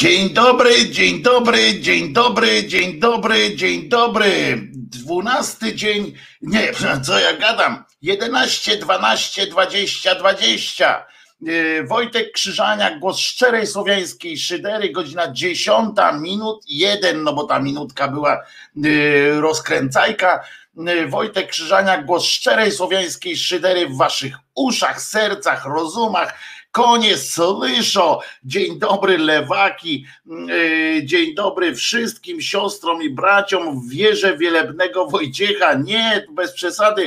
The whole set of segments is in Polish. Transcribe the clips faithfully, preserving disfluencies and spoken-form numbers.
Dzień dobry, dzień dobry, dzień dobry, dzień dobry, dzień dobry. Dwunasty dzień, nie, co ja gadam, jedenaście, dwanaście, dwadzieścia, dwadzieścia. Wojtek Krzyżaniak, głos szczerej słowiańskiej szydery, godzina dziesiąta, minut jeden, no bo ta minutka była rozkręcajka. Wojtek Krzyżaniak, głos szczerej słowiańskiej szydery w waszych uszach, sercach, rozumach. Konie słyszą. Dzień dobry lewaki, dzień dobry wszystkim siostrom i braciom w wierze wielebnego Wojciecha. Nie, bez przesady.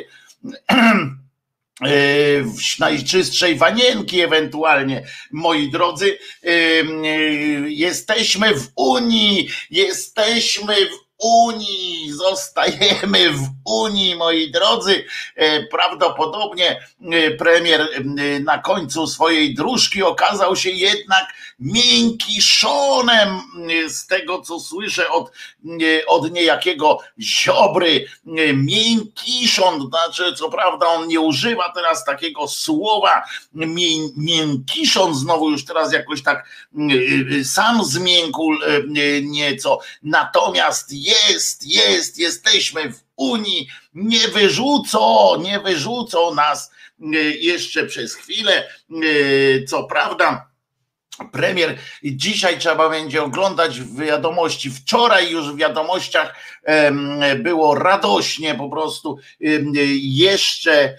W najczystszej wanienki ewentualnie, moi drodzy. Jesteśmy w Unii, jesteśmy w Unii, zostajemy w Unii, moi drodzy. Prawdopodobnie premier na końcu swojej dróżki okazał się jednak miękiszonem, z tego co słyszę od, od niejakiego Ziobry. Miękiszon, znaczy co prawda on nie używa teraz takiego słowa mię, miękiszon, znowu już teraz jakoś tak sam zmiękł nieco, natomiast jest, jest, jesteśmy w Unii, nie wyrzucą, nie wyrzucą nas jeszcze przez chwilę, co prawda. Premier, dzisiaj trzeba będzie oglądać wiadomości, wczoraj już w wiadomościach było radośnie, po prostu jeszcze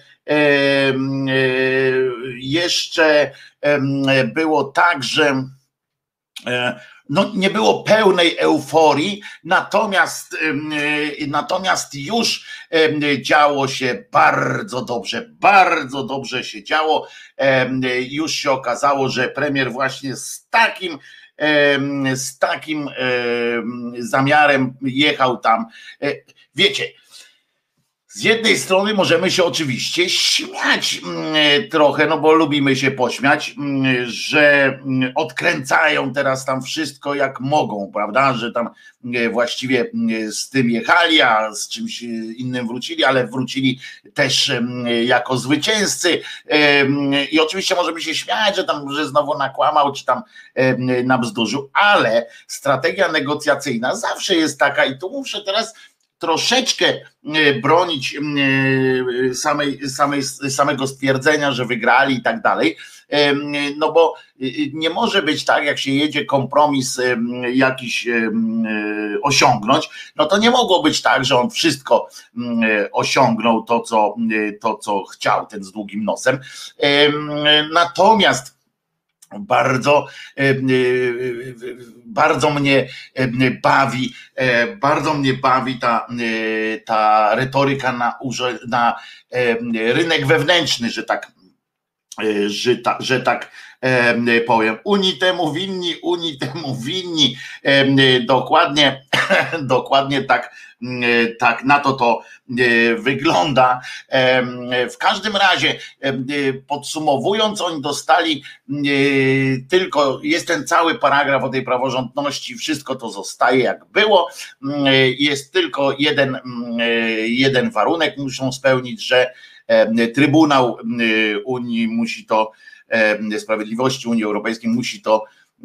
jeszcze było tak, że no nie było pełnej euforii, natomiast, natomiast już działo się bardzo dobrze, bardzo dobrze się działo. Już się okazało, że premier właśnie z takim, z takim zamiarem jechał tam. Wiecie, z jednej strony możemy się oczywiście śmiać trochę, no bo lubimy się pośmiać, że odkręcają teraz tam wszystko jak mogą, prawda, że tam właściwie z tym jechali, a z czymś innym wrócili, ale wrócili też jako zwycięzcy i oczywiście możemy się śmiać, że tam, że znowu nakłamał, czy tam nabzdurzył, ale strategia negocjacyjna zawsze jest taka i tu muszę teraz troszeczkę bronić samej, samej, samego stwierdzenia, że wygrali i tak dalej, no bo nie może być tak, jak się jedzie kompromis jakiś osiągnąć, no to nie mogło być tak, że on wszystko osiągnął to, co, to, co chciał, ten z długim nosem. Natomiast bardzo, bardzo mnie bawi, bardzo mnie bawi ta, ta retoryka na, na rynek wewnętrzny, że tak, że, ta, że tak powiem. Unii temu winni, Unii temu winni. Dokładnie, dokładnie tak, tak na to to wygląda. W każdym razie, podsumowując, oni dostali tylko, jest ten cały paragraf o tej praworządności, wszystko to zostaje jak było. Jest tylko jeden, jeden warunek muszą spełnić, że Trybunał Unii musi to, Sprawiedliwości Unii Europejskiej musi to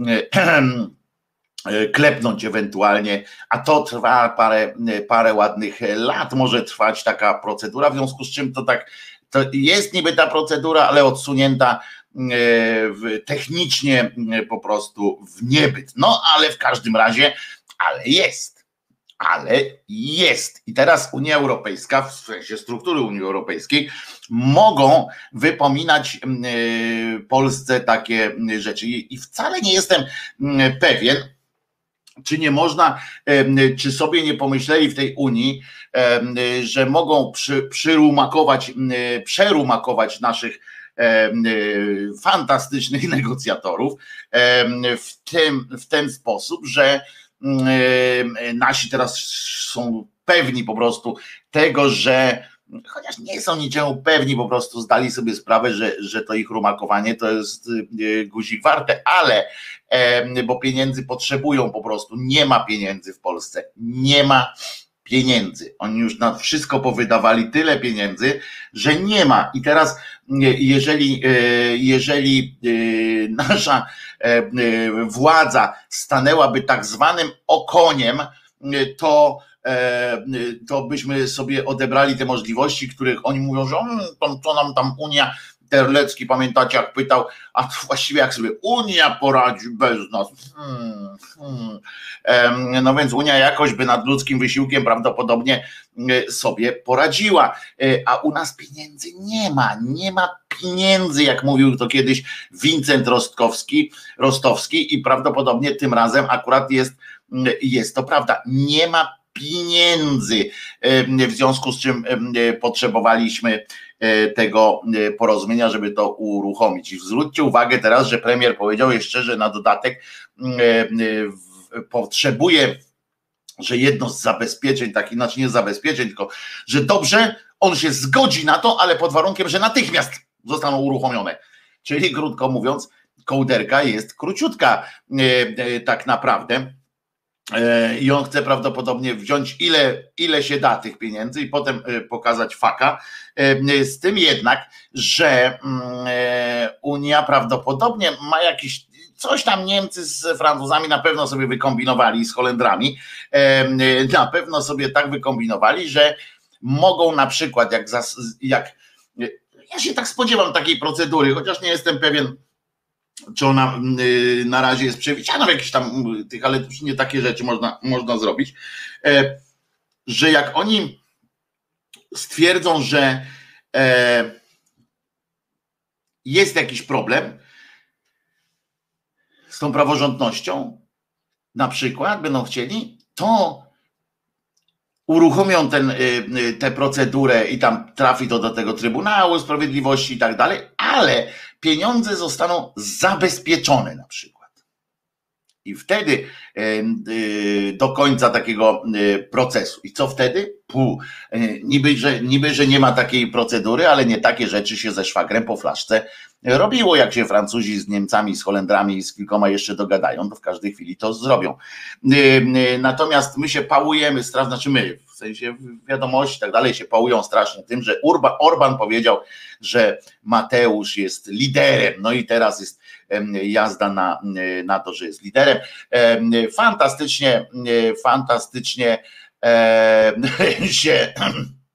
klepnąć ewentualnie, a to trwa parę, parę ładnych lat, może trwać taka procedura, w związku z czym to tak, to jest niby ta procedura, ale odsunięta technicznie po prostu w niebyt. No ale w każdym razie, ale jest. Ale jest. I teraz Unia Europejska, w sensie struktury Unii Europejskiej, mogą wypominać Polsce takie rzeczy. I wcale nie jestem pewien, czy nie można, czy sobie nie pomyśleli w tej Unii, że mogą przy, przyrumakować, przerumakować naszych fantastycznych negocjatorów w, tym, w ten sposób, że nasi teraz są pewni po prostu tego, że chociaż nie są niczemu pewni, po prostu zdali sobie sprawę, że, że to ich rumakowanie to jest guzik warte, ale bo pieniędzy potrzebują po prostu, nie ma pieniędzy w Polsce, nie ma pieniędzy, oni już na wszystko powydawali tyle pieniędzy, że nie ma i teraz jeżeli, jeżeli nasza władza stanęłaby tak zwanym okoniem, to to byśmy sobie odebrali te możliwości, których oni mówią, że to, to nam tam Unia, Terlecki, pamiętacie, jak pytał, a właściwie jak sobie Unia poradzi bez nas. Hmm, hmm. No więc Unia jakoś by nad ludzkim wysiłkiem prawdopodobnie sobie poradziła, a u nas pieniędzy nie ma, nie ma pieniędzy, jak mówił to kiedyś Wincent Rostkowski, Rostowski i prawdopodobnie tym razem akurat jest, jest to prawda, nie ma pieniędzy, w związku z czym potrzebowaliśmy tego porozumienia, żeby to uruchomić. I zwróćcie uwagę teraz, że premier powiedział jeszcze, że na dodatek potrzebuje, że jedno z zabezpieczeń, tak inaczej nie zabezpieczeń, tylko że dobrze, on się zgodzi na to, ale pod warunkiem, że natychmiast zostaną uruchomione. Czyli krótko mówiąc, kołderka jest króciutka tak naprawdę. I on chce prawdopodobnie wziąć ile, ile się da tych pieniędzy i potem pokazać faka. Z tym jednak, że Unia prawdopodobnie ma jakiś, coś tam Niemcy z Francuzami na pewno sobie wykombinowali, z Holendrami, na pewno sobie tak wykombinowali, że mogą na przykład, jak, jak ja się tak spodziewam takiej procedury, chociaż nie jestem pewien, czy ona na razie jest przewidziana w jakichś tam tych, ale nie takie rzeczy można, można zrobić, że jak oni stwierdzą, że jest jakiś problem z tą praworządnością, na przykład będą chcieli, to uruchomią ten, tę procedurę i tam trafi to do tego Trybunału Sprawiedliwości i tak dalej, ale pieniądze zostaną zabezpieczone na przykład. I wtedy do końca takiego procesu. I co wtedy? Puh, niby, że, niby, że nie ma takiej procedury, ale nie takie rzeczy się ze szwagrem po flaszce robiło, jak się Francuzi z Niemcami, z Holendrami i z kilkoma jeszcze dogadają, to w każdej chwili to zrobią. Natomiast my się pałujemy, znaczy my, w sensie wiadomości i tak dalej, się pałują strasznie tym, że Urba, Orban powiedział, że Mateusz jest liderem, no i teraz jest jazda na, na to, że jest liderem. Fantastycznie, fantastycznie się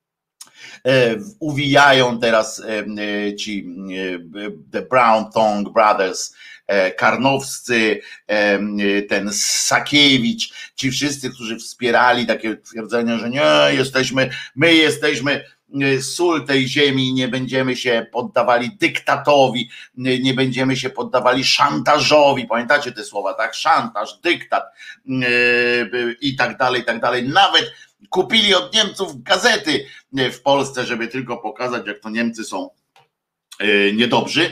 uwijają teraz ci The Brown Tongue Brothers, Karnowscy, ten Sakiewicz, ci wszyscy, którzy wspierali takie twierdzenie, że nie, jesteśmy, my jesteśmy sól tej ziemi, nie będziemy się poddawali dyktatowi, nie będziemy się poddawali szantażowi, pamiętacie te słowa, tak? Szantaż, dyktat i tak dalej, i tak dalej. Nawet kupili od Niemców gazety w Polsce, żeby tylko pokazać, jak to Niemcy są niedobrzy.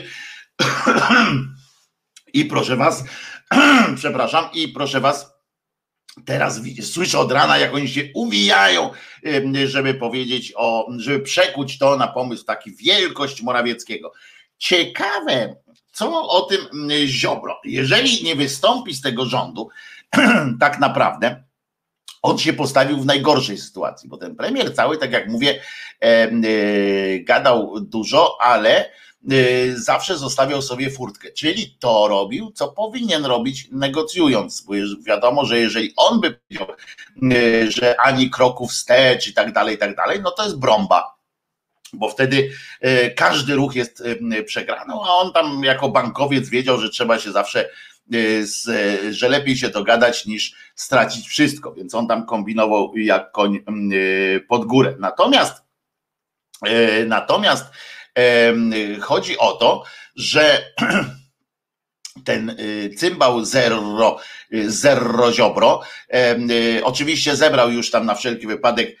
I proszę was, przepraszam, i proszę was, teraz słyszę od rana, jak oni się uwijają, żeby powiedzieć o, żeby przekuć to na pomysł taki wielkość Morawieckiego. Ciekawe, co o tym Ziobro, jeżeli nie wystąpi z tego rządu, tak naprawdę on się postawił w najgorszej sytuacji, bo ten premier cały, tak jak mówię, gadał dużo, ale zawsze zostawiał sobie furtkę, czyli to robił, co powinien robić, negocjując, bo wiadomo, że jeżeli on by powiedział, że ani kroku wstecz i tak dalej, i tak dalej, no to jest brąba, bo wtedy każdy ruch jest przegrany, a on tam jako bankowiec wiedział, że trzeba się zawsze, że lepiej się dogadać niż stracić wszystko, więc on tam kombinował jak koń pod górę. Natomiast natomiast chodzi o to, że ten cymbał Zerro, Zerro Ziobro oczywiście zebrał już tam na wszelki wypadek,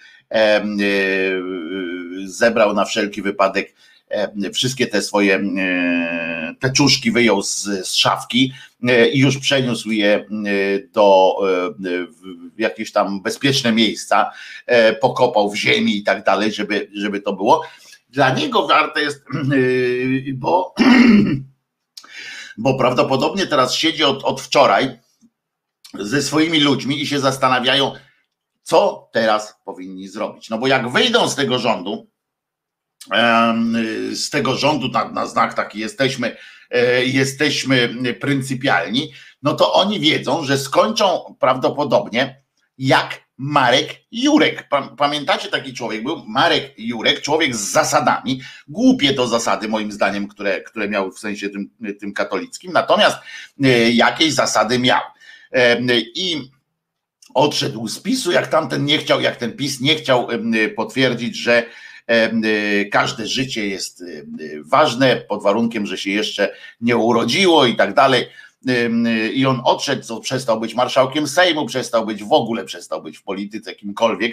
zebrał na wszelki wypadek wszystkie te swoje teczuszki, wyjął z, z szafki i już przeniósł je do w jakieś tam bezpieczne miejsca, pokopał w ziemi i tak dalej, żeby, żeby to było. Dla niego warte jest, bo, bo prawdopodobnie teraz siedzi od, od wczoraj ze swoimi ludźmi i się zastanawiają, co teraz powinni zrobić. No bo jak wyjdą z tego rządu, z tego rządu na, na znak taki jesteśmy, jesteśmy pryncypialni, no to oni wiedzą, że skończą prawdopodobnie jak Marek Jurek. Pamiętacie, taki człowiek był? Marek Jurek, człowiek z zasadami, głupie to zasady moim zdaniem, które, które miał w sensie tym, tym katolickim, natomiast jakieś zasady miał. I odszedł z PiSu, jak tamten nie chciał, jak ten PiS nie chciał potwierdzić, że każde życie jest ważne, pod warunkiem, że się jeszcze nie urodziło i tak dalej. I on odszedł, przestał być marszałkiem Sejmu, przestał być w ogóle, przestał być w polityce kimkolwiek,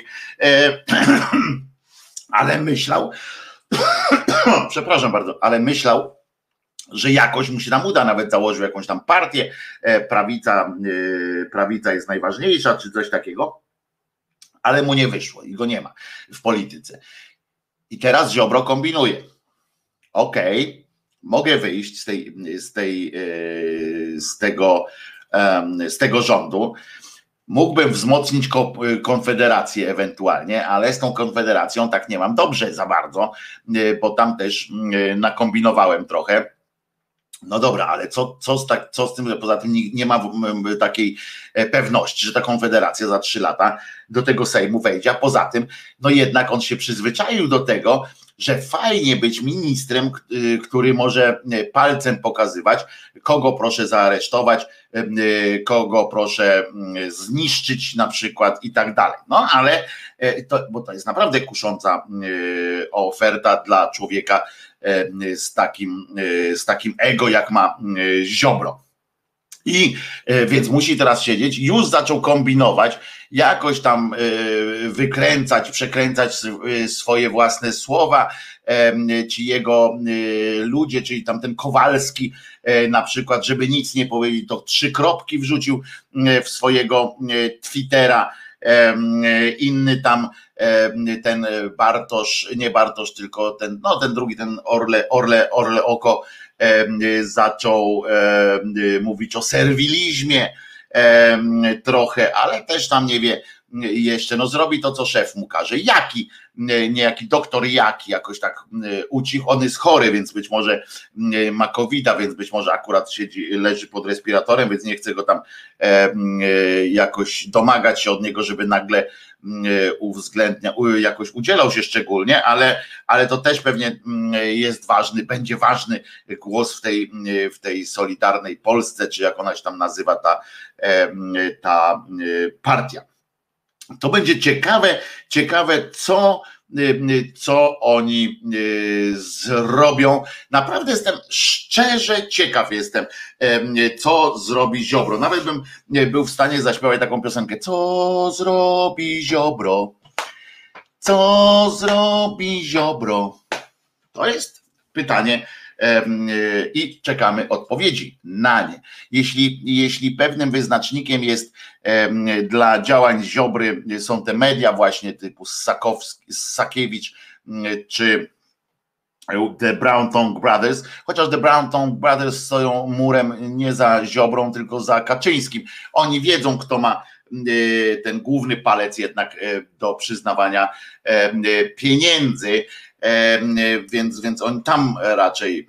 ale myślał, przepraszam bardzo, ale myślał, że jakoś mu się tam uda, nawet założył jakąś tam partię, prawica, prawica jest najważniejsza, czy coś takiego, ale mu nie wyszło i go nie ma w polityce. I teraz Ziobro kombinuje. Okej, okay, mogę wyjść z tej, z tej, z tego, z tego rządu. Mógłbym wzmocnić Konfederację ewentualnie, ale z tą Konfederacją tak nie mam dobrze za bardzo, bo tam też nakombinowałem trochę. No dobra, ale co, co, z, tak, co z tym, że poza tym nie, nie ma takiej pewności, że ta Konfederacja za trzy lata do tego Sejmu wejdzie, a poza tym, no jednak on się przyzwyczaił do tego, że fajnie być ministrem, który może palcem pokazywać, kogo proszę zaaresztować, kogo proszę zniszczyć na przykład i tak dalej. No ale, to, bo to jest naprawdę kusząca oferta dla człowieka z takim, z takim ego, jak ma Ziobro. I więc musi teraz siedzieć, już zaczął kombinować, jakoś tam wykręcać, przekręcać swoje własne słowa, ci jego ludzie, czyli tam ten Kowalski na przykład, żeby nic nie powiedzieć, to trzy kropki wrzucił w swojego Twittera, inny tam ten Bartosz, nie Bartosz, tylko ten, no ten drugi, ten Orle, Orle, Orle Oko zaczął mówić o serwilizmie trochę, ale też tam nie wie jeszcze, no zrobi to, co szef mu każe. Jaki, niejaki doktor Jaki jakoś tak ucichł, on jest chory, więc być może ma kowida, więc być może akurat siedzi, leży pod respiratorem, więc nie chce go tam jakoś domagać się od niego, żeby nagle uwzględnia, jakoś udzielał się szczególnie, ale, ale to też pewnie jest ważny, będzie ważny głos w tej, w tej Solidarnej Polsce, czy jak ona się tam nazywa, ta, ta partia. To będzie ciekawe, ciekawe, co, co oni zrobią. Naprawdę jestem szczerze ciekaw jestem, co zrobi Ziobro. Nawet bym był w stanie zaśpiewać taką piosenkę. Co zrobi Ziobro? Co zrobi Ziobro? To jest pytanie. I czekamy odpowiedzi na nie. Jeśli, jeśli pewnym wyznacznikiem jest dla działań Ziobry są te media właśnie typu Ssakowski, Ssakiewicz czy The Brown Tongue Brothers, chociaż The Brown Tongue Brothers stoją murem nie za Ziobrą, tylko za Kaczyńskim. Oni wiedzą, kto ma ten główny palec jednak do przyznawania pieniędzy, więc, więc oni tam raczej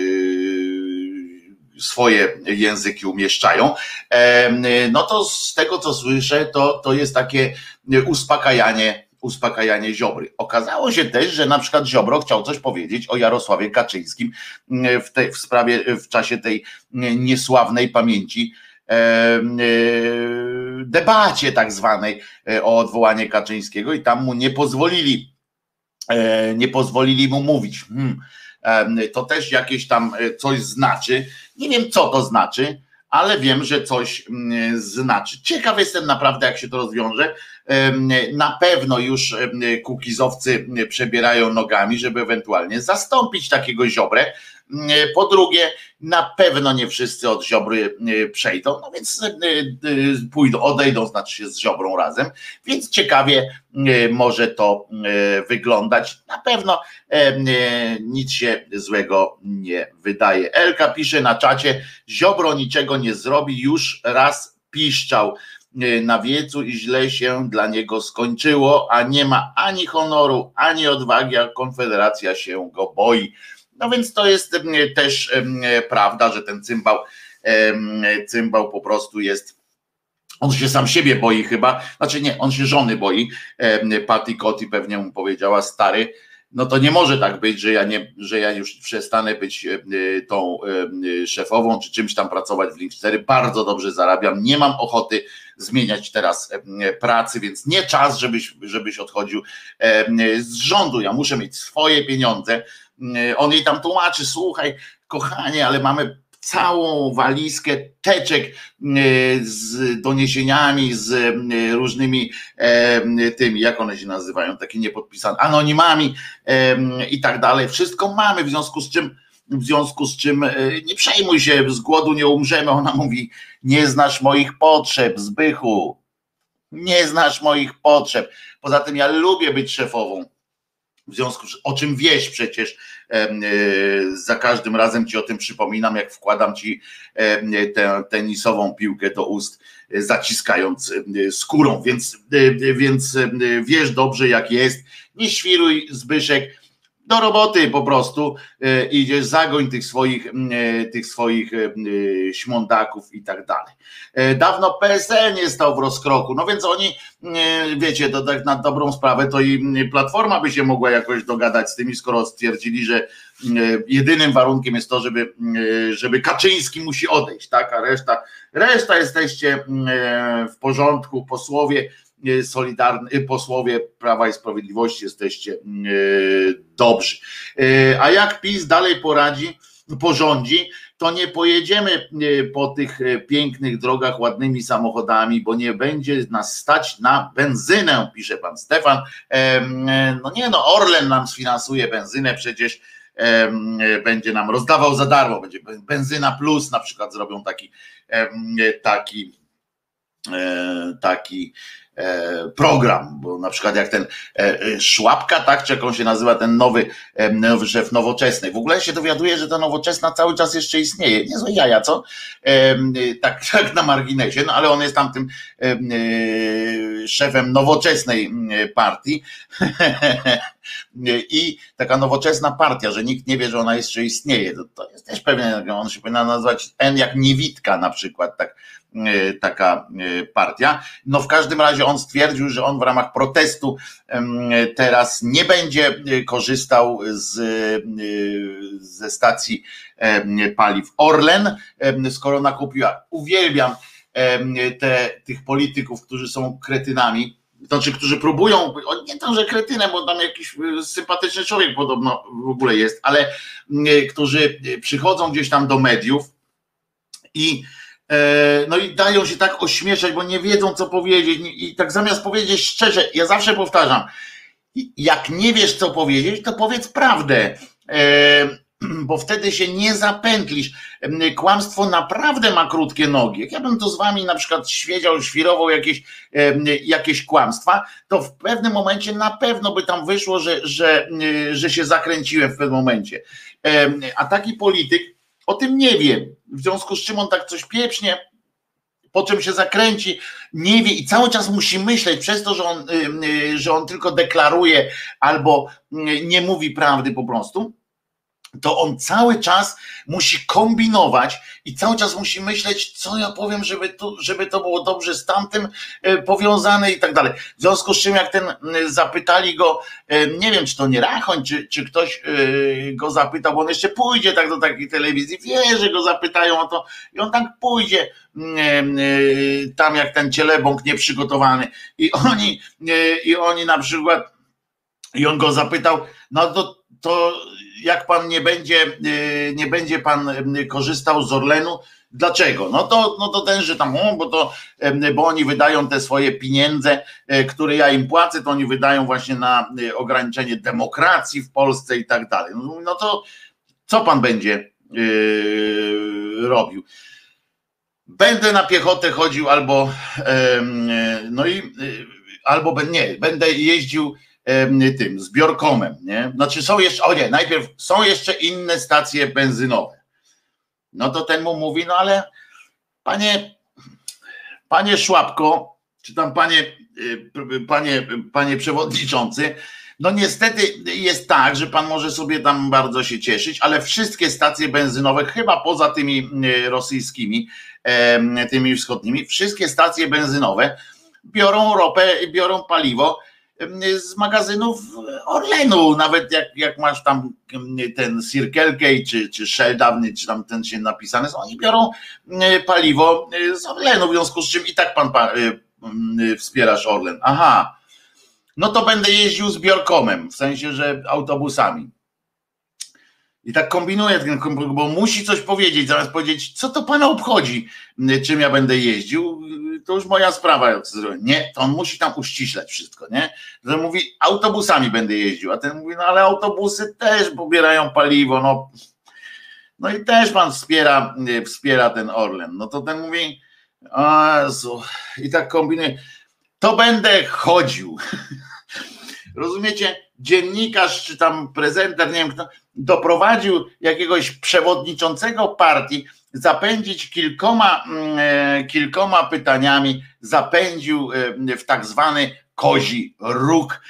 swoje języki umieszczają. No to z tego, co słyszę, to, to jest takie uspokajanie, uspokajanie Ziobry. Okazało się też, że na przykład Ziobro chciał coś powiedzieć o Jarosławie Kaczyńskim w, tej, w sprawie, w czasie tej niesławnej pamięci debacie tak zwanej o odwołanie Kaczyńskiego i tam mu nie pozwolili nie pozwolili mu mówić. Hmm. To też jakieś tam coś znaczy. Nie wiem, co to znaczy, ale wiem, że coś znaczy. Ciekaw jestem naprawdę, jak się to rozwiąże. Na pewno już kukizowcy przebierają nogami, żeby ewentualnie zastąpić takiego Ziobrę. Po drugie, na pewno nie wszyscy od Ziobry przejdą, no więc pójdą, odejdą, znaczy się z Ziobrą razem, więc ciekawie może to wyglądać. Na pewno nic się złego nie wydaje. Elka pisze na czacie, Ziobro niczego nie zrobi, już raz piszczał. na wiecu i źle się dla niego skończyło, a nie ma ani honoru, ani odwagi, a Konfederacja się go boi. No więc to jest też prawda, że ten cymbał, cymbał po prostu jest, on się sam siebie boi chyba, znaczy nie, on się żony boi, Patty Cotty pewnie mu powiedziała, stary, no to nie może tak być, że ja, nie, że ja już przestanę być tą szefową, czy czymś tam pracować w Link cztery, bardzo dobrze zarabiam, nie mam ochoty zmieniać teraz pracy, więc nie czas, żebyś, żebyś odchodził z rządu, ja muszę mieć swoje pieniądze. On jej tam tłumaczy, słuchaj kochanie, ale mamy całą walizkę teczek z doniesieniami, z różnymi tymi, jak one się nazywają, takie niepodpisane, anonimami i tak dalej. Wszystko mamy, w związku z czym w związku z czym nie przejmuj się, z głodu nie umrzemy. Ona mówi, nie znasz moich potrzeb, Zbychu, nie znasz moich potrzeb. Poza tym ja lubię być szefową. W związku z o czym wiesz przecież, za każdym razem ci o tym przypominam, jak wkładam ci tę tenisową piłkę do ust, zaciskając skórą, więc, więc wiesz dobrze jak jest, nie świruj Zbyszek, do roboty po prostu idziesz, zagoń tych swoich, tych swoich śmądaków i tak dalej. Dawno P S L nie stał w rozkroku, no więc oni, wiecie, to tak na dobrą sprawę, to i Platforma by się mogła jakoś dogadać z tymi, skoro stwierdzili, że jedynym warunkiem jest to, żeby, żeby Kaczyński musi odejść, tak, a reszta, reszta jesteście w porządku, posłowie Solidarny, posłowie Prawa i Sprawiedliwości jesteście dobrzy. A jak PiS dalej poradzi, porządzi, to nie pojedziemy po tych pięknych drogach ładnymi samochodami, bo nie będzie nas stać na benzynę, pisze pan Stefan. No nie no, Orlen nam sfinansuje benzynę, przecież będzie nam rozdawał za darmo, będzie benzyna plus, na przykład zrobią taki taki taki program, bo na przykład jak ten Szłapka, tak, czy jak on się nazywa, ten nowy, nowy szef Nowoczesnej. W ogóle się dowiaduję, że ta Nowoczesna cały czas jeszcze istnieje. Niezłe jaja, co? Tak, tak na marginesie, no ale on jest tam tym szefem Nowoczesnej partii i taka nowoczesna partia, że nikt nie wie, że ona jeszcze istnieje. To, to jest też pewnie, on się powinna nazywać N jak Niewitka na przykład, tak, taka partia. No w każdym razie on stwierdził, że on w ramach protestu teraz nie będzie korzystał z, ze stacji paliw Orlen, skoro nakupiła. Uwielbiam te, tych polityków, którzy są kretynami, znaczy, którzy próbują, nie to, że kretynem, bo tam jakiś sympatyczny człowiek podobno w ogóle jest, ale którzy przychodzą gdzieś tam do mediów i no i dają się tak ośmieszać, bo nie wiedzą co powiedzieć i tak zamiast powiedzieć szczerze, ja zawsze powtarzam, jak nie wiesz co powiedzieć, to powiedz prawdę, bo wtedy się nie zapętlisz. Kłamstwo naprawdę ma krótkie nogi. Jak ja bym to z wami na przykład świedział, świrował jakieś, jakieś kłamstwa, to w pewnym momencie na pewno by tam wyszło, że, że, że się zakręciłem w pewnym momencie. A taki polityk o tym nie wie, w związku z czym on tak coś pieprznie, po czym się zakręci, nie wie i cały czas musi myśleć, przez to, że on, że on tylko deklaruje albo nie mówi prawdy po prostu, to on cały czas musi kombinować i cały czas musi myśleć, co ja powiem, żeby to, żeby to było dobrze z tamtym powiązane i tak dalej. W związku z czym jak ten zapytali go, nie wiem czy to nie Rachoń, czy, czy ktoś go zapytał, bo on jeszcze pójdzie tak do takiej telewizji, wie, że go zapytają o to i on tak pójdzie tam jak ten cielebąk nieprzygotowany i oni, i oni na przykład i on go zapytał, no to, to jak pan nie będzie, nie będzie pan korzystał z Orlenu, dlaczego? No to, no to ten, że tam, bo to, bo oni wydają te swoje pieniądze, które ja im płacę, to oni wydają właśnie na ograniczenie demokracji w Polsce i tak dalej. No to co pan będzie yy, robił? Będę na piechotę chodził albo no i albo nie, będę jeździł tym zbiorkomem, nie? Znaczy są jeszcze, o nie, najpierw są jeszcze inne stacje benzynowe. No to ten mu mówi, no ale panie, panie Szłapko, czy tam panie, panie, panie przewodniczący, no niestety jest tak, że pan może sobie tam bardzo się cieszyć, ale wszystkie stacje benzynowe, chyba poza tymi rosyjskimi, tymi wschodnimi, wszystkie stacje benzynowe biorą ropę, biorą paliwo z magazynów Orlenu, nawet jak, jak masz tam ten Circle K czy, czy Shell dawny, czy tam ten się napisane, oni biorą paliwo z Orlenu, w związku z czym i tak pan pa, wspierasz Orlen. Aha, no to będę jeździł z Biorkomem, w sensie, że autobusami. I tak kombinuję, bo musi coś powiedzieć, zamiast powiedzieć, co to pana obchodzi, czym ja będę jeździł, to już moja sprawa. Nie, to on musi tam uściślać wszystko, nie? To mówi, autobusami będę jeździł, a ten mówi, no ale autobusy też pobierają paliwo, no, no i też pan wspiera, wspiera ten Orlen. No to ten mówi, o Jezu, i tak kombinuje, to będę chodził. Rozumiecie? Dziennikarz czy tam prezenter, nie wiem kto, doprowadził jakiegoś przewodniczącego partii, zapędzić kilkoma, kilkoma pytaniami, zapędził w tak zwany kozi róg,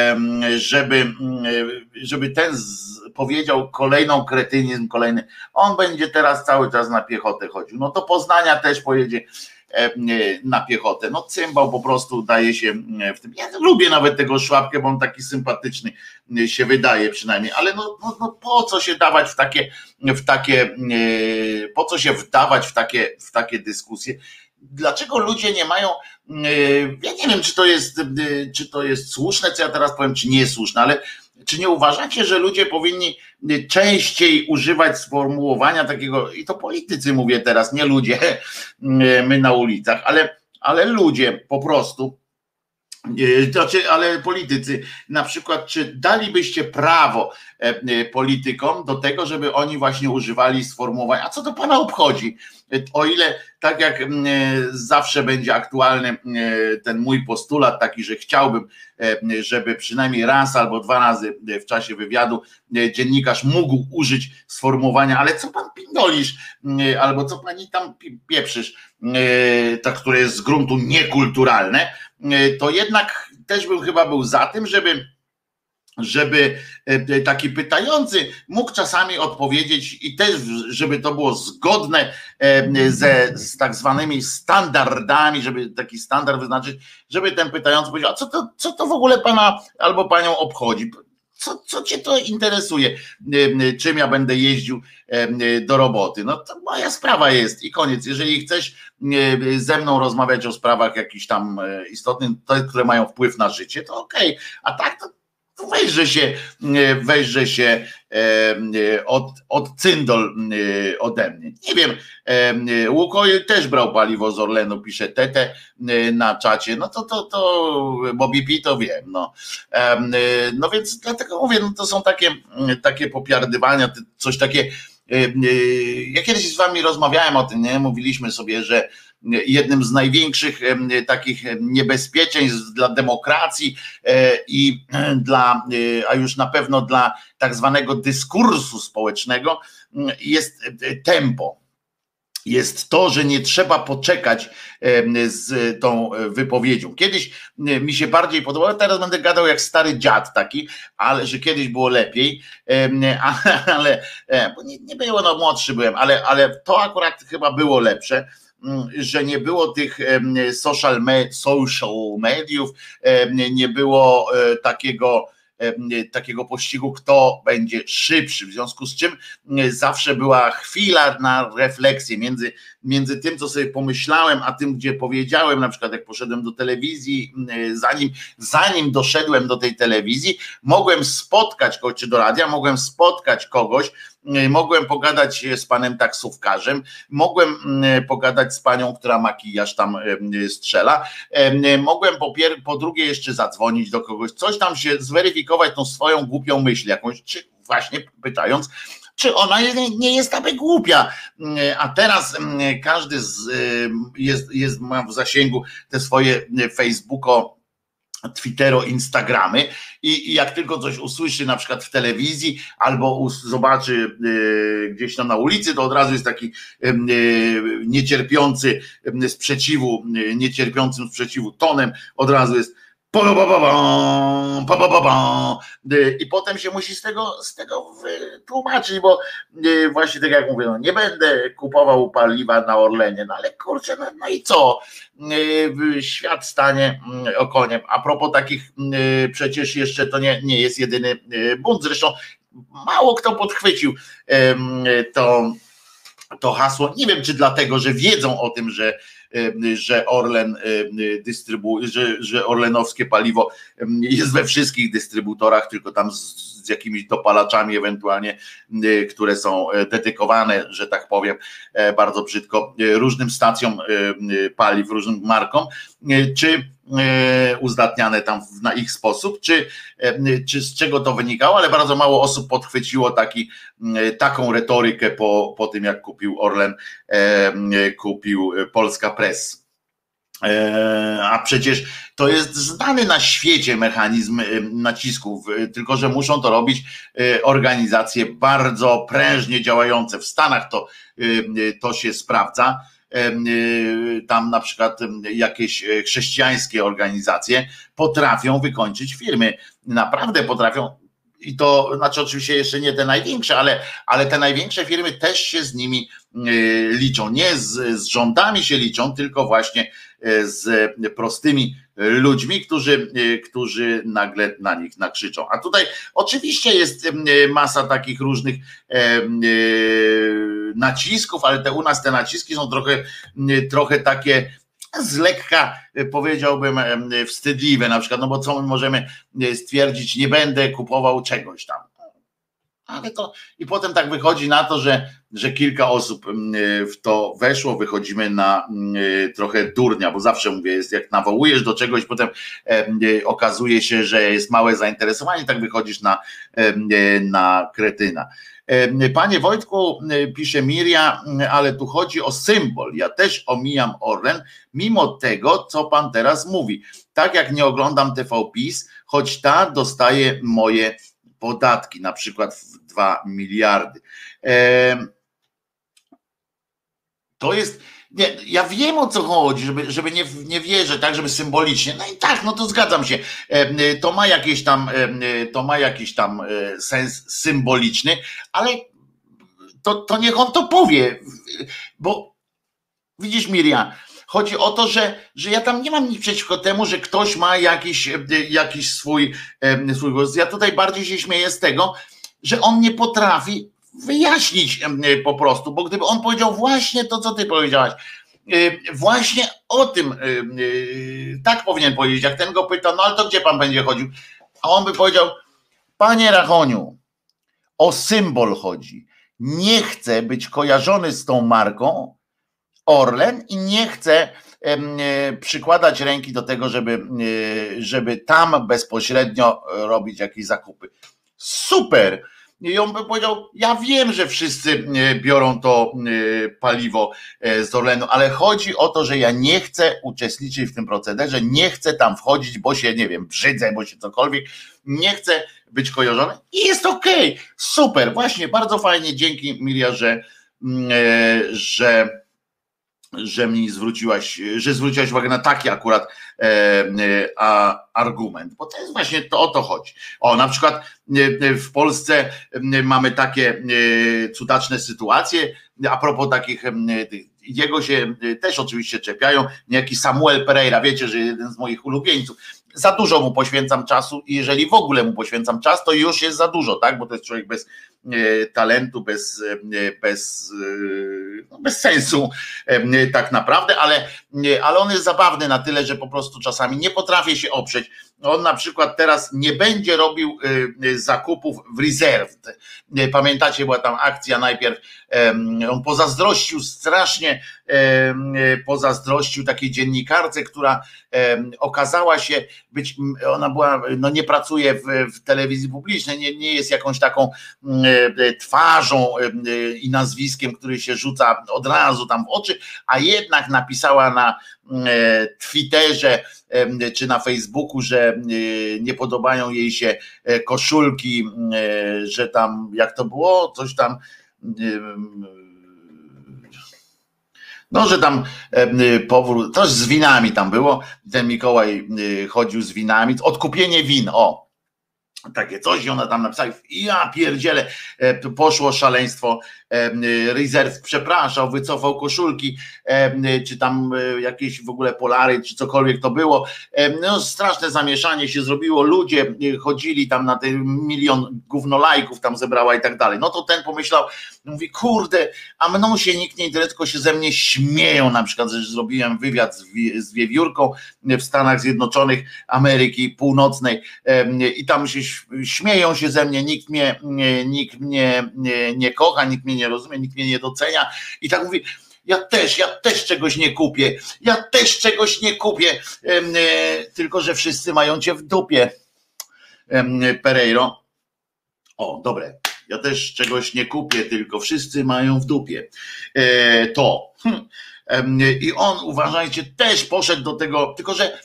żeby, żeby ten powiedział kolejną kretynizm, kolejny. On będzie teraz cały czas na piechotę chodził. No to Poznania też pojedzie na piechotę. No cymbał po prostu daje się w tym. Ja lubię nawet tego Szłapkę, bo on taki sympatyczny się wydaje przynajmniej, ale no, no, no po co się dawać w takie, w takie, po co się wdawać w takie, w takie dyskusje? Dlaczego ludzie nie mają, ja nie wiem, czy to jest, czy to jest słuszne, co ja teraz powiem, czy nie jest słuszne, ale czy nie uważacie, że ludzie powinni częściej używać sformułowania takiego, i to politycy mówię teraz, nie ludzie, my na ulicach, ale, ale ludzie po prostu, znaczy, ale politycy, na przykład, czy dalibyście prawo politykom do tego, żeby oni właśnie używali sformułowań, a co to pana obchodzi? O ile tak jak zawsze będzie aktualny ten mój postulat taki, że chciałbym, żeby przynajmniej raz albo dwa razy w czasie wywiadu dziennikarz mógł użyć sformułowania, ale co pan pindolisz, albo co pani tam pieprzysz, tak, które jest z gruntu niekulturalne, to jednak też bym chyba był za tym, żeby żeby taki pytający mógł czasami odpowiedzieć i też, żeby to było zgodne ze z tak zwanymi standardami, żeby taki standard wyznaczyć, żeby ten pytający powiedział, a co to, co to w ogóle pana albo panią obchodzi? Co, co cię to interesuje, czym ja będę jeździł do roboty? No to moja sprawa jest i koniec. Jeżeli chcesz ze mną rozmawiać o sprawach jakichś tam istotnych, które mają wpływ na życie, to okej, okay. A tak to weźże się, weźże się od, od cyndol ode mnie. Nie wiem, Łukoil też brał paliwo z Orlenu, pisze Tete na czacie, no to, to, to Bobby P to wiem, no. No więc dlatego mówię, no to są takie, takie popiardywania, coś takie. Ja kiedyś z wami rozmawiałem o tym, nie? Mówiliśmy sobie, że jednym z największych takich niebezpieczeństw dla demokracji i dla, a już na pewno dla tak zwanego dyskursu społecznego jest tempo. Jest to, że nie trzeba poczekać z tą wypowiedzią. Kiedyś mi się bardziej podobało, teraz będę gadał jak stary dziad taki, ale że kiedyś było lepiej, ale bo nie, nie było, no młodszy byłem, ale, ale to akurat chyba było lepsze, że nie było tych social, me, social mediów, nie było takiego takiego pościgu, kto będzie szybszy, w związku z czym zawsze była chwila na refleksję między, między tym, co sobie pomyślałem, a tym, gdzie powiedziałem, na przykład jak poszedłem do telewizji, zanim, zanim doszedłem do tej telewizji, mogłem spotkać kogoś, czy do radia, mogłem spotkać kogoś, mogłem pogadać z panem taksówkarzem, mogłem pogadać z panią, która makijaż tam strzela, mogłem po, pier- po drugie jeszcze zadzwonić do kogoś, coś tam się zweryfikować, tą swoją głupią myśl jakąś, czy właśnie pytając, czy ona nie jest aby głupia, a teraz każdy z, jest, jest, ma w zasięgu te swoje Facebooko Twittero, Instagramy i, i jak tylko coś usłyszy na przykład w telewizji albo us, zobaczy y, gdzieś tam na ulicy, to od razu jest taki y, niecierpiący sprzeciwu, y, niecierpiącym sprzeciwu tonem, od razu jest pa, pa, pa, pa, pa, pa, pa, pa. I potem się musi z tego, z tego wytłumaczyć, bo właśnie tak jak mówię, no nie będę kupował paliwa na Orlenie, no ale kurczę, no, no i co? Świat stanie okoniem. A propos takich, przecież jeszcze to nie, nie jest jedyny bunt, zresztą mało kto podchwycił to, to hasło. Nie wiem, czy dlatego, że wiedzą o tym, że że Orlen dystrybuuje, że, że orlenowskie paliwo jest we wszystkich dystrybutorach, tylko tam z, z jakimiś dopalaczami ewentualnie, które są dedykowane, że tak powiem, bardzo brzydko, różnym stacjom paliw, różnym markom, czy uzdatniane tam na ich sposób, czy, czy z czego to wynikało, ale bardzo mało osób podchwyciło taki, taką retorykę po, po tym, jak kupił Orlen, kupił Polska Press. A przecież to jest znany na świecie mechanizm nacisków, tylko że muszą to robić organizacje bardzo prężnie działające. W Stanach to, to się sprawdza. Tam na przykład jakieś chrześcijańskie organizacje potrafią wykończyć firmy, naprawdę potrafią, i to znaczy oczywiście jeszcze nie te największe, ale, ale te największe firmy też się z nimi liczą, nie z, z rządami się liczą, tylko właśnie z prostymi ludźmi, którzy, którzy nagle na nich nakrzyczą. A tutaj oczywiście jest masa takich różnych nacisków, ale te u nas te naciski są trochę, trochę takie z lekka, powiedziałbym, wstydliwe, na przykład, no bo co my możemy stwierdzić, nie będę kupował czegoś tam. Ale to i potem tak wychodzi na to, że, że kilka osób w to weszło, wychodzimy na trochę durnia, bo zawsze mówię, jest jak nawołujesz do czegoś, potem okazuje się, że jest małe zainteresowanie, tak wychodzisz na, na kretyna. Panie Wojtku, pisze Miria, ale tu chodzi o symbol. Ja też omijam Orlen, mimo tego, co pan teraz mówi. Tak jak nie oglądam T V PiS, choć ta dostaje moje podatki, na przykład w dwa miliardy. To jest, nie, ja wiem, o co chodzi, żeby, żeby nie, nie wierzyć, tak, żeby symbolicznie, no i tak, no to zgadzam się, to ma jakieś tam, to ma jakiś tam sens symboliczny, ale to, to niech on to powie, bo widzisz, Miriam, chodzi o to, że, że ja tam nie mam nic przeciwko temu, że ktoś ma jakiś, jakiś swój, swój głos. Ja tutaj bardziej się śmieję z tego, że on nie potrafi wyjaśnić po prostu, bo gdyby on powiedział właśnie to, co ty powiedziałaś, właśnie o tym, tak powinien powiedzieć, jak ten go pyta, no ale to gdzie pan będzie chodził? A on by powiedział, panie Rachoniu, o symbol chodzi. Nie chcę być kojarzony z tą marką Orlen i nie chcę przykładać ręki do tego, żeby, żeby tam bezpośrednio robić jakieś zakupy. Super! I on by powiedział, ja wiem, że wszyscy biorą to paliwo z Orlenu, ale chodzi o to, że ja nie chcę uczestniczyć w tym procederze, nie chcę tam wchodzić, bo się, nie wiem, brzydzę, bo się cokolwiek, nie chcę być kojarzony i jest okej, okay. Super, właśnie, bardzo fajnie, dzięki Miria, że, że że mi zwróciłaś, że zwróciłaś uwagę na taki akurat e, e, a, argument, bo to jest właśnie to, o to chodzi. O, na przykład e, w Polsce e, mamy takie e, cudaczne sytuacje, a propos takich, e, jego się e, też oczywiście czepiają, niejaki Samuel Pereira, wiecie, że jeden z moich ulubieńców, za dużo mu poświęcam czasu i jeżeli w ogóle mu poświęcam czas, to już jest za dużo, tak, bo to jest człowiek bez e, talentu, bez, e, bez, e, bez sensu e, tak naprawdę, ale, e, ale on jest zabawny na tyle, że po prostu czasami nie potrafię się oprzeć. On na przykład teraz nie będzie robił e, zakupów w Reserved. E, pamiętacie, była tam akcja najpierw, e, on pozazdrościł strasznie, e, pozazdrościł takiej dziennikarce, która e, okazała się być, ona była, no nie pracuje w, w telewizji publicznej, nie, nie jest jakąś taką e, twarzą e, i nazwiskiem, który się rzuca od razu tam w oczy, a jednak napisała na, Twitterze czy na Facebooku, że nie podobają jej się koszulki, że tam, jak to było, coś tam, no, że tam powrót, coś z winami tam było, ten Mikołaj chodził z winami, odkupienie win, o, takie coś i ona tam napisała, ja pierdzielę, poszło szaleństwo, Reserve przepraszał, wycofał koszulki, czy tam jakieś w ogóle polary, czy cokolwiek to było, no straszne zamieszanie się zrobiło, ludzie chodzili tam na ten milion gównolajków tam zebrała i tak dalej, no to ten pomyślał, mówi kurde, a mną się nikt nie interesuje, tylko się ze mnie śmieją, na przykład, że zrobiłem wywiad z, z wiewiórką w Stanach Zjednoczonych Ameryki Północnej i tam się śmieją się ze mnie, nikt mnie, nikt mnie nie, nie kocha, nikt mnie nie rozumie, nikt mnie nie docenia i tak mówi, ja też, ja też czegoś nie kupię, ja też czegoś nie kupię, tylko że wszyscy mają cię w dupie, Pereiro. O, dobre, ja też czegoś nie kupię, tylko wszyscy mają w dupie to. I on, uważajcie, też poszedł do tego, tylko że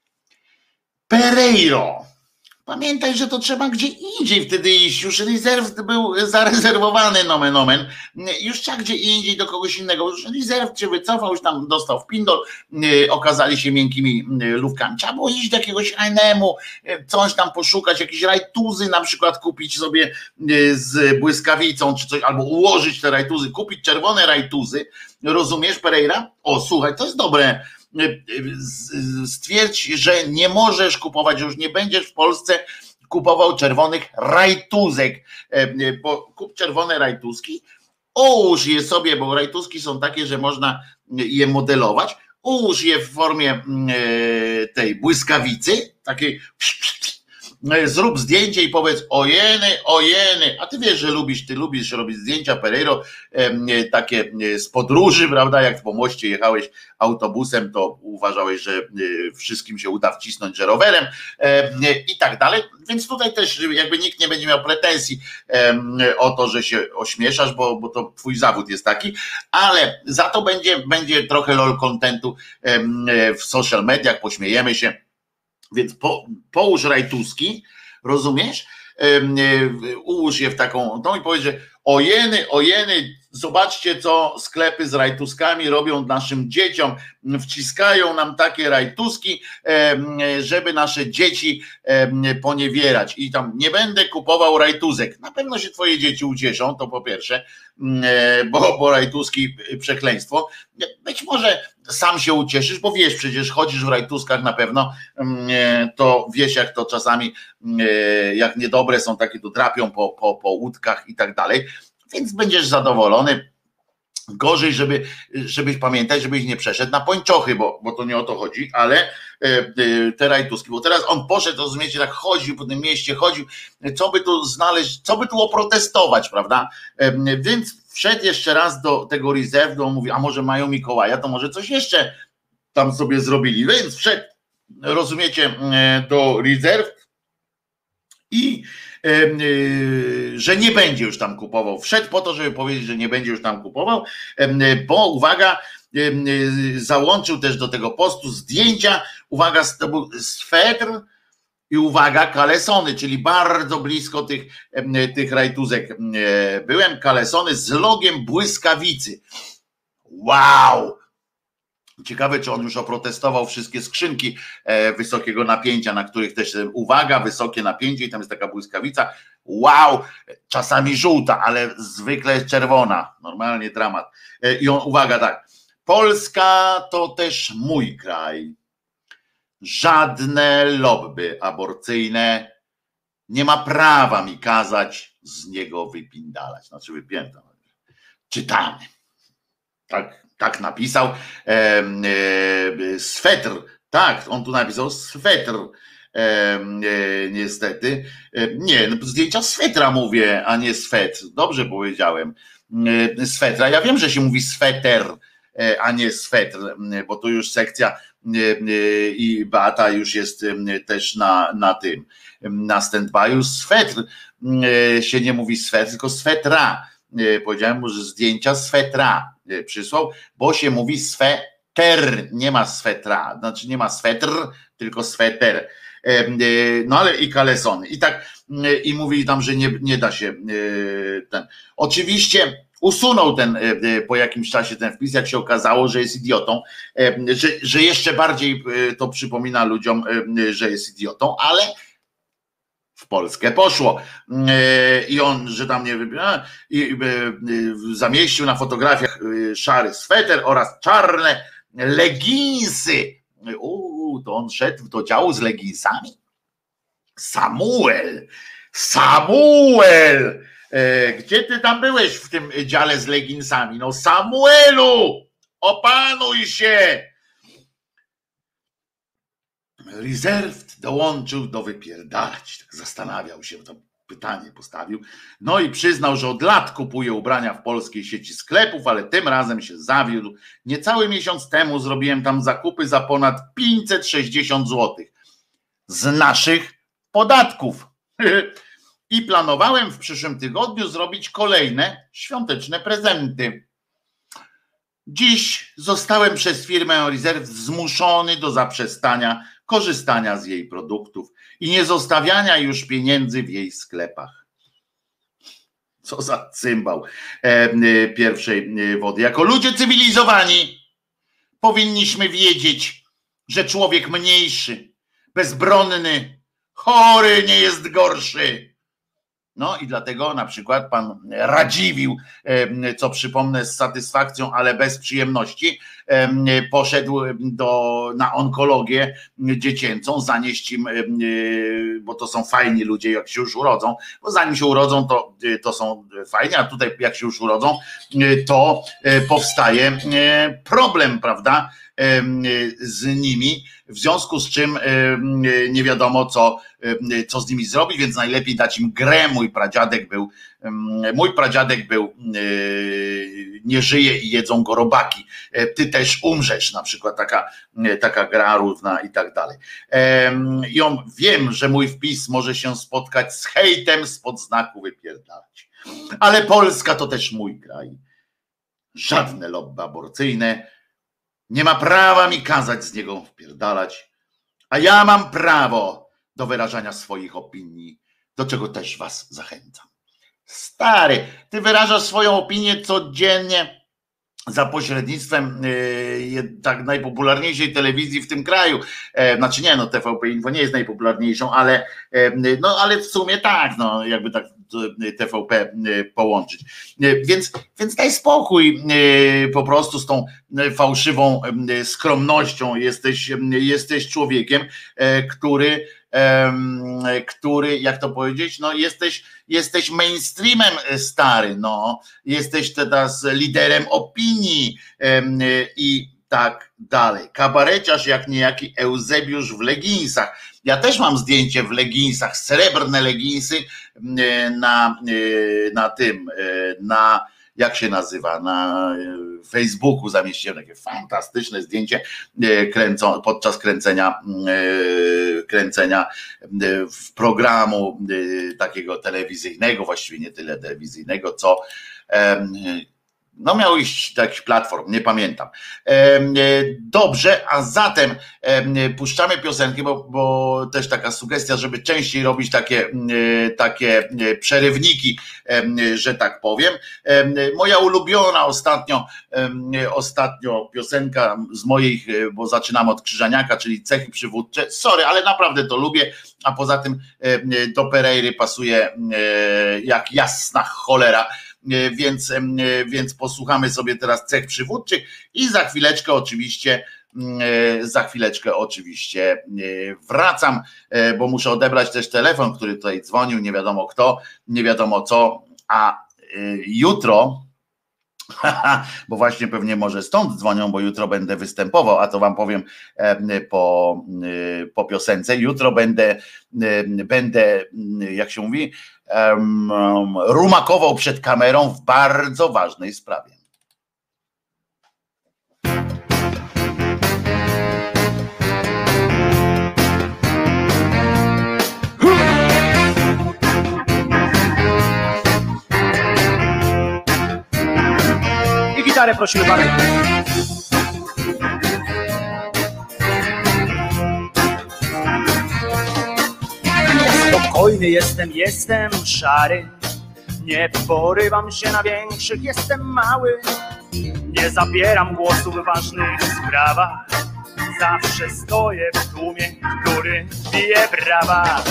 Pereiro, pamiętaj, że to trzeba gdzie indziej wtedy iść, już rezerw był zarezerwowany, nomen omen, już trzeba gdzie indziej do kogoś innego, już rezerw cię wycofał, już tam dostał w pindol, okazali się miękkimi lówkami, trzeba było iść do jakiegoś inemu, coś tam poszukać, jakieś rajtuzy na przykład kupić sobie z błyskawicą czy coś, albo ułożyć te rajtuzy, kupić czerwone rajtuzy, rozumiesz, Pereira? O, słuchaj, to jest dobre. Stwierdź, że nie możesz kupować, że już nie będziesz w Polsce kupował czerwonych rajtuzek, bo kup czerwone rajtuzki, ułóż je sobie, bo rajtuzki są takie, że można je modelować, ułóż je w formie tej błyskawicy, takiej, zrób zdjęcie i powiedz ojeny, ojeny, a ty wiesz, że lubisz, ty lubisz robić zdjęcia, Pereiro, takie z podróży, prawda, jak po moście jechałeś autobusem, to uważałeś, że wszystkim się uda wcisnąć, że rowerem i tak dalej, więc tutaj też jakby nikt nie będzie miał pretensji o to, że się ośmieszasz, bo, bo to twój zawód jest taki, ale za to będzie, będzie trochę lol contentu w social mediach, pośmiejemy się. Więc po, połóż rajtuski, rozumiesz? Ułóż je w taką, no i powiedz, że ojeny, ojeny, zobaczcie, co sklepy z rajtuskami robią naszym dzieciom, wciskają nam takie rajtuski, żeby nasze dzieci poniewierać i tam nie będę kupował rajtuzek. Na pewno się twoje dzieci ucieszą, to po pierwsze, bo, bo rajtuski przekleństwo. Być może sam się ucieszysz, bo wiesz, przecież chodzisz w rajtuskach na pewno, to wiesz, jak to czasami, jak niedobre są takie, to drapią po, po, po łódkach i tak dalej, więc będziesz zadowolony. Gorzej, żeby, żebyś pamiętać, żebyś nie przeszedł na pończochy, bo, bo to nie o to chodzi, ale te rajtuski, bo teraz on poszedł, rozumiecie, tak chodził po tym mieście, chodził, co by tu znaleźć, co by tu oprotestować, prawda? Więc wszedł jeszcze raz do tego rezerwu, on mówi, a może mają Mikołaja, to może coś jeszcze tam sobie zrobili, więc wszedł, rozumiecie, do rezerw i że nie będzie już tam kupował. Wszedł po to, żeby powiedzieć, że nie będzie już tam kupował, bo uwaga, załączył też do tego postu zdjęcia, uwaga, to był swetr i uwaga, kalesony, czyli bardzo blisko tych, tych rajtuzek byłem, kalesony z logiem błyskawicy. Wow! Ciekawe, czy on już oprotestował wszystkie skrzynki wysokiego napięcia, na których też, uwaga, wysokie napięcie i tam jest taka błyskawica, wow, czasami żółta, ale zwykle jest czerwona, normalnie dramat. I on, uwaga, tak, Polska to też mój kraj, żadne lobby aborcyjne nie ma prawa mi kazać z niego wypindalać, znaczy wypięta. Czytamy, tak. Tak napisał e, e, swetr, tak, on tu napisał swetr, e, e, niestety, e, nie, no, zdjęcia swetra mówię, a nie swetr, dobrze powiedziałem, e, swetra, ja wiem, że się mówi sweter, e, a nie swetr, bo tu już sekcja e, e, i Beata już jest e, też na, na tym, na stand-by'u, swetr, e, się nie mówi swetr, tylko swetra, e, powiedziałem mu, że zdjęcia swetra przysłał, bo się mówi swe sweter, nie ma swetra, znaczy nie ma swetr, tylko sweter. No ale i kalesony. I tak, i mówi tam, że nie, nie da się ten. Oczywiście usunął ten po jakimś czasie ten wpis, jak się okazało, że jest idiotą, że, że jeszcze bardziej to przypomina ludziom, że jest idiotą, ale w Polskę poszło. I on, że tam nie wybiera, i zamieścił na fotografiach szary sweter oraz czarne leginsy. Uuu, to on szedł do działu z leginsami? Samuel! Samuel! Gdzie ty tam byłeś w tym dziale z leginsami? No Samuelu! Opanuj się! Reserved dołączył do wypierdalać. Tak zastanawiał się, to pytanie postawił. No i przyznał, że od lat kupuje ubrania w polskiej sieci sklepów, ale tym razem się zawiódł. Niecały miesiąc temu zrobiłem tam zakupy za ponad pięćset sześćdziesiąt złotych. Z naszych podatków. I planowałem w przyszłym tygodniu zrobić kolejne świąteczne prezenty. Dziś zostałem przez firmę Reserve zmuszony do zaprzestania korzystania z jej produktów i nie zostawiania już pieniędzy w jej sklepach. Co za cymbał e, pierwszej wody. Jako ludzie cywilizowani powinniśmy wiedzieć, że człowiek mniejszy, bezbronny, chory nie jest gorszy. No i dlatego na przykład pan Radziwiłł, co przypomnę z satysfakcją, ale bez przyjemności, poszedł do, na onkologię dziecięcą, zanieść im, bo to są fajni ludzie, jak się już urodzą, bo zanim się urodzą, to, to są fajni, a tutaj jak się już urodzą, to powstaje problem, prawda, z nimi, w związku z czym nie wiadomo co, co z nimi zrobić, więc najlepiej dać im grę. Mój pradziadek był, mój pradziadek był, nie żyje i jedzą go robaki. Ty też umrzesz, na przykład taka, taka gra równa i tak dalej. I on, wiem, że mój wpis może się spotkać z hejtem spod znaku wypierdalać. Ale Polska to też mój kraj. Żadne lobby aborcyjne nie ma prawa mi kazać z niego wpierdalać, a ja mam prawo do wyrażania swoich opinii, do czego też was zachęcam. Stary, ty wyrażasz swoją opinię codziennie za pośrednictwem yy, tak najpopularniejszej telewizji w tym kraju. E, znaczy nie, no T V P Info nie jest najpopularniejszą, ale e, no ale w sumie tak, no jakby tak T V P połączyć. Więc, więc daj spokój po prostu z tą fałszywą skromnością. Jesteś, jesteś człowiekiem, który, który, jak to powiedzieć, no jesteś, jesteś mainstreamem, stary, no. Jesteś teraz liderem opinii i tak dalej. Kabareciarz jak niejaki Eusebiusz w leginsach. Ja też mam zdjęcie w leginsach, srebrne leginsy na, na tym, na, jak się nazywa, na Facebooku zamieściłem takie fantastyczne zdjęcie kręcą, podczas kręcenia, kręcenia w programu takiego telewizyjnego, właściwie nie tyle telewizyjnego, co no miał iść do jakichś platform, nie pamiętam. Dobrze, a zatem puszczamy piosenkę, bo, bo też taka sugestia, żeby częściej robić takie, takie przerywniki, że tak powiem. Moja ulubiona ostatnio, ostatnio piosenka z moich, bo zaczynam od Krzyżaniaka, czyli Cechy przywódcze. Sorry, ale naprawdę to lubię, a poza tym do Pereiry pasuje jak jasna cholera. Więc, więc posłuchamy sobie teraz cech przywódczych i za chwileczkę oczywiście za chwileczkę oczywiście wracam, bo muszę odebrać też telefon, który tutaj dzwonił, nie wiadomo kto, nie wiadomo co, a jutro bo właśnie pewnie może stąd dzwonią, bo jutro będę występował, a to wam powiem po, po piosence. Jutro będę, będę, jak się mówi, rumakował przed kamerą w bardzo ważnej sprawie. Gitarę prosimy bardzo. hojny jestem, jestem szary. Nie porywam się na większych, jestem mały. Nie zabieram głosu w ważnych sprawach. Zawsze stoję w tłumie, który bije brawa.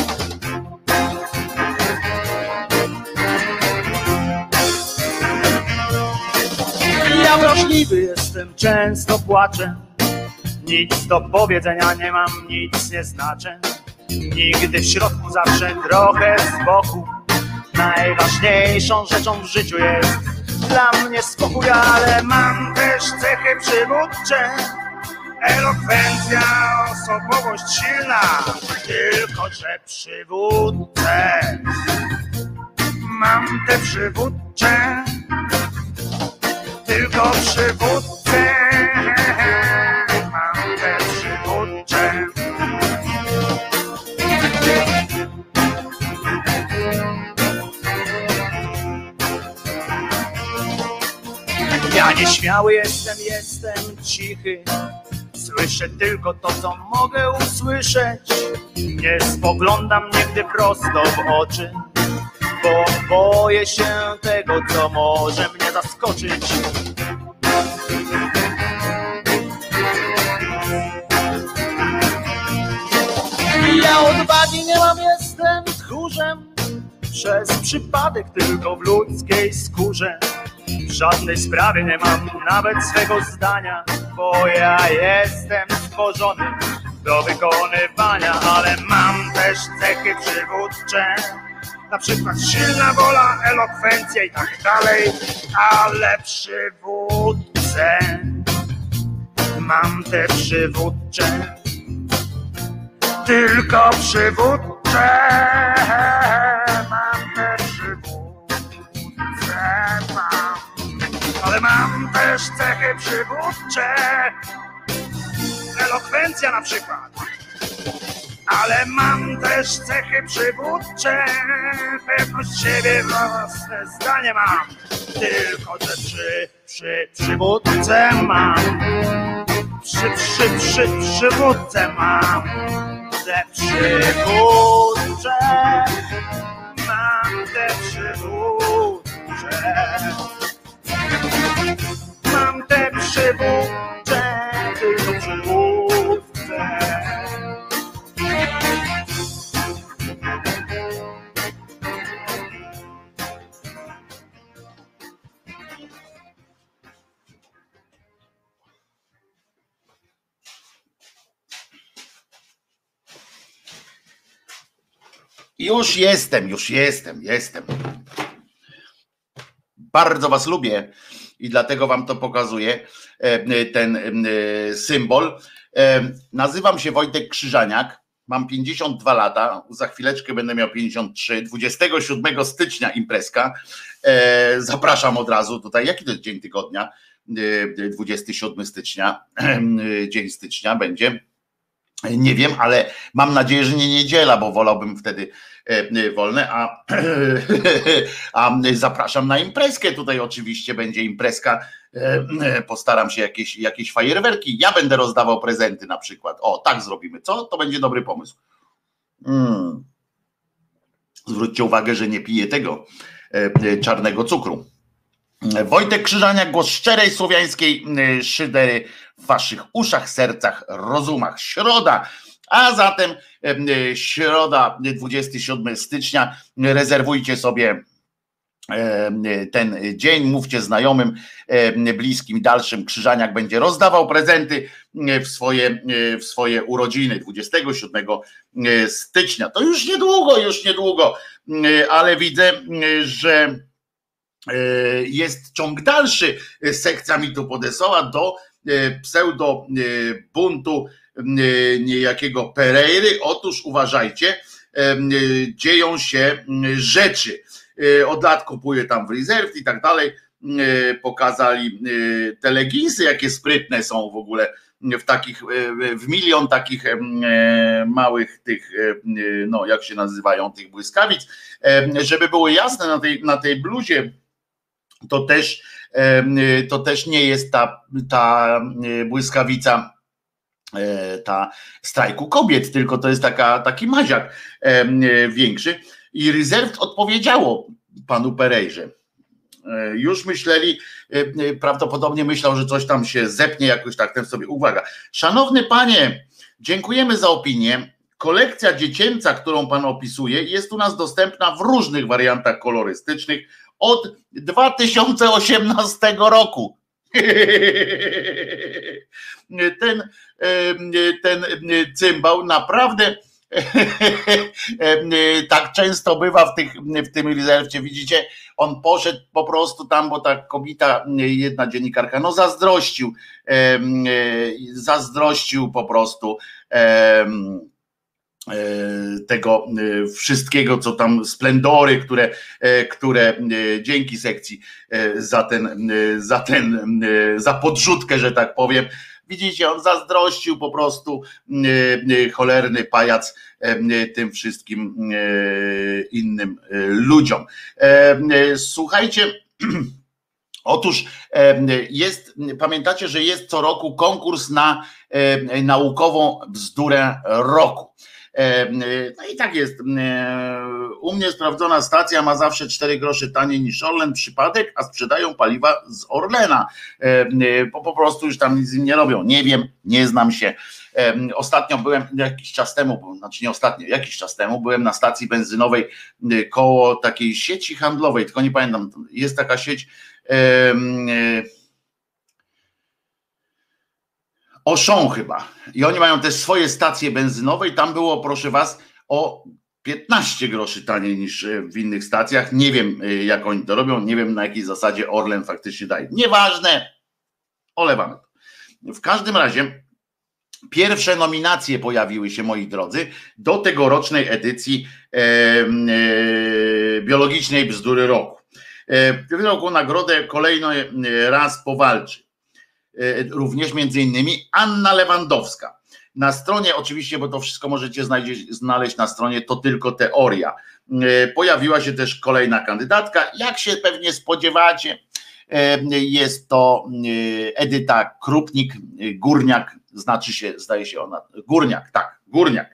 Ja wrażliwy jestem, często płaczę. Nic do powiedzenia nie mam, nic nie znaczę. Nigdy w środku, zawsze trochę z boku. Najważniejszą rzeczą w życiu jest dla mnie spokój, ale mam też cechy przywódcze. Elokwencja, osobowość silna, tylko że przywódcę. Mam te przywódcze, tylko przywódcę. Mam te przywódcze. Ja nieśmiały jestem, jestem cichy. Słyszę tylko to, co mogę usłyszeć. Nie spoglądam nigdy prosto w oczy, bo boję się tego, co może mnie zaskoczyć. Ja odwagi nie mam, jestem tchórzem. Przez przypadek tylko w ludzkiej skórze. W żadnej sprawie nie mam nawet swego zdania, bo ja jestem stworzony do wykonywania, ale mam też cechy przywódcze. Na przykład silna wola, elokwencja i tak dalej, ale przywódcę. Mam te przywódcze, tylko przywódcze. Mam te przywódcze, mam. Ale mam też cechy przywódcze. Elokwencja na przykład. Ale mam też cechy przywódcze. Pewność siebie, własne zdanie mam. Tylko że przy, przy przywódce mam. Przy, przy, przy przywódce mam. Te przywódcze. Mam te przywódcze. Mam te przywódcze, tylko przywódce. Już jestem, już jestem, jestem. Bardzo was lubię i dlatego wam to pokazuję, ten symbol. Nazywam się Wojtek Krzyżaniak, mam pięćdziesiąt dwa lata, za chwileczkę będę miał pięćdziesiąt trzy, dwudziestego siódmego stycznia imprezka. Zapraszam od razu tutaj, jaki to jest dzień tygodnia? dwudziestego siódmego stycznia, dzień stycznia będzie. Nie wiem, ale mam nadzieję, że nie niedziela, bo wolałbym wtedy wolne, a, a zapraszam na imprezkę. Tutaj oczywiście będzie imprezka, postaram się jakieś, jakieś fajerwerki, ja będę rozdawał prezenty na przykład. O, tak zrobimy, co? To będzie dobry pomysł. Hmm. Zwróćcie uwagę, że nie piję tego czarnego cukru. Wojtek Krzyżaniak, głos szczerej słowiańskiej szydery w waszych uszach, sercach, rozumach. Środa, a zatem środa, dwudziestego siódmego stycznia. Rezerwujcie sobie ten dzień, mówcie znajomym, bliskim, dalszym. Krzyżaniak będzie rozdawał prezenty w swoje, w swoje urodziny dwudziestego siódmego stycznia. To już niedługo, już niedługo, ale widzę, że jest ciąg dalszy. Sekcja mi tu podesłała do pseudo buntu niejakiego Pereiry. Otóż uważajcie, dzieją się rzeczy. Od lat kupuję tam w Reserve i tak dalej. Pokazali te leginsy, jakie sprytne są w ogóle w takich, w milion takich małych tych, no jak się nazywają, tych błyskawic. Żeby było jasne, na tej, na tej bluzie to też, to też nie jest ta, ta błyskawica ta strajku kobiet, tylko to jest taka, taki maziak większy. I Reserved odpowiedziało panu Perejrze. Już myśleli, prawdopodobnie myślał, że coś tam się zepnie jakoś tak, ten sobie, uwaga. Szanowny panie, dziękujemy za opinię. Kolekcja dziecięca, którą pan opisuje, jest u nas dostępna w różnych wariantach kolorystycznych od dwa tysiące osiemnastego roku. Ten, ten cymbał naprawdę tak często bywa w, tych, w tym Reservcie, widzicie, on poszedł po prostu tam, bo ta kobieta, jedna dziennikarka, no zazdrościł, zazdrościł po prostu tego wszystkiego, co tam, splendory, które, które dzięki sekcji za ten, za ten, za podrzutkę, że tak powiem. Widzicie, on zazdrościł po prostu, cholerny pajac, tym wszystkim innym ludziom. Słuchajcie, otóż jest, pamiętacie, że jest co roku konkurs na naukową bzdurę roku. No i tak jest. U mnie sprawdzona stacja ma zawsze cztery grosze taniej niż Orlen, przypadek, a sprzedają paliwa z Orlena. Po, po prostu już tam nic im nie robią. Nie wiem, nie znam się. Ostatnio byłem jakiś czas temu, znaczy nie ostatnio, jakiś czas temu byłem na stacji benzynowej koło takiej sieci handlowej, tylko nie pamiętam, jest taka sieć Auchan chyba. I oni mają też swoje stacje benzynowe i tam było, proszę was, o piętnaście groszy taniej niż w innych stacjach. Nie wiem, jak oni to robią, nie wiem, na jakiej zasadzie Orlen faktycznie daje. Nieważne, olewamy to. W każdym razie pierwsze nominacje pojawiły się, moi drodzy, do tegorocznej edycji e, e, biologicznej bzdury roku. E, w tym roku nagrodę kolejny raz powalczy również między innymi Anna Lewandowska. Na stronie, oczywiście, bo to wszystko możecie znaleźć na stronie To Tylko Teoria. Pojawiła się też kolejna kandydatka. Jak się pewnie spodziewacie, jest to Edyta Krupnik, Górniak, znaczy się, zdaje się ona, Górniak, tak, Górniak.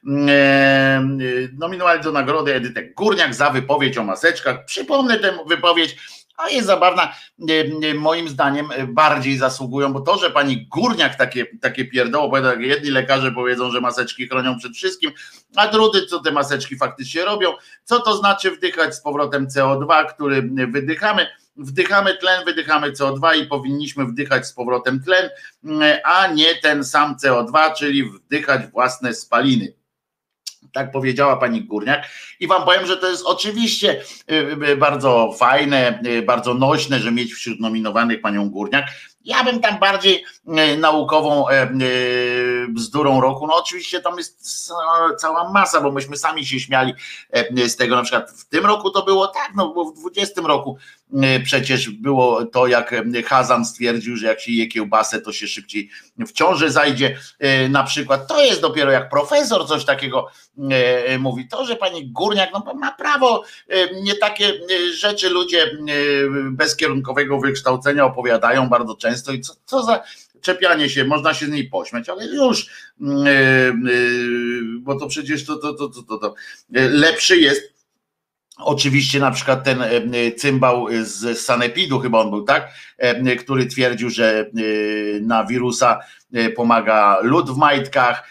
Nominowali do nagrody Edytę Górniak za wypowiedź o maseczkach. Przypomnę tę wypowiedź, a jest zabawna, moim zdaniem bardziej zasługują, bo to, że pani Górniak takie, takie pierdoło opowiada, jedni lekarze powiedzą, że maseczki chronią przed wszystkim, a drudzy, co te maseczki faktycznie robią, co to znaczy wdychać z powrotem C O dwa, który wydychamy, wdychamy tlen, wydychamy C O dwa i powinniśmy wdychać z powrotem tlen, a nie ten sam C O dwa, czyli wdychać własne spaliny. Tak powiedziała pani Górniak i wam powiem, że to jest oczywiście bardzo fajne, bardzo nośne, że mieć wśród nominowanych panią Górniak. Ja bym tam bardziej naukową bzdurą roku, no oczywiście tam jest cała masa, bo myśmy sami się śmiali z tego, na przykład w tym roku to było tak, no bo w dwudziestym roku przecież było to, jak Hazan stwierdził, że jak się je kiełbasę, to się szybciej w ciąży zajdzie, na przykład. To jest dopiero jak profesor coś takiego mówi. To, że pani Górniak no, ma prawo, nie takie rzeczy ludzie bez kierunkowego wykształcenia opowiadają bardzo często i co, co za czepianie się, można się z niej pośmiać, ale już, bo to przecież to, to, to, to, to, to. lepszy jest oczywiście na przykład ten cymbał z Sanepidu, chyba on był, tak, który twierdził, że na wirusa pomaga lód w majtkach,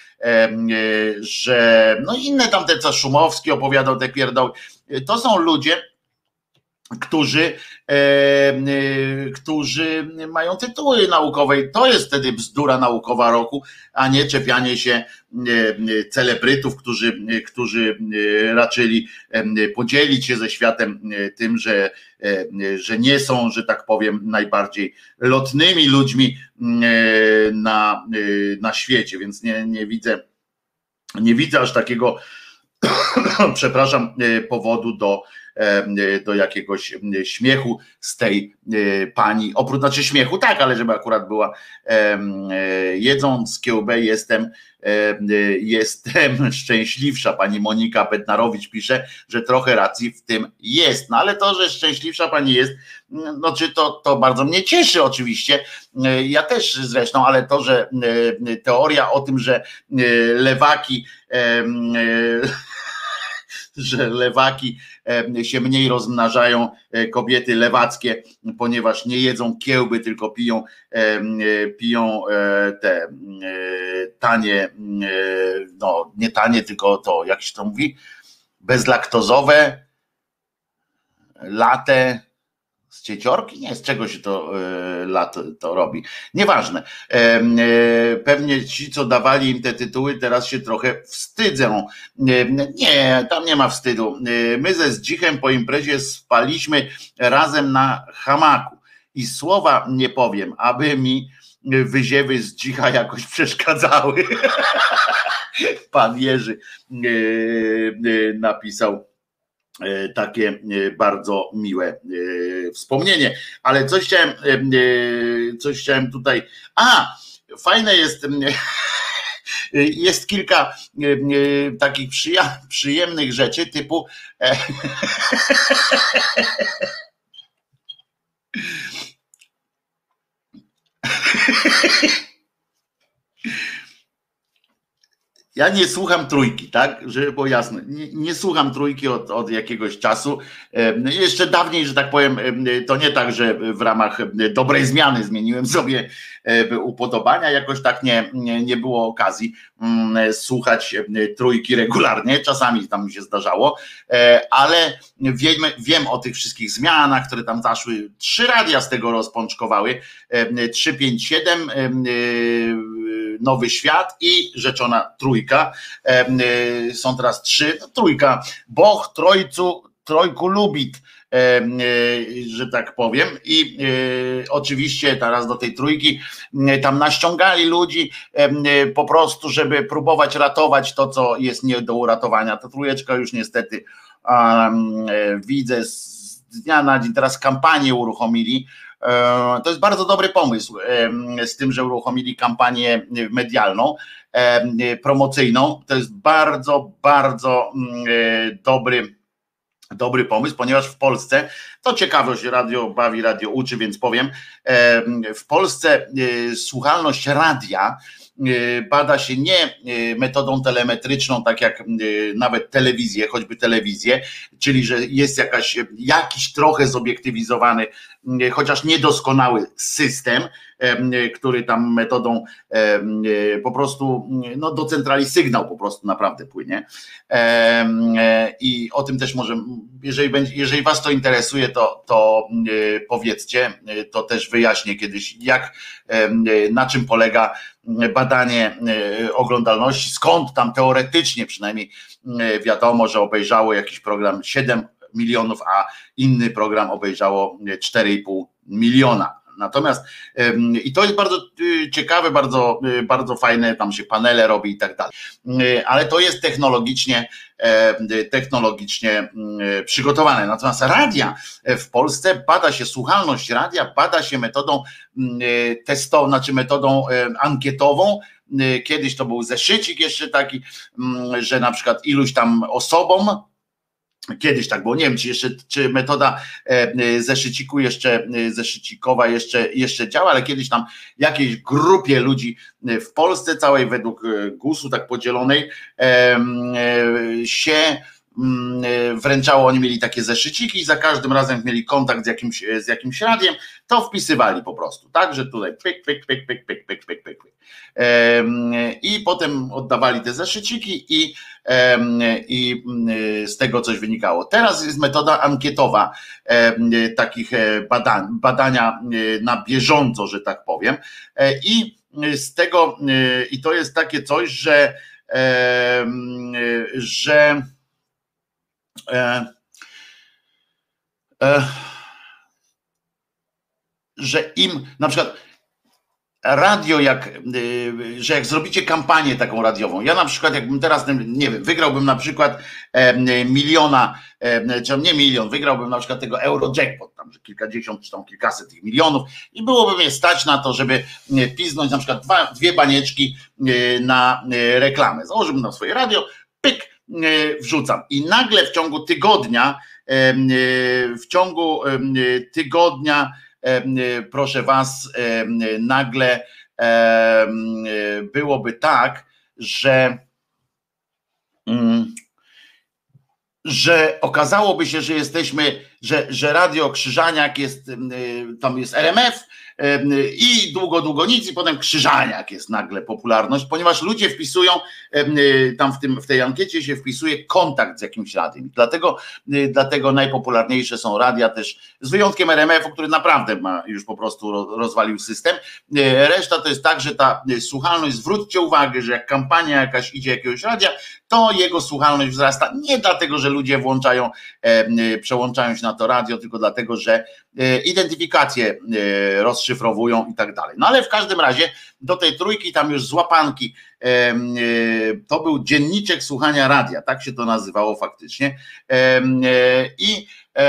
że no inne tam te, co Szumowski opowiadał te pierdoły, to są ludzie, którzy, e, e, którzy mają tytuły naukowe i to jest wtedy bzdura naukowa roku, a nie czepianie się e, celebrytów, którzy, którzy raczyli podzielić się ze światem tym, że, że nie są, że tak powiem, najbardziej lotnymi ludźmi na, na świecie, więc nie, nie widzę, nie widzę aż takiego przepraszam, powodu do do jakiegoś śmiechu z tej pani, oprócz znaczy śmiechu tak, ale żeby akurat była jedząc kiełbę jestem jestem szczęśliwsza. Pani Monika Bednarowicz pisze, że trochę racji w tym jest, no ale to, że szczęśliwsza pani jest, no czy to, to bardzo mnie cieszy oczywiście, ja też zresztą, ale to, że teoria o tym, że lewaki że lewaki się mniej rozmnażają, kobiety lewackie, ponieważ nie jedzą kiełby, tylko piją, piją te tanie, no nie tanie, tylko to, jak się to mówi, bezlaktozowe, latte, z cieciorki? Nie, z czego się to e, lat to robi. Nieważne. E, e, pewnie ci, co dawali im te tytuły, teraz się trochę wstydzą. E, nie, tam nie ma wstydu. E, my ze Zdzichem po imprezie spaliśmy razem na hamaku. I słowa nie powiem, aby mi wyziewy Zdzicha jakoś przeszkadzały. Pan Jerzy e, e, napisał takie bardzo miłe wspomnienie, ale coś chciałem, coś chciałem tutaj, a fajne jest, jest kilka takich przyjemnych rzeczy typu ja nie słucham trójki, tak, żeby było jasne, nie, nie słucham trójki od, od jakiegoś czasu, e, jeszcze dawniej, że tak powiem, e, to nie tak, że w ramach dobrej zmiany zmieniłem sobie e, upodobania, jakoś tak nie, nie, nie było okazji m, słuchać e, trójki regularnie, czasami tam mi się zdarzało, e, ale wiem, wiem o tych wszystkich zmianach, które tam zaszły, trzy radia z tego rozpączkowały, e, trzy pięć siedem, e, Nowy Świat i rzeczona trójka. Są teraz trzy, no, trójka. Boch trojcu, trojku lubit, że tak powiem. I oczywiście teraz do tej trójki tam naściągali ludzi po prostu, żeby próbować ratować to, co jest nie do uratowania. Ta trójeczka już niestety widzę z dnia na dzień, teraz kampanię uruchomili. To jest bardzo dobry pomysł z tym, że uruchomili kampanię medialną, promocyjną. To jest bardzo, bardzo dobry, dobry pomysł, ponieważ w Polsce, to ciekawość, radio bawi, radio uczy, więc powiem, w Polsce słuchalność radia bada się nie metodą telemetryczną, tak jak nawet telewizję, choćby telewizję, czyli że jest jakaś, jakiś trochę zobiektywizowany, chociaż niedoskonały system, który tam metodą po prostu no, docentrali sygnał po prostu naprawdę płynie. I o tym też może, jeżeli, będzie, jeżeli was to interesuje, to, to powiedzcie, to też wyjaśnię kiedyś, jak, na czym polega badanie oglądalności, skąd tam teoretycznie przynajmniej wiadomo, że obejrzało jakiś program siedem milionów, a inny program obejrzało cztery i pół miliona. Natomiast i to jest bardzo ciekawe, bardzo, bardzo fajne, tam się panele robi i tak dalej, ale to jest technologicznie technologicznie przygotowane. Natomiast radia w Polsce bada się, słuchalność radia bada się metodą testową, znaczy metodą ankietową. Kiedyś to był zeszycik jeszcze taki, że na przykład iluś tam osobom, kiedyś tak było, nie wiem, czy jeszcze, czy metoda zeszyciku jeszcze, zeszycikowa jeszcze, jeszcze działa, ale kiedyś tam jakiejś grupie ludzi w Polsce całej według gusu tak podzielonej się wręczało, oni mieli takie zeszyciki i za każdym razem jak mieli kontakt z jakimś, z jakimś radiem, to wpisywali po prostu, tak, że tutaj pyk, pyk, pyk, pyk, pyk, pyk, pyk, pyk, pyk. I potem oddawali te zeszyciki i, i z tego coś wynikało. Teraz jest metoda ankietowa takich badań, badania na bieżąco, że tak powiem, i z tego, i to jest takie coś, że że E, e, że im na przykład radio, jak, że jak zrobicie kampanię taką radiową, ja na przykład jakbym teraz, nie wiem, wygrałbym na przykład miliona, czy nie milion, wygrałbym na przykład tego Eurojackpot, tam że kilkadziesiąt czy tam kilkaset tych milionów i byłoby mnie stać na to, żeby piznąć na przykład dwa, dwie banieczki na reklamę. Założyłbym na swoje radio, pyk, wrzucam i nagle w ciągu tygodnia, w ciągu tygodnia proszę was, nagle byłoby tak, że że okazałoby się, że jesteśmy, że, że Radio Krzyżaniak jest, tam jest R M F i długo, długo nic i potem Krzyżaniak jest nagle popularność, ponieważ ludzie wpisują, tam w, tym, w tej ankiecie się wpisuje kontakt z jakimś radiem. Dlatego, dlatego najpopularniejsze są radia też, z wyjątkiem R M F-u, który naprawdę ma już po prostu rozwalił system. Reszta to jest tak, że ta słuchalność, zwróćcie uwagę, że jak kampania jakaś idzie jakiegoś radia, to jego słuchalność wzrasta nie dlatego, że ludzie włączają, przełączają się na to radio, tylko dlatego, że identyfikację rozszyfrowują i tak dalej. No ale w każdym razie do tej trójki tam już z łapanki to był dzienniczek słuchania radia, tak się to nazywało faktycznie i,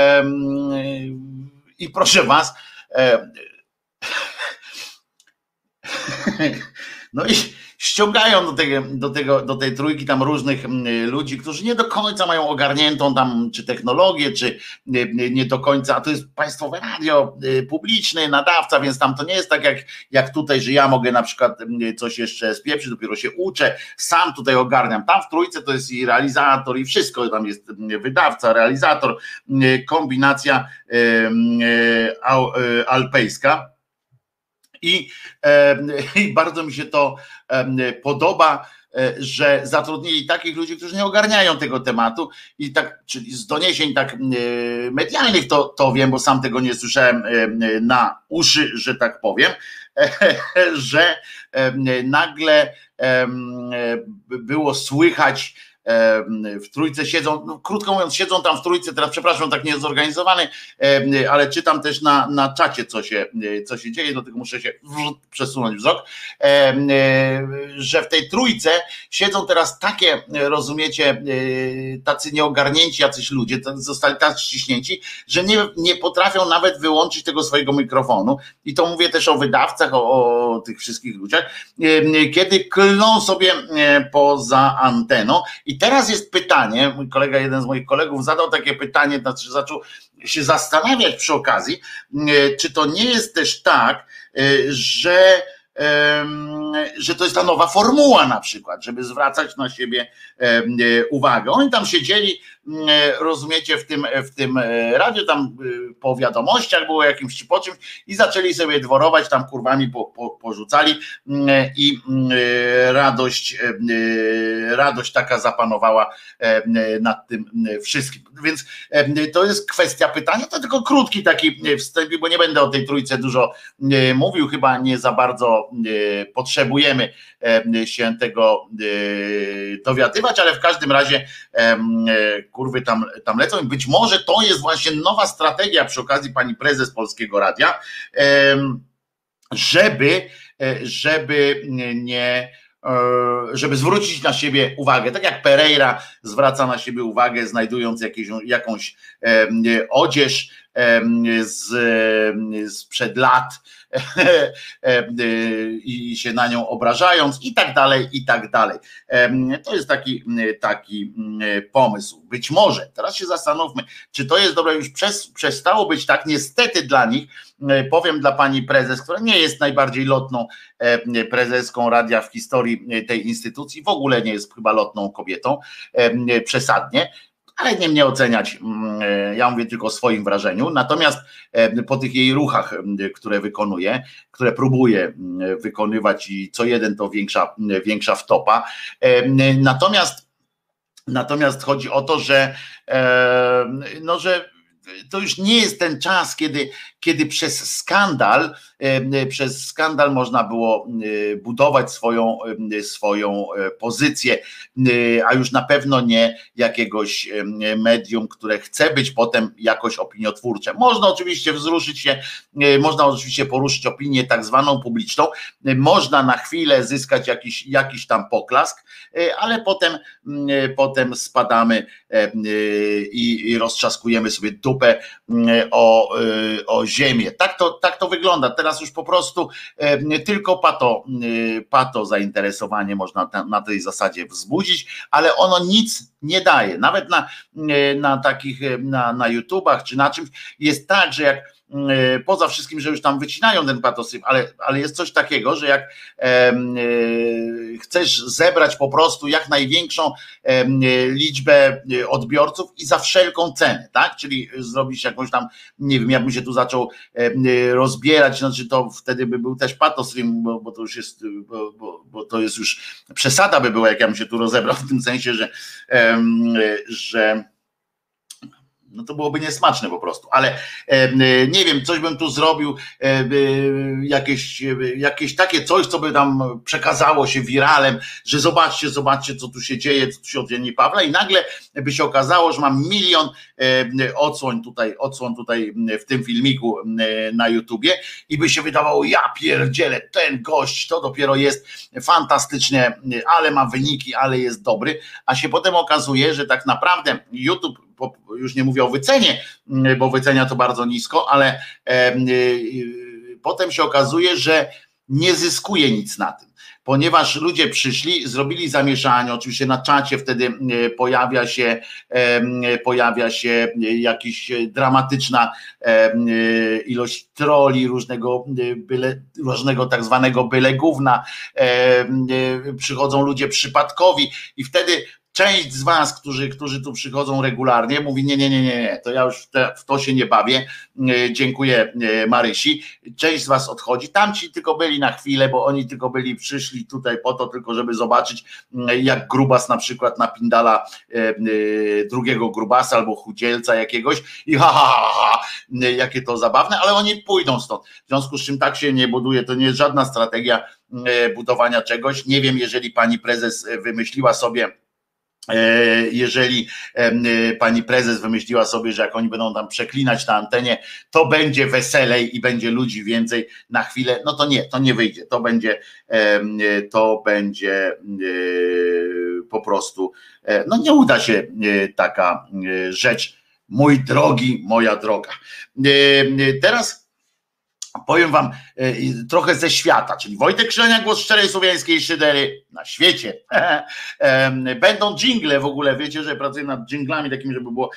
i proszę was, no i ściągają do, tego, do, tego, do tej trójki tam różnych ludzi, którzy nie do końca mają ogarniętą tam czy technologię, czy nie do końca, a to jest państwowe radio, publiczny nadawca, więc tam to nie jest tak jak, jak tutaj, że ja mogę na przykład coś jeszcze spieprzyć, dopiero się uczę, sam tutaj ogarniam. Tam w trójce to jest i realizator i wszystko, tam jest wydawca, realizator, kombinacja alpejska. I, I bardzo mi się to podoba, że zatrudnili takich ludzi, którzy nie ogarniają tego tematu i tak, czyli z doniesień tak medialnych to, to wiem, bo sam tego nie słyszałem na uszy, że tak powiem, że nagle było słychać, w trójce siedzą, no, krótko mówiąc, siedzą tam w trójce, teraz przepraszam, tak niezorganizowany, ale czytam też na, na czacie, co się, co się dzieje, do tego muszę się przesunąć wzrok, że w tej trójce siedzą teraz takie, rozumiecie, tacy nieogarnięci jacyś ludzie, zostali tak ściśnięci, że nie, nie potrafią nawet wyłączyć tego swojego mikrofonu i to mówię też o wydawcach, o, o tych wszystkich ludziach, kiedy klną sobie poza anteną. I teraz jest pytanie, mój kolega, jeden z moich kolegów zadał takie pytanie, znaczy zaczął się zastanawiać przy okazji, czy to nie jest też tak, że, że to jest ta nowa formuła na przykład, żeby zwracać na siebie uwagę. Oni tam siedzieli, rozumiecie, w tym, w tym radiu, tam po wiadomościach było jakimś po czymś i zaczęli sobie dworować, tam kurwami po, po, porzucali i radość, radość taka zapanowała nad tym wszystkim. Więc to jest kwestia pytania, to tylko krótki taki wstęp, bo nie będę o tej trójce dużo mówił, chyba nie za bardzo potrzebujemy się tego dowiadywać, ale w każdym razie kurwy tam, tam lecą i być może to jest właśnie nowa strategia przy okazji pani prezes Polskiego Radia, żeby, żeby nie żeby zwrócić na siebie uwagę, tak jak Pereira zwraca na siebie uwagę, znajdując jakieś, jakąś odzież z, sprzed lat i się na nią obrażając i tak dalej, i tak dalej. To jest taki, taki pomysł. Być może, teraz się zastanówmy, czy to jest dobre, już przez, przestało być tak, niestety dla nich, powiem dla pani prezes, która nie jest najbardziej lotną prezeską radia w historii tej instytucji, w ogóle nie jest chyba lotną kobietą, przesadnie, ale nie mnie oceniać, ja mówię tylko o swoim wrażeniu, natomiast po tych jej ruchach, które wykonuje, które próbuje wykonywać i co jeden to większa, większa wtopa, natomiast natomiast chodzi o to, że no, że to już nie jest ten czas, kiedy, kiedy przez skandal, przez skandal można było budować swoją, swoją pozycję, a już na pewno nie jakiegoś medium, które chce być potem jakoś opiniotwórcze. Można oczywiście wzruszyć się, można oczywiście poruszyć opinię tak zwaną publiczną, można na chwilę zyskać jakiś, jakiś tam poklask, ale potem, potem spadamy i, i roztrzaskujemy sobie dupę o, o ziemię. Tak to, tak to wygląda. Teraz już po prostu tylko pato, pato zainteresowanie można na tej zasadzie wzbudzić, ale ono nic nie daje. Nawet na, na takich, na, na YouTubach czy na czymś jest tak, że jak poza wszystkim, że już tam wycinają ten patostream, ale, ale jest coś takiego, że jak e, e, chcesz zebrać po prostu jak największą e, liczbę odbiorców i za wszelką cenę, tak? Czyli zrobić jakąś tam, nie wiem, jakby się tu zaczął e, rozbierać, znaczy to wtedy by był też patostream, bo, bo to już jest, bo, bo, bo to jest już przesada by była, jak ja bym się tu rozebrał, w tym sensie, że, e, że no to byłoby niesmaczne po prostu, ale e, nie wiem, coś bym tu zrobił, e, jakieś, jakieś takie coś, co by tam przekazało się wiralem, że zobaczcie, zobaczcie, co tu się dzieje, co tu się odjęli Pawła i nagle by się okazało, że mam milion e, odsłon tutaj, odsłon tutaj w tym filmiku e, na YouTubie i by się wydawało, ja pierdzielę, ten gość to dopiero jest fantastycznie, ale ma wyniki, ale jest dobry, a się potem okazuje, że tak naprawdę YouTube, już nie mówię o wycenie, bo wycenia to bardzo nisko, ale e, e, potem się okazuje, że nie zyskuje nic na tym, ponieważ ludzie przyszli, zrobili zamieszanie, oczywiście na czacie wtedy pojawia się e, pojawia się jakaś dramatyczna e, ilość troli, różnego byle, różnego tak zwanego byle gówna, e, e, przychodzą ludzie przypadkowi i wtedy część z was, którzy, którzy tu przychodzą regularnie, mówi nie, nie, nie, nie, to ja już w, te, w to się nie bawię, dziękuję Marysi. Część z was odchodzi, tamci tylko byli na chwilę, bo oni tylko byli, przyszli tutaj po to tylko, żeby zobaczyć jak grubas na przykład napindala drugiego grubasa albo chudzielca jakiegoś i ha, ha, ha, ha, jakie to zabawne, ale oni pójdą stąd. W związku z czym tak się nie buduje, to nie jest żadna strategia budowania czegoś. Nie wiem, jeżeli pani prezes wymyśliła sobie jeżeli pani prezes wymyśliła sobie, że jak oni będą tam przeklinać na antenie, to będzie weselej i będzie ludzi więcej na chwilę, no to nie, to nie wyjdzie, to będzie to będzie po prostu, no nie uda się taka rzecz, mój drogi, moja droga. Teraz powiem wam trochę ze świata, czyli Wojtek Krzyżania, głos szczerej słowiańskiej szydery na świecie. Będą dżingle w ogóle, wiecie, że pracuję nad dżinglami takimi, żeby było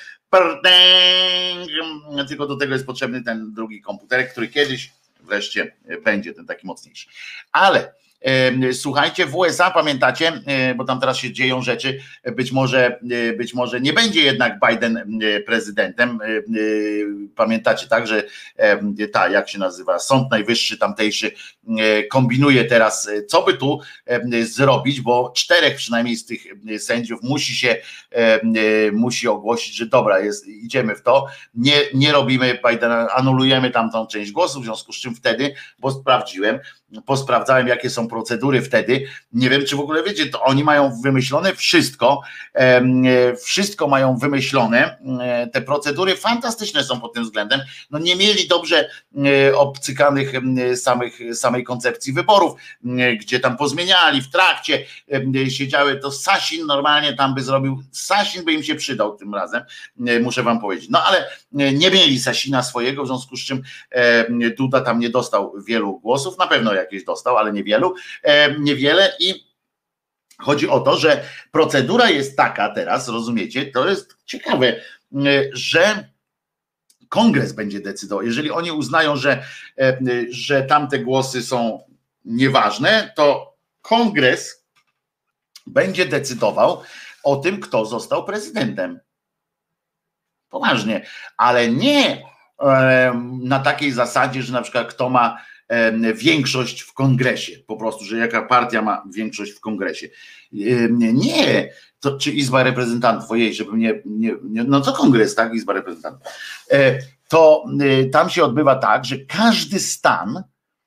tylko do tego jest potrzebny ten drugi komputerek, który kiedyś wreszcie będzie, ten taki mocniejszy. Ale słuchajcie, w U S A pamiętacie, bo tam teraz się dzieją rzeczy, być może, być może nie będzie jednak Biden prezydentem. Pamiętacie tak, że ta, jak się nazywa, Sąd Najwyższy tamtejszy kombinuje teraz, co by tu zrobić, bo czterech przynajmniej z tych sędziów musi się, musi ogłosić, że dobra, jest, idziemy w to, nie, nie robimy Bidena, anulujemy tamtą część głosów, w związku z czym wtedy, bo sprawdziłem, posprawdzałem, jakie są procedury wtedy, nie wiem, czy w ogóle wiecie, to oni mają wymyślone wszystko, wszystko mają wymyślone, te procedury fantastyczne są pod tym względem, no nie mieli dobrze obcykanych samych, samej koncepcji wyborów, gdzie tam pozmieniali w trakcie, siedziały, to Sasin normalnie tam by zrobił, Sasin by im się przydał tym razem, muszę wam powiedzieć, no ale nie mieli Sasina swojego, w związku z czym Duda tam nie dostał wielu głosów, na pewno jakieś dostał, ale niewielu, niewiele i chodzi o to, że procedura jest taka teraz, rozumiecie, to jest ciekawe, że kongres będzie decydował, jeżeli oni uznają, że, że tamte głosy są nieważne, to kongres będzie decydował o tym, kto został prezydentem. Poważnie, ale nie na takiej zasadzie, że na przykład kto ma większość w kongresie, po prostu, że jaka partia ma większość w kongresie. Nie, to czy Izba Reprezentantów, ojej, żeby nie, nie, nie no co kongres, tak, Izba Reprezentantów. to tam się odbywa tak, że każdy stan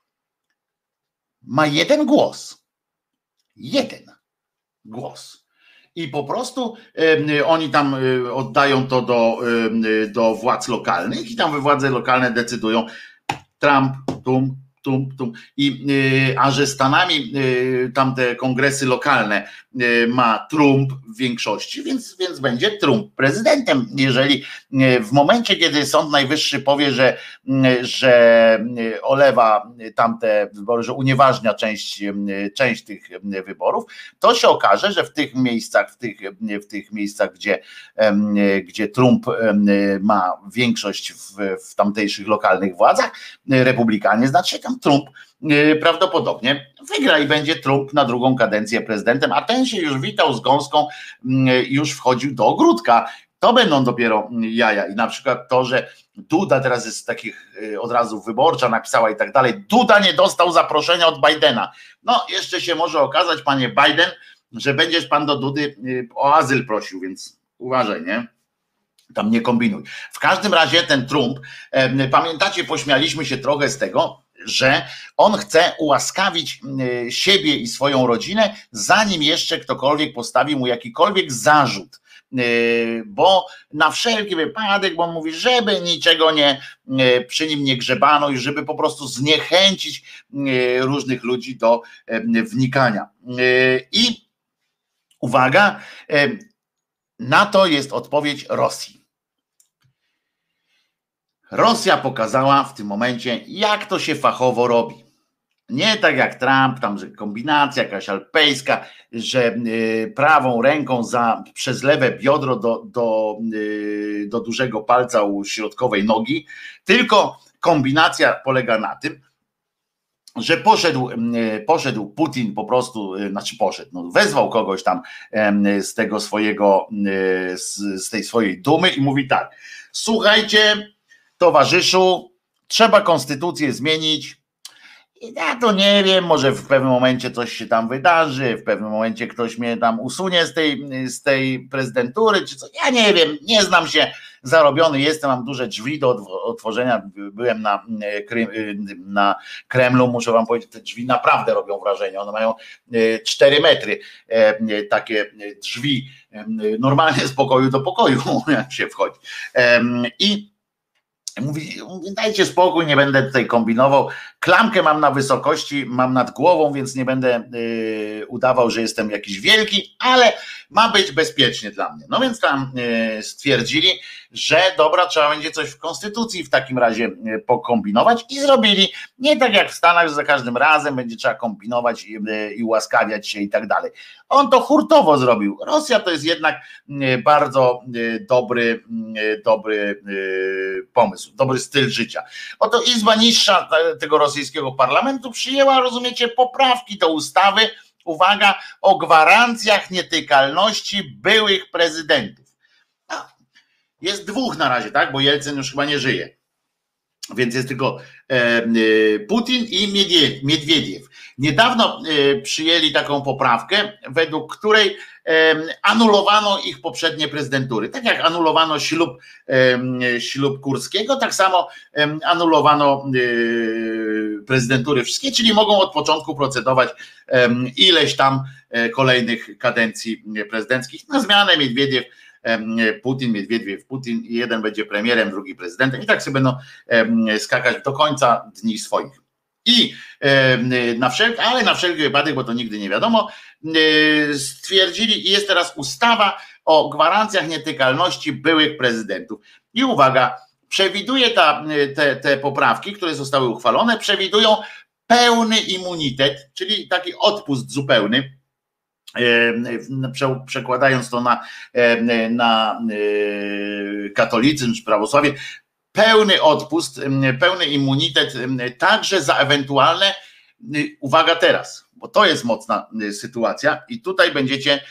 ma jeden głos. Jeden głos. I po prostu y, oni tam y, oddają to do, y, do władz lokalnych i tam władze lokalne decydują Trump, tum, tum, tum. I, y, a że Stanami y, tamte kongresy lokalne y, ma Trump w większości, więc, więc będzie Trump prezydentem. Jeżeli y, w momencie, kiedy Sąd Najwyższy powie, że, y, że olewa tamte wybory, że unieważnia część, y, część tych wyborów, to się okaże, że w tych miejscach, w tych, w tych miejscach, gdzie, y, gdzie Trump y, ma większość w, w tamtejszych lokalnych władzach, y, republikanie, znaczy tam Trump prawdopodobnie wygra i będzie Trump na drugą kadencję prezydentem, a ten się już witał z gąską, już wchodził do ogródka. To będą dopiero jaja. I na przykład to, że Duda teraz jest takich od razu wyborcza napisała i tak dalej. Duda nie dostał zaproszenia od Bidena. No jeszcze się może okazać, panie Biden, że będziesz pan do Dudy o azyl prosił, więc uważaj, nie? Tam nie kombinuj. W każdym razie ten Trump, pamiętacie, pośmialiśmy się trochę z tego, że on chce ułaskawić siebie i swoją rodzinę, zanim jeszcze ktokolwiek postawi mu jakikolwiek zarzut, bo na wszelki wypadek, bo on mówi, żeby niczego nie przy nim nie grzebano i żeby po prostu zniechęcić różnych ludzi do wnikania. I uwaga, na to jest odpowiedź Rosji. Rosja pokazała w tym momencie, jak to się fachowo robi. Nie tak jak Trump, tam, że kombinacja jakaś alpejska, że y, prawą ręką za, przez lewe biodro do, do, y, do dużego palca u środkowej nogi, tylko kombinacja polega na tym, że poszedł, y, poszedł Putin po prostu, y, znaczy poszedł, no, wezwał kogoś tam y, z tego swojego, y, z, z tej swojej dumy i mówi tak, słuchajcie, towarzyszu, trzeba konstytucję zmienić. I ja to nie wiem, może w pewnym momencie coś się tam wydarzy, w pewnym momencie ktoś mnie tam usunie z tej, z tej prezydentury, czy co, ja nie wiem, nie znam się, zarobiony jestem, mam duże drzwi do otworzenia, byłem na, na Kremlu, muszę wam powiedzieć, te drzwi naprawdę robią wrażenie, one mają cztery metry, takie drzwi, normalnie z pokoju do pokoju, jak się wchodzi. I Mówi, mówi, dajcie spokój, nie będę tutaj kombinował. Klamkę mam na wysokości, mam nad głową, więc nie będę y, udawał, że jestem jakiś wielki, ale ma być bezpiecznie dla mnie. No więc tam y, stwierdzili, że dobra, trzeba będzie coś w konstytucji w takim razie y, pokombinować i zrobili. Nie tak jak w Stanach, że za każdym razem będzie trzeba kombinować i, y, i łaskawiać się i tak dalej. On to hurtowo zrobił. Rosja to jest jednak y, bardzo y, dobry, y, dobry y, pomysł, dobry styl życia. Oto Izba Niższa tego rosyjskiego parlamentu przyjęła, rozumiecie, poprawki do ustawy, uwaga, o gwarancjach nietykalności byłych prezydentów. No, jest dwóch na razie, tak, bo Jelcyn już chyba nie żyje. Więc jest tylko e, Putin i Miedwiediew. Niedawno e, przyjęli taką poprawkę, według której e, anulowano ich poprzednie prezydentury. Tak jak anulowano ślub, e, ślub Kurskiego, tak samo e, anulowano e, prezydentury wszystkie, czyli mogą od początku procedować e, ileś tam e, kolejnych kadencji prezydenckich. Na zmianę Miedwiediew, Putin, Miedwiediew, Putin, jeden będzie premierem, drugi prezydentem i tak sobie będą skakać do końca dni swoich. I na wszelki, ale na wszelki wypadek, bo to nigdy nie wiadomo, stwierdzili, i jest teraz ustawa o gwarancjach nietykalności byłych prezydentów. I uwaga, przewiduje ta, te, te poprawki, które zostały uchwalone, przewidują pełny immunitet, czyli taki odpust zupełny, przekładając to na, na katolicyzm czy prawosławie, pełny odpust, pełny immunitet także za ewentualne, uwaga teraz, bo to jest mocna sytuacja i tutaj będziecie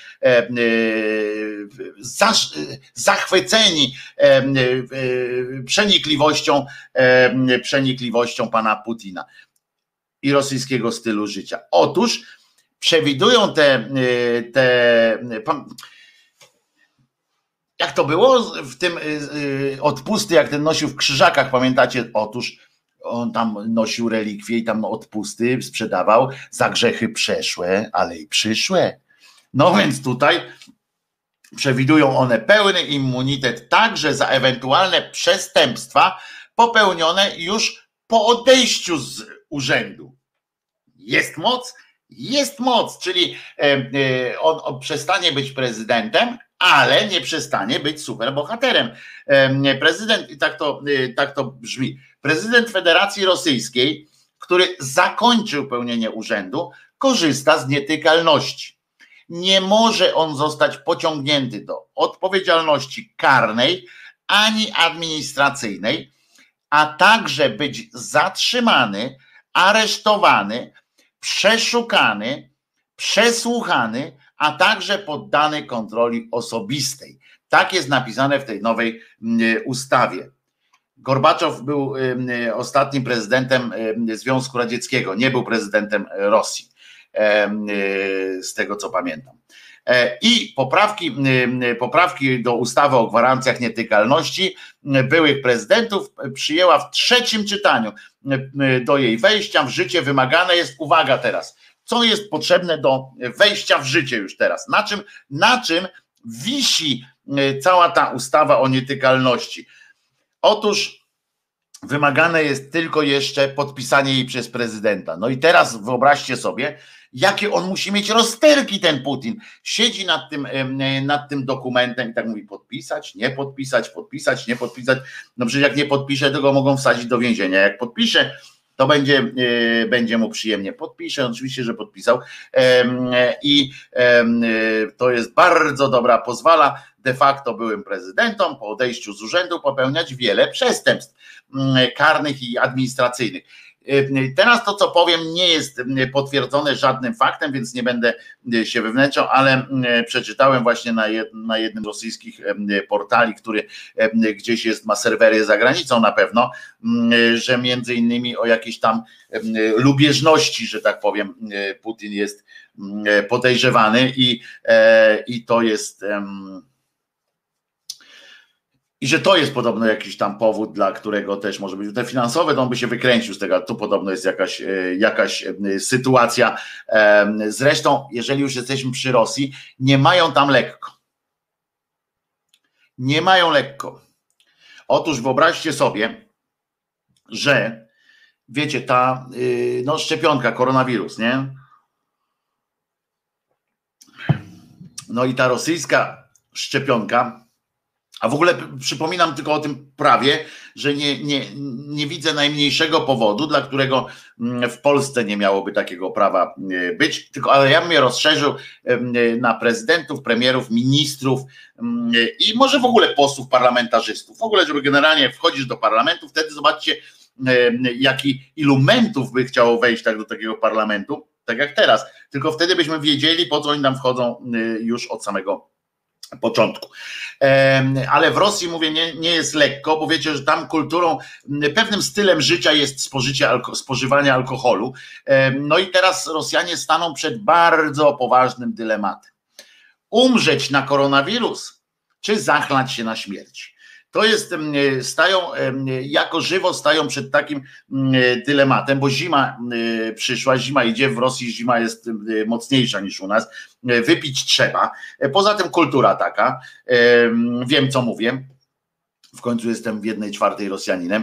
zachwyceni przenikliwością, przenikliwością pana Putina i rosyjskiego stylu życia. Otóż przewidują te, te jak to było w tym odpusty, jak ten nosił w Krzyżakach, pamiętacie? Otóż on tam nosił relikwie i tam odpusty sprzedawał za grzechy przeszłe, ale i przyszłe. No więc tutaj przewidują one pełny immunitet także za ewentualne przestępstwa popełnione już po odejściu z urzędu. Jest moc? Jest moc, czyli on, on przestanie być prezydentem, ale nie przestanie być superbohaterem. Prezydent, i tak to, tak to brzmi, prezydent Federacji Rosyjskiej, który zakończył pełnienie urzędu, korzysta z nietykalności. Nie może on zostać pociągnięty do odpowiedzialności karnej ani administracyjnej, a także być zatrzymany, aresztowany, przeszukany, przesłuchany, a także poddany kontroli osobistej. Tak jest napisane w tej nowej ustawie. Gorbaczow był ostatnim prezydentem Związku Radzieckiego, nie był prezydentem Rosji, z tego co pamiętam. I poprawki, poprawki do ustawy o gwarancjach nietykalności byłych prezydentów przyjęła w trzecim czytaniu. Do jej wejścia w życie wymagane jest, uwaga teraz, co jest potrzebne do wejścia w życie już teraz, na czym, na czym wisi cała ta ustawa o nietykalności. Otóż wymagane jest tylko jeszcze podpisanie jej przez prezydenta. No i teraz wyobraźcie sobie, jakie on musi mieć rozterki, ten Putin. Siedzi nad tym, nad tym dokumentem i tak mówi podpisać, nie podpisać, podpisać, nie podpisać. No przecież jak nie podpisze, to go mogą wsadzić do więzienia. Jak podpisze, to będzie, będzie mu przyjemnie. Podpisze, oczywiście, że podpisał. I to jest bardzo dobra, pozwala de facto byłym prezydentom po odejściu z urzędu popełniać wiele przestępstw karnych i administracyjnych. Teraz to, co powiem, nie jest potwierdzone żadnym faktem, więc nie będę się wewnętrzał, ale przeczytałem właśnie na, jed, na jednym z rosyjskich portali, który gdzieś jest, ma serwery za granicą na pewno, że między innymi o jakieś tam lubieżności, że tak powiem, Putin jest podejrzewany i, i to jest... I że to jest podobno jakiś tam powód, dla którego też może być te finansowe, to on by się wykręcił z tego, ale tu podobno jest jakaś, jakaś sytuacja. Zresztą, jeżeli już jesteśmy przy Rosji, nie mają tam lekko. Nie mają lekko. Otóż wyobraźcie sobie, że wiecie, ta no, szczepionka, koronawirus, nie? No i ta rosyjska szczepionka, a w ogóle przypominam tylko o tym prawie, że nie, nie, nie widzę najmniejszego powodu, dla którego w Polsce nie miałoby takiego prawa być, tylko ale ja bym je rozszerzył na prezydentów, premierów, ministrów i może w ogóle posłów, parlamentarzystów. W ogóle, żeby generalnie wchodzisz do parlamentu, wtedy zobaczcie, jaki ilu mentów by chciało wejść tak do takiego parlamentu, tak jak teraz. Tylko wtedy byśmy wiedzieli, po co oni tam wchodzą już od samego początku. Ale w Rosji, mówię, nie, nie jest lekko, bo wiecie, że tam kulturą, pewnym stylem życia jest spożycie, alko, spożywanie alkoholu. No i teraz Rosjanie staną przed bardzo poważnym dylematem. Umrzeć na koronawirus, czy zachlać się na śmierć? To jest, stają, jako żywo stają przed takim dylematem, bo zima przyszła, zima idzie, w Rosji zima jest mocniejsza niż u nas, wypić trzeba, poza tym kultura taka, wiem co mówię, w końcu jestem w jednej czwartej Rosjaninem,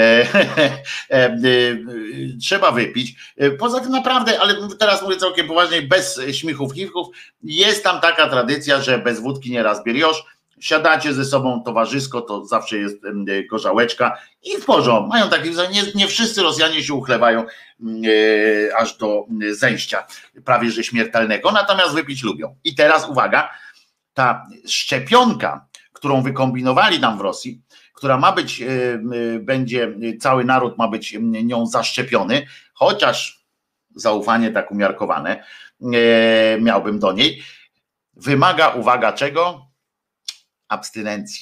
trzeba wypić, poza tym naprawdę, ale teraz mówię całkiem poważnie, bez śmichów, chichów, jest tam taka tradycja, że bez wódki nieraz bieriosz, siadacie ze sobą towarzysko, to zawsze jest gorzałeczka i w porządku. Mają taki, nie, nie wszyscy Rosjanie się uchlewają e, aż do zejścia prawie że śmiertelnego, natomiast wypić lubią. I teraz uwaga, ta szczepionka, którą wykombinowali tam w Rosji, która ma być, e, będzie, cały naród ma być nią zaszczepiony, chociaż zaufanie tak umiarkowane e, miałbym do niej, wymaga, uwaga, czego? Abstynencji.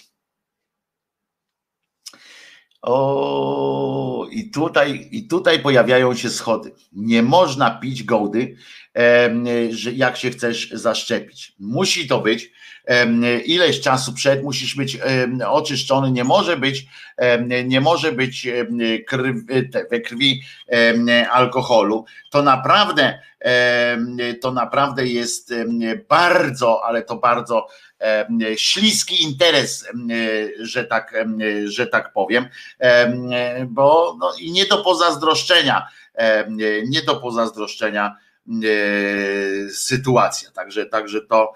O, i tutaj, i tutaj pojawiają się schody. Nie można pić gołdy że jak się chcesz zaszczepić. Musi to być ileś czasu przed, musisz być oczyszczony, nie może być, nie może być krwi, we krwi alkoholu. To naprawdę, to naprawdę jest bardzo, ale to bardzo śliski interes, że tak, że tak powiem, bo no, i nie do pozazdroszczenia, nie do pozazdroszczenia sytuacja. Także, także to,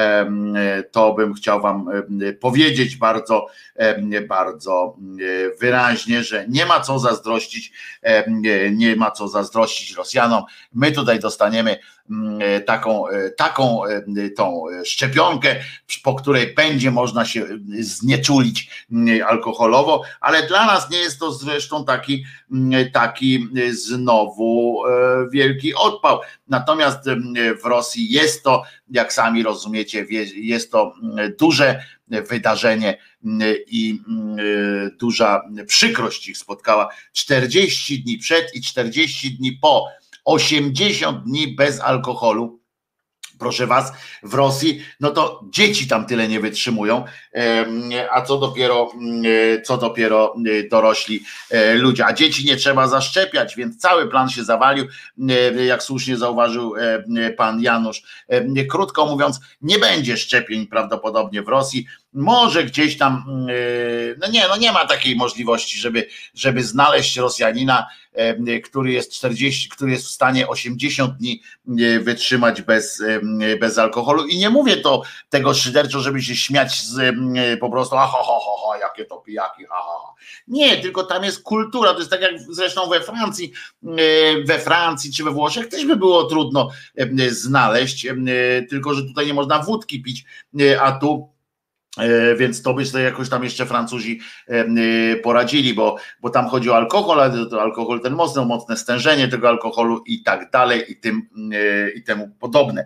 to bym chciał wam powiedzieć bardzo, bardzo wyraźnie, że nie ma co zazdrościć, nie ma co zazdrościć Rosjanom. My tutaj dostaniemy taką, taką tą szczepionkę, po której będzie można się znieczulić alkoholowo, ale dla nas nie jest to zresztą taki, taki znowu wielki odpał. Natomiast w Rosji jest to, jak sami rozumiecie, jest to duże wydarzenie i duża przykrość ich spotkała. czterdzieści dni przed i czterdzieści dni po, osiemdziesiąt dni bez alkoholu, proszę was, w Rosji, no to dzieci tam tyle nie wytrzymują, a co dopiero, co dopiero dorośli ludzie, a dzieci nie trzeba zaszczepiać, więc cały plan się zawalił, jak słusznie zauważył pan Janusz. Krótko mówiąc, nie będzie szczepień prawdopodobnie w Rosji, może gdzieś tam, no nie, no nie ma takiej możliwości, żeby, żeby znaleźć Rosjanina, który jest czterdzieści, który jest w stanie osiemdziesiąt dni wytrzymać bez, bez alkoholu. I nie mówię to tego szyderczo, żeby się śmiać z, po prostu, aha, ha, ha, ha, jakie to pijaki, ha, ha. Nie, tylko tam jest kultura, to jest tak jak zresztą we Francji, we Francji czy we Włoszech też by było trudno znaleźć, tylko że tutaj nie można wódki pić, a tu więc to by sobie jakoś tam jeszcze Francuzi poradzili, bo, bo tam chodzi o alkohol, ale to alkohol ten mocny, mocne stężenie tego alkoholu i tak dalej i tym i temu podobne.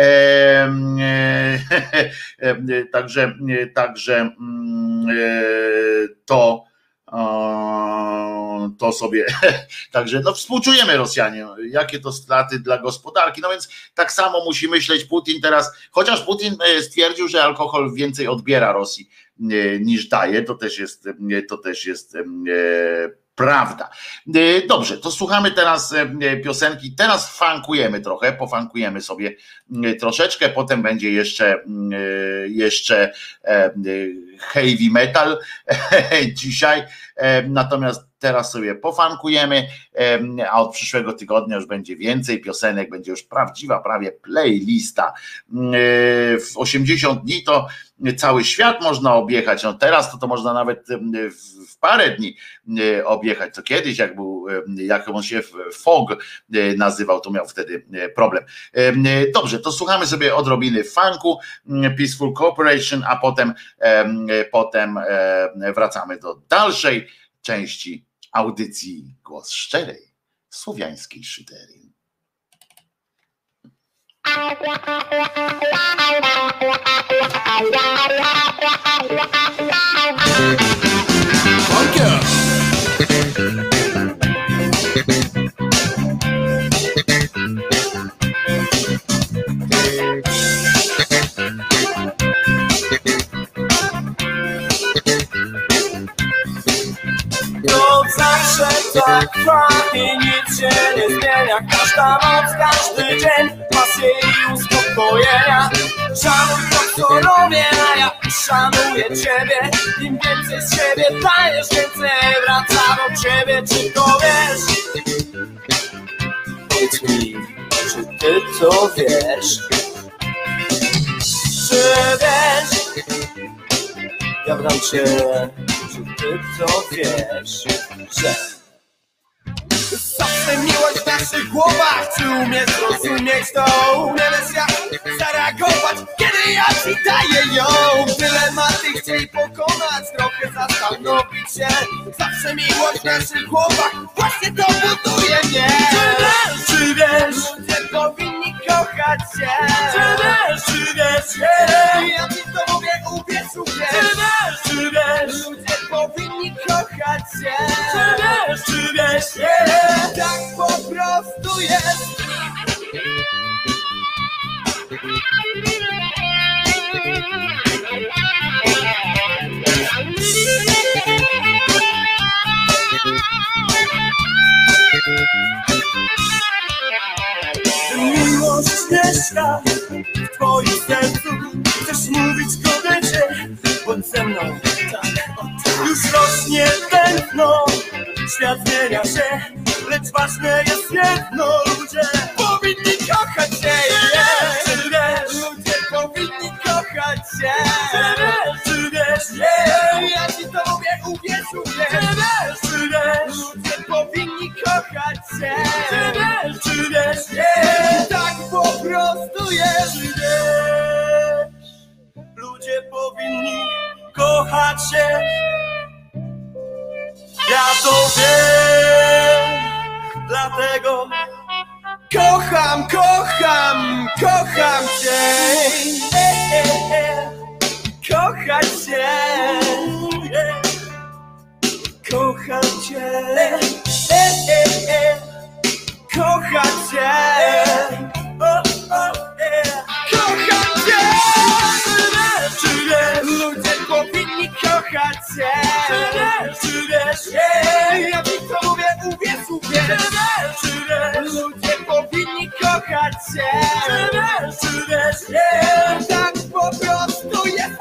Także, także to to sobie, także no współczujemy Rosjanie, jakie to straty dla gospodarki, no więc tak samo musi myśleć Putin teraz, chociaż Putin stwierdził, że alkohol więcej odbiera Rosji niż daje, to też jest, to też jest prawda. Dobrze, to słuchamy teraz piosenki, teraz funkujemy trochę, pofunkujemy sobie troszeczkę, potem będzie jeszcze jeszcze heavy metal dzisiaj, natomiast teraz sobie pofunkujemy, a od przyszłego tygodnia już będzie więcej piosenek, będzie już prawdziwa prawie playlista. W osiemdziesiąt dni to cały świat można objechać, no teraz to to można nawet w parę dni objechać, co kiedyś jak był, jak on się Fog nazywał, to miał wtedy problem. Dobrze, to słuchamy sobie odrobiny funku, Peaceful Cooperation, a potem potem wracamy do dalszej części audycji Głos Szczerej, słowiańskiej szydery. To zawsze tak trwa i nic się nie zmienia. Każda noc, każdy dzień pasje i uspokojenia. Szanuj to, co robię, a ja szanuję ciebie. Im więcej z siebie dajesz, więcej wraca do ciebie. Czy to wiesz? Powiedz mi, czy ty to wiesz? Czy wiesz? Ja bram cię. Czy ty to wiesz, że zawsze miłość w naszych głowach. Czy umiesz zrozumieć to? Umiesz jak zareagować, kiedy ja ci daję ją. Dylematy chciej pokonać, trochę zastanowić się. Zawsze miłość w naszych głowach, właśnie to buduje mnie. Czy wiesz, czy wiesz, ludzie powinni kochać się. Czy wiesz, czy wiesz, yeah. Ja ci to mówię, uwierz mnie. Czy wiesz, czy wiesz, ludzie powinni kochać się. Czy wiesz, czy wiesz, yeah. Tak po prostu jest. Miłość mieszka w twoim sercu. Chcesz mówić kobiecie, bądź ze mną. Tak, już rośnie tętno, świat zmienia się, lecz ważne jest jedno, ludzie powinni kochać się. Czy wiesz, ludzie powinni kochać się. Czy wiesz, ja ci to mówię, uwierz, uwierz. Czy wiesz, ludzie powinni kochać się. Czy wiesz, tak po prostu jest. Czy wiesz, ludzie powinni kochać się. Ja to wiem, dlatego kocham, kocham, kocham cię. E, e, e. Kochać cię, e. Kocham cię, e, e, e. Kocham cię, o, o, e. Kocham cię. Czy wiesz, ludzie powinni kochać cię. Czy wiesz, ja ci to mówię, uwierz, uwierz. Czy wiesz, ludzie powinni kochać cię. Czy wiesz, tak po prostu jest.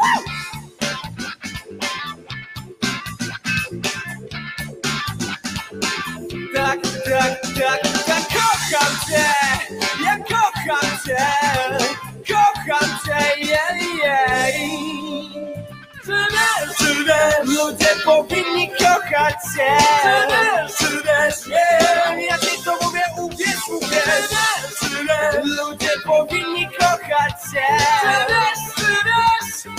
Tak, tak, tak, tak, kocham cię, ja kocham cię, kocham cię, jej, jej. Czy wiesz, czy wiesz, ludzie powinni kochać cię. Czy wiesz, ja ci to mówię, uwierz, uwierz. Czy wiesz, ludzie powinni kochać cię. Czy wiesz, czy wiesz.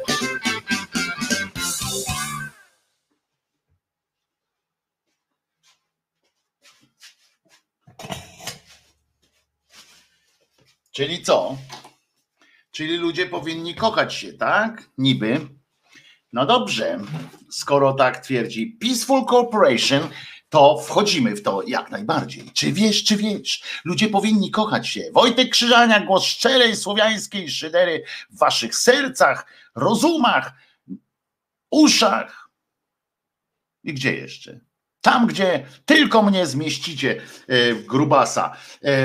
Czyli co? Czyli ludzie powinni kochać się, tak? Niby. No dobrze, skoro tak twierdzi Peaceful Corporation, to wchodzimy w to jak najbardziej. Czy wiesz, czy wiesz? Ludzie powinni kochać się. Wojtek Krzyżania, głos szczerej słowiańskiej szydery w waszych sercach, rozumach, uszach. I gdzie jeszcze? Tam, gdzie tylko mnie zmieścicie w grubasa.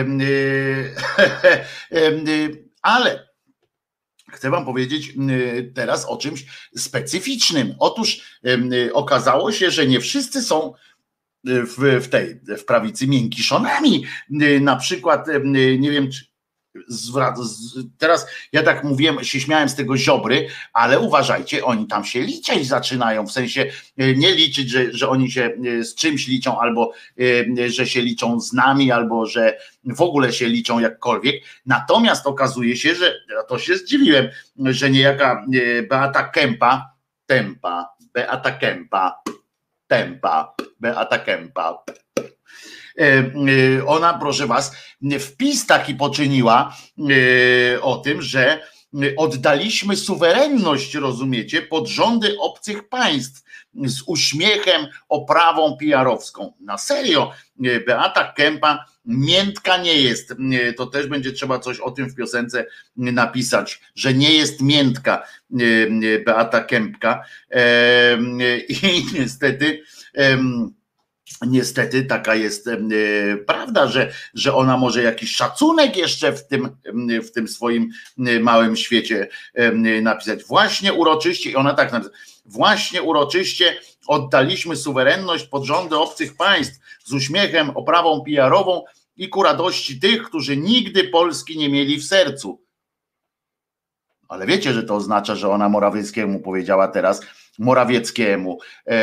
Ale chcę wam powiedzieć teraz o czymś specyficznym. Otóż okazało się, że nie wszyscy są w, w tej w prawicy miękiszonami. Na przykład, nie wiem, czy teraz ja tak mówiłem, się śmiałem z tego Ziobry, ale uważajcie, oni tam się liczyć zaczynają, w sensie nie liczyć, że, że oni się z czymś liczą, albo że się liczą z nami, albo że w ogóle się liczą jakkolwiek. Natomiast okazuje się, że ja to się zdziwiłem, że niejaka Beata Kempa, Tempa, Beata Kempa, Tempa, Beata Kempa, ona, proszę was, wpis taki poczyniła o tym, że oddaliśmy suwerenność, rozumiecie, pod rządy obcych państw z uśmiechem, oprawą P R-owską. Na serio, Beata Kempa miętka nie jest. To też będzie trzeba coś o tym w piosence napisać, że nie jest miętka Beata Kempka. I niestety Niestety taka jest e, prawda, że, że ona może jakiś szacunek jeszcze w tym, w tym swoim małym świecie e, napisać. Właśnie uroczyście, i ona tak napisała, właśnie uroczyście oddaliśmy suwerenność pod rządy obcych państw z uśmiechem, oprawą P R-ową i ku radości tych, którzy nigdy Polski nie mieli w sercu. Ale wiecie, że to oznacza, że ona Morawieckiemu powiedziała teraz, Morawieckiemu,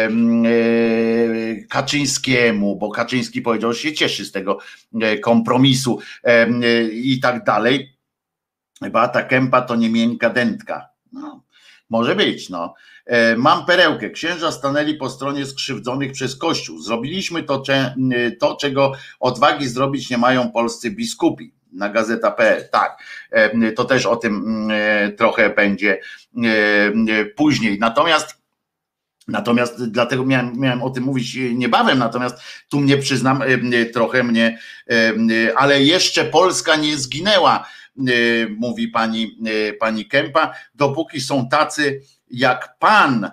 Kaczyńskiemu, bo Kaczyński powiedział, że się cieszy z tego kompromisu i tak dalej. Beata Kempa to nie miękka dętka. No, może być, no. Mam perełkę. Księża stanęli po stronie skrzywdzonych przez Kościół. Zrobiliśmy to, to czego odwagi zrobić nie mają polscy biskupi. Na gazeta kropka pe el, tak, to też o tym trochę będzie później. Natomiast Natomiast dlatego miałem, miałem o tym mówić niebawem, natomiast tu mnie przyznam, trochę mnie, ale jeszcze Polska nie zginęła, mówi pani, pani Kempa, dopóki są tacy jak pan,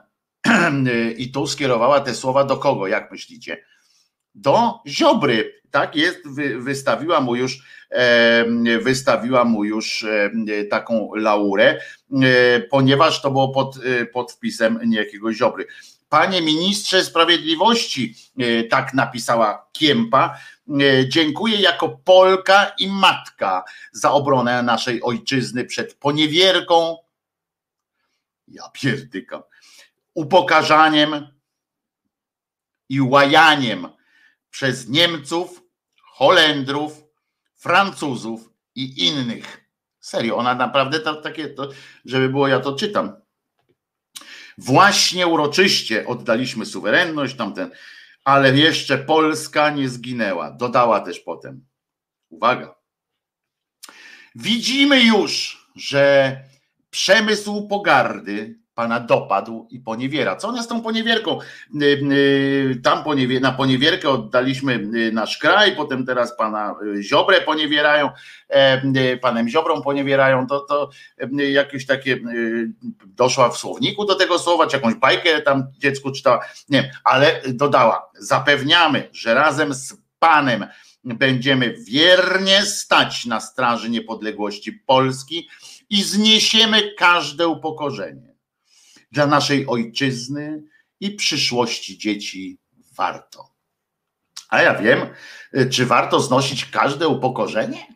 I tu skierowała te słowa do kogo, jak myślicie? Do Ziobry, tak jest, wy, wystawiła mu już e, wystawiła mu już e, taką laurę, e, ponieważ to było pod, e, pod wpisem niejakiego Ziobry. Panie ministrze sprawiedliwości, e, tak napisała Kiempa, e, dziękuję jako Polka i matka za obronę naszej ojczyzny przed poniewierką, ja pierdykam, upokarzaniem i łajaniem przez Niemców, Holendrów, Francuzów i innych. Serio, ona naprawdę to, takie, to, żeby było, ja to czytam. Właśnie uroczyście oddaliśmy suwerenność, tamten, ale jeszcze Polska nie zginęła. Dodała też potem. Uwaga. Widzimy już, że przemysł pogardy pana dopadł i poniewiera. Co ona z tą poniewierką? Tam poniewier- na poniewierkę oddaliśmy nasz kraj, potem teraz pana Ziobrę poniewierają, panem Ziobrą poniewierają, to, to jakieś takie, doszła w słowniku do tego słowa, czy jakąś bajkę tam dziecku czytała, nie wiem, ale dodała, zapewniamy, że razem z panem będziemy wiernie stać na straży niepodległości Polski i zniesiemy każde upokorzenie. Dla naszej ojczyzny i przyszłości dzieci warto. A ja wiem, czy warto znosić każde upokorzenie?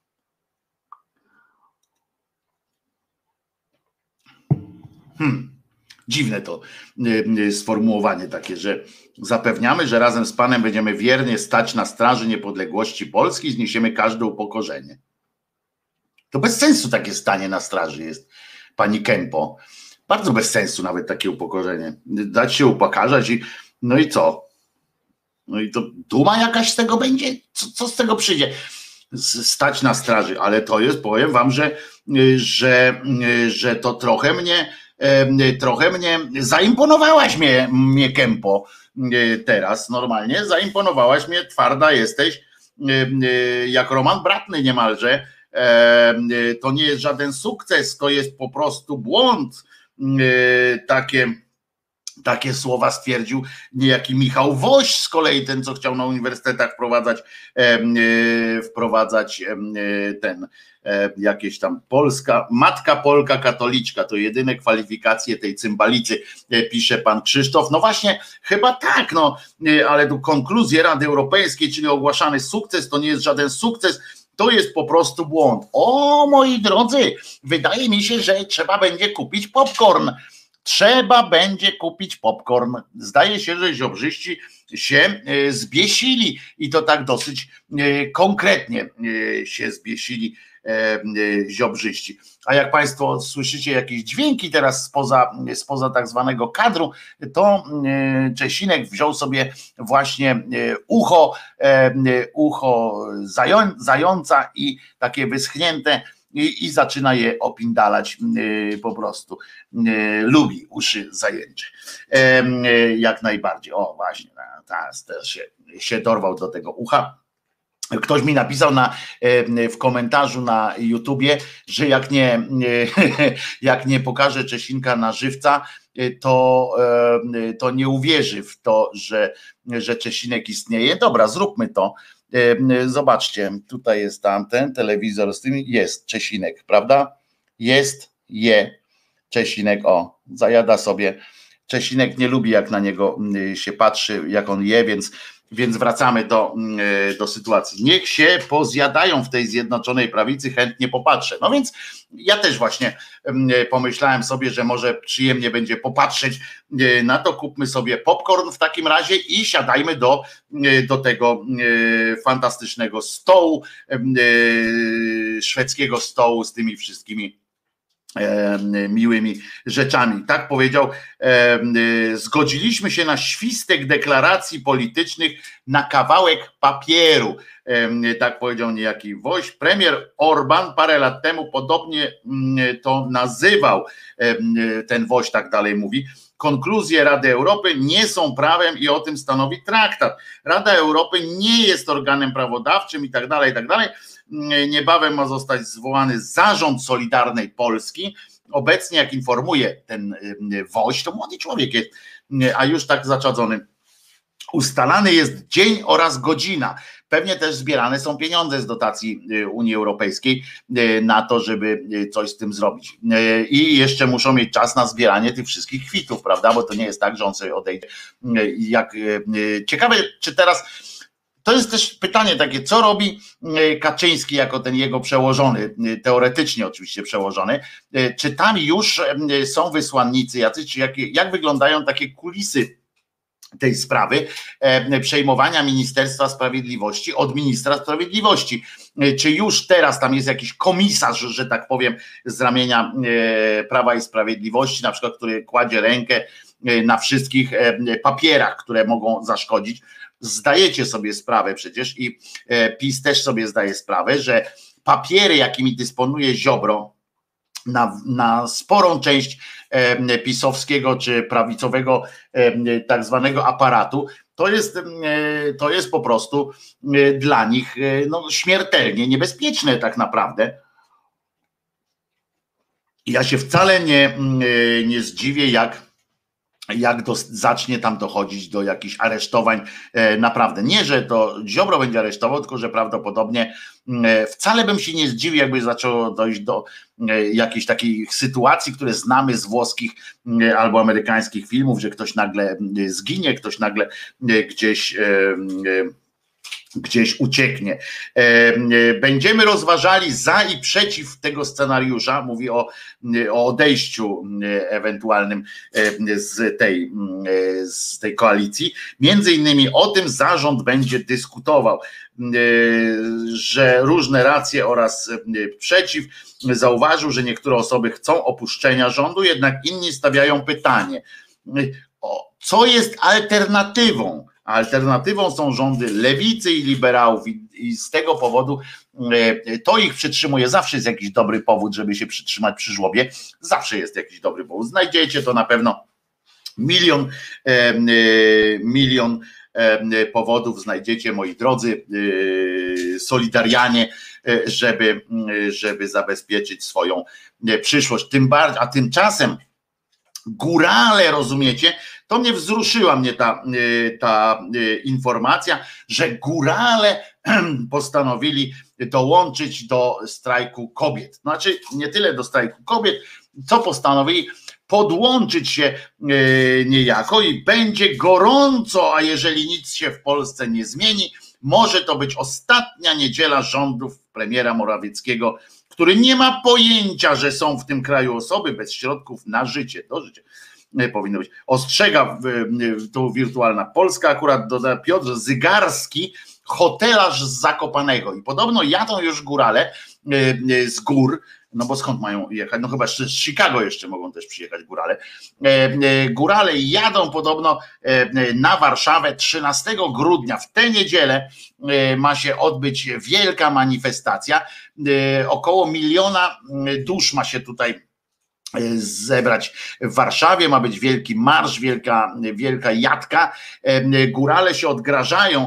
Hmm. Dziwne to sformułowanie takie, że zapewniamy, że razem z panem będziemy wiernie stać na straży niepodległości Polski i zniesiemy każde upokorzenie. To bez sensu takie stanie na straży jest, pani Kempo. Bardzo bez sensu nawet takie upokorzenie. Dać się upokarzać i no i co? No i to duma jakaś z tego będzie? Co, co z tego przyjdzie? Stać na straży, ale to jest, powiem wam, że, że, że to trochę mnie trochę mnie zaimponowałaś mnie, mnie Kempo teraz normalnie, zaimponowałaś mnie, twarda jesteś jak Roman Bratny niemalże. To nie jest żaden sukces, to jest po prostu błąd. Takie, takie słowa stwierdził niejaki Michał Woś, z kolei ten, co chciał na uniwersytetach wprowadzać, wprowadzać ten jakieś tam Polska, matka Polka katoliczka, to jedyne kwalifikacje tej cymbalicy, pisze pan Krzysztof. No właśnie, chyba tak, no, ale tu konkluzje Rady Europejskiej, czyli ogłaszany sukces, to nie jest żaden sukces, to jest po prostu błąd. O, moi drodzy, wydaje mi się, że trzeba będzie kupić popcorn. Trzeba będzie kupić popcorn. Zdaje się, że ziobrzyści się zbiesili i to tak dosyć konkretnie się zbiesili ziobrzyści. A jak państwo słyszycie jakieś dźwięki teraz spoza, spoza tak zwanego kadru, to Czesinek wziął sobie właśnie ucho, ucho zająca i takie wyschnięte i, i zaczyna je opindalać po prostu. Lubi uszy zajęcze. Jak najbardziej. O właśnie, teraz też się, się dorwał do tego ucha. Ktoś mi napisał na, w komentarzu na YouTubie, że jak nie, jak nie pokaże Czesinka na żywca, to, to nie uwierzy w to, że, że Czesinek istnieje. Dobra, zróbmy to. Zobaczcie, tutaj jest tamten telewizor z tym, jest Czesinek, prawda? Jest, je Czesinek, o, zajada sobie. Czesinek nie lubi, jak na niego się patrzy, jak on je, więc Więc wracamy do, do sytuacji. Niech się pozjadają w tej Zjednoczonej Prawicy, chętnie popatrzę. No więc ja też właśnie pomyślałem sobie, że może przyjemnie będzie popatrzeć na to. Kupmy sobie popcorn w takim razie i siadajmy do, do tego fantastycznego stołu, szwedzkiego stołu z tymi wszystkimi miłymi rzeczami. Tak powiedział, zgodziliśmy się na świstek deklaracji politycznych na kawałek papieru. Tak powiedział niejaki Woś. Premier Orban parę lat temu podobnie to nazywał. Ten Woś tak dalej mówi. Konkluzje Rady Europy nie są prawem i o tym stanowi traktat. Rada Europy nie jest organem prawodawczym i tak dalej, i tak dalej. Niebawem ma zostać zwołany zarząd Solidarnej Polski obecnie, jak informuje ten Woś, to młody człowiek jest, a już tak zaczadzony. Ustalany jest dzień oraz godzina. Pewnie też zbierane są pieniądze z dotacji Unii Europejskiej na to, żeby coś z tym zrobić. I jeszcze muszą mieć czas na zbieranie tych wszystkich kwitów, prawda? Bo to nie jest tak, że on sobie odejdzie. Jak... Ciekawe, czy teraz... To jest też pytanie takie, co robi Kaczyński jako ten jego przełożony, teoretycznie oczywiście przełożony, czy tam już są wysłannicy jacyś, czy jak, jak wyglądają takie kulisy tej sprawy przejmowania Ministerstwa Sprawiedliwości od ministra sprawiedliwości. Czy już teraz tam jest jakiś komisarz, że tak powiem, z ramienia Prawa i Sprawiedliwości, na przykład, który kładzie rękę na wszystkich papierach, które mogą zaszkodzić. Zdajecie sobie sprawę przecież i PiS też sobie zdaje sprawę, że papiery, jakimi dysponuje Ziobro, Na, na sporą część e, pisowskiego czy prawicowego e, tak zwanego aparatu, to jest, e, to jest po prostu e, dla nich e, no, śmiertelnie niebezpieczne tak naprawdę. Ja się wcale nie, e, nie zdziwię, jak jak do, zacznie tam dochodzić do jakichś aresztowań, e, naprawdę, nie, że to Ziobro będzie aresztował, tylko że prawdopodobnie e, wcale bym się nie zdziwił, jakby zaczęło dojść do e, jakichś takich sytuacji, które znamy z włoskich e, albo amerykańskich filmów, że ktoś nagle e, zginie, ktoś nagle e, gdzieś e, e, gdzieś ucieknie. Będziemy rozważali za i przeciw tego scenariusza, mówi o, o odejściu ewentualnym z tej, z tej koalicji. Między innymi o tym zarząd będzie dyskutował, że różne racje oraz przeciw. Zauważył, że niektóre osoby chcą opuszczenia rządu, jednak inni stawiają pytanie, co jest alternatywą? Alternatywą są rządy lewicy i liberałów i, i z tego powodu e, to ich przytrzymuje. Zawsze jest jakiś dobry powód, żeby się przytrzymać przy żłobie. Zawsze jest jakiś dobry powód. Znajdziecie to na pewno milion, e, e, milion e, powodów znajdziecie, moi drodzy e, solidarianie, e, żeby, żeby zabezpieczyć swoją przyszłość. Tym bardziej, a tymczasem górale, rozumiecie? To mnie wzruszyła mnie ta, ta informacja, że górale postanowili dołączyć do strajku kobiet. Znaczy nie tyle do strajku kobiet, co postanowili podłączyć się niejako i będzie gorąco, a jeżeli nic się w Polsce nie zmieni, może to być ostatnia niedziela rządów premiera Morawieckiego, który nie ma pojęcia, że są w tym kraju osoby bez środków na życie, do życia. Powinno być. Ostrzega tu wirtualna Polska, akurat doda Piotr Zygarski, hotelarz z Zakopanego. I podobno jadą już górale z gór, no bo skąd mają jechać? No chyba z Chicago jeszcze mogą też przyjechać górale. Górale jadą podobno na Warszawę trzynastego grudnia. W tę niedzielę ma się odbyć wielka manifestacja. Około miliona dusz ma się tutaj zebrać w Warszawie, ma być wielki marsz, wielka, wielka jatka. Górale się odgrażają,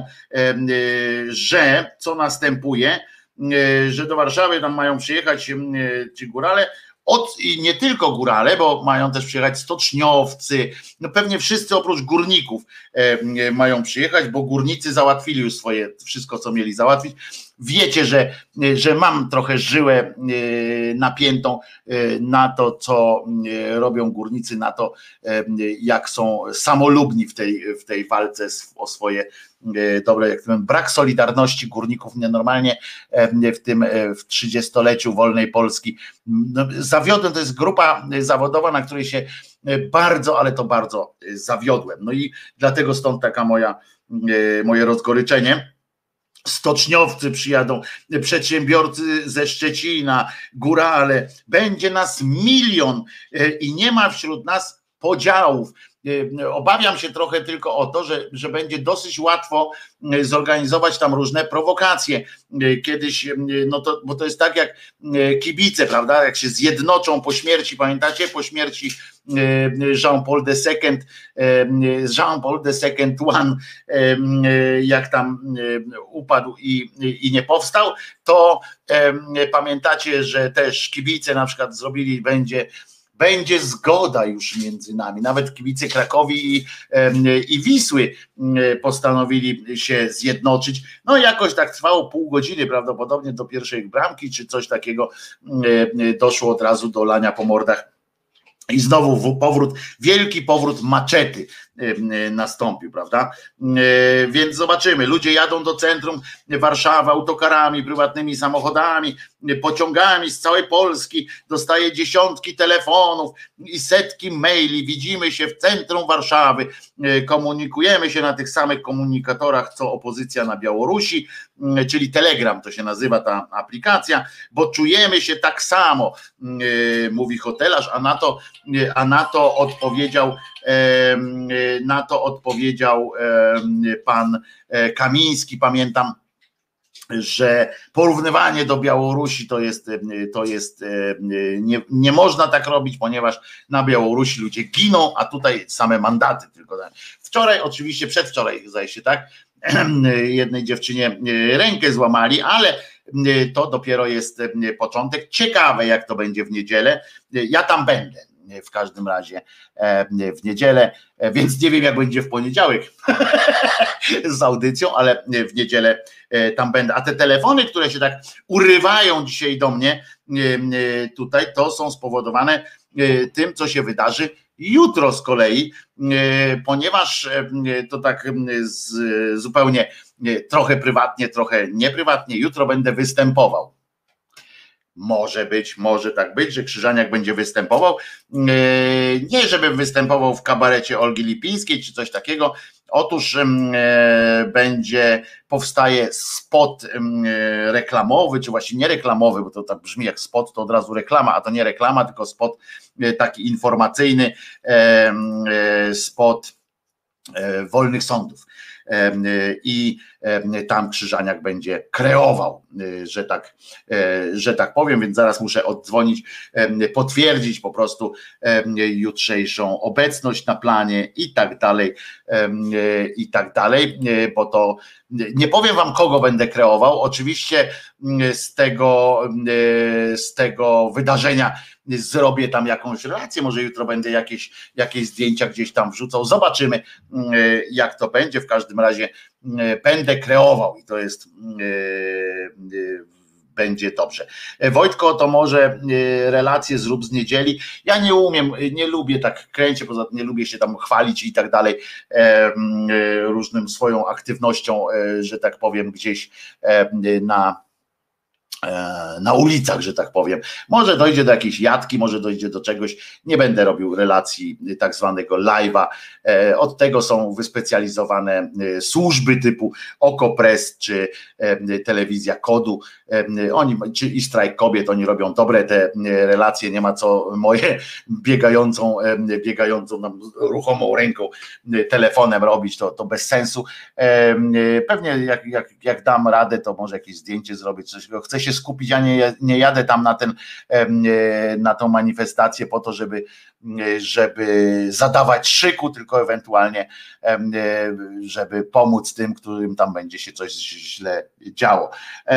że co następuje, że do Warszawy tam mają przyjechać ci górale, od, i nie tylko górale, bo mają też przyjechać stoczniowcy, no pewnie wszyscy oprócz górników e, mają przyjechać, bo górnicy załatwili już swoje, wszystko co mieli załatwić. Wiecie, że, że mam trochę żyłę e, napiętą e, na to, co e, robią górnicy, na to, e, jak są samolubni w tej, w tej walce o swoje e, dobre, jak powiem, brak solidarności górników nienormalnie e, w tym e, w trzydziestoleciu wolnej Polski. No, zawiodłem, to jest grupa zawodowa, na której się bardzo, ale to bardzo zawiodłem. No i dlatego stąd taka moja, moje rozgoryczenie. Stoczniowcy przyjadą, przedsiębiorcy ze Szczecina, górale, będzie nas milion i nie ma wśród nas podziałów. Obawiam się trochę tylko o to, że, że będzie dosyć łatwo zorganizować tam różne prowokacje. Kiedyś, no to, bo to jest tak jak kibice, prawda, jak się zjednoczą po śmierci, pamiętacie, po śmierci Jean-Paul the Second, Jean-Paul the Second One, jak tam upadł i, i nie powstał, to pamiętacie, że też kibice na przykład zrobili, będzie Będzie zgoda już między nami. Nawet kibice Krakowi i, i Wisły postanowili się zjednoczyć. No jakoś tak trwało pół godziny prawdopodobnie do pierwszej bramki, czy coś takiego. Doszło od razu do lania po mordach. I znowu powrót, wielki powrót maczety nastąpił, prawda? Więc zobaczymy, ludzie jadą do centrum Warszawy autokarami, prywatnymi samochodami, pociągami z całej Polski, dostaje dziesiątki telefonów i setki maili, widzimy się w centrum Warszawy, komunikujemy się na tych samych komunikatorach, co opozycja na Białorusi, czyli Telegram to się nazywa ta aplikacja, bo czujemy się tak samo, mówi hotelarz, a na to, a na to odpowiedział na to odpowiedział pan Kamiński, pamiętam, że porównywanie do Białorusi to jest, to jest nie, nie można tak robić, ponieważ na Białorusi ludzie giną, a tutaj same mandaty tylko. Wczoraj, oczywiście przedwczoraj zdaje się, tak, jednej dziewczynie rękę złamali, ale to dopiero jest początek. Ciekawe, jak to będzie w niedzielę. Ja tam będę w każdym razie w niedzielę, więc nie wiem, jak będzie w poniedziałek z audycją, ale w niedzielę tam będę. A te telefony, które się tak urywają dzisiaj do mnie tutaj, to są spowodowane tym, co się wydarzy jutro z kolei, ponieważ to tak z, zupełnie trochę prywatnie, trochę nieprywatnie, jutro będę występował. Może być, może tak być, że Krzyżaniak będzie występował. Nie, żeby występował w kabarecie Olgi Lipińskiej czy coś takiego. Otóż będzie, powstaje spot reklamowy, czy właśnie nie reklamowy, bo to tak brzmi jak spot, to od razu reklama, a to nie reklama, tylko spot taki informacyjny, spot wolnych sądów. I tam Krzyżaniak będzie kreował, że tak, że tak powiem, więc zaraz muszę oddzwonić, potwierdzić po prostu jutrzejszą obecność na planie i tak dalej, i tak dalej, bo to nie powiem wam, kogo będę kreował, oczywiście z tego, z tego wydarzenia zrobię tam jakąś relację, może jutro będę jakieś, jakieś zdjęcia gdzieś tam wrzucał, zobaczymy, jak to będzie. W każdym razie będę kreował i to jest będzie dobrze. Wojtko, to może relacje zrób z niedzieli. Ja nie umiem, nie lubię tak kręcić, poza tym nie lubię się tam chwalić i tak dalej różnym swoją aktywnością, że tak powiem, gdzieś na na ulicach, że tak powiem. Może dojdzie do jakiejś jatki, może dojdzie do czegoś. Nie będę robił relacji tak zwanego live'a. Od tego są wyspecjalizowane służby typu Okopres czy telewizja Kodu. Oni, czy i Strajk Kobiet, oni robią dobre te relacje, nie ma co moje biegającą, biegającą nam ruchomą ręką telefonem robić, to, to bez sensu. Pewnie jak, jak, jak dam radę, to może jakieś zdjęcie zrobić, coś. Chcę się skupić, ja nie, nie jadę tam na ten, na tą manifestację po to, żeby, żeby zadawać szyku, tylko ewentualnie żeby pomóc tym, którym tam będzie się coś źle działo.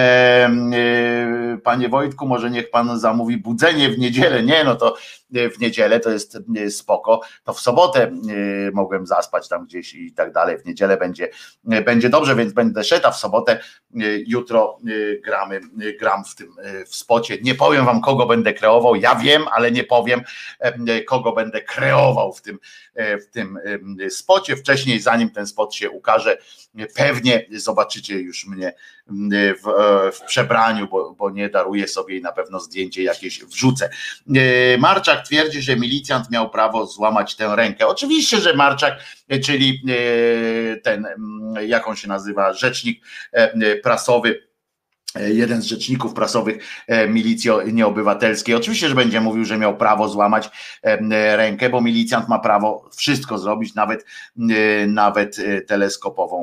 Panie Wojtku, może niech pan zamówi budzenie w niedzielę. Nie, no to w niedzielę to jest spoko, to w sobotę mogłem zaspać tam gdzieś i tak dalej, w niedzielę będzie, będzie dobrze, więc będę szedł, a w sobotę jutro gramy, gram w tym w spocie. Nie powiem wam, kogo będę kreował, ja wiem, ale nie powiem, kogo będę kreował w tym, w tym spocie. Wcześniej, zanim ten spot się ukaże, pewnie zobaczycie już mnie w, w przebraniu, bo, bo nie daruję sobie i na pewno zdjęcie jakieś wrzucę. Marczak twierdzi, że milicjant miał prawo złamać tę rękę. Oczywiście, że Marczak, czyli ten, jak on się nazywa, rzecznik prasowy jeden z rzeczników prasowych milicji nieobywatelskiej. Oczywiście, że będzie mówił, że miał prawo złamać rękę, bo milicjant ma prawo wszystko zrobić, nawet, nawet teleskopową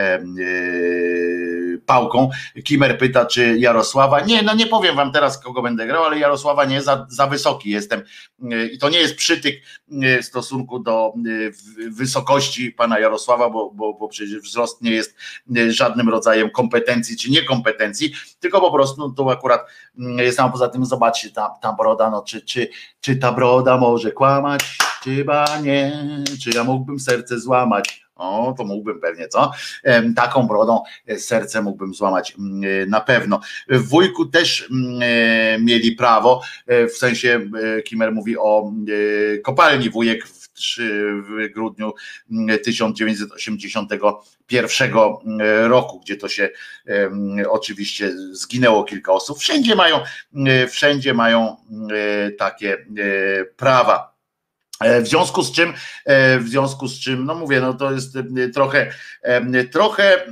pałką. Kimer pyta, czy Jarosława. Nie, no nie powiem wam teraz, kogo będę grał, ale Jarosława nie, za, za wysoki jestem. I to nie jest przytyk w stosunku do wysokości pana Jarosława, bo, bo, bo przecież wzrost nie jest żadnym rodzajem kompetencji czy niekompetencji, tylko po prostu no, to akurat jest tam. Poza tym zobaczcie, ta, ta broda, no czy, czy, czy ta broda może kłamać, czy chyba nie, czy ja mógłbym serce złamać. O, to mógłbym pewnie, co? Taką brodą serce mógłbym złamać na pewno. W Wujku też mieli prawo, w sensie Kimer mówi o kopalni Wujek w, w grudniu tysiąc dziewięćset osiemdziesiątego pierwszego roku, gdzie to się oczywiście zginęło kilka osób. Wszędzie mają, wszędzie mają takie prawa. W związku z czym, w związku z czym, no mówię, no to jest trochę, trochę,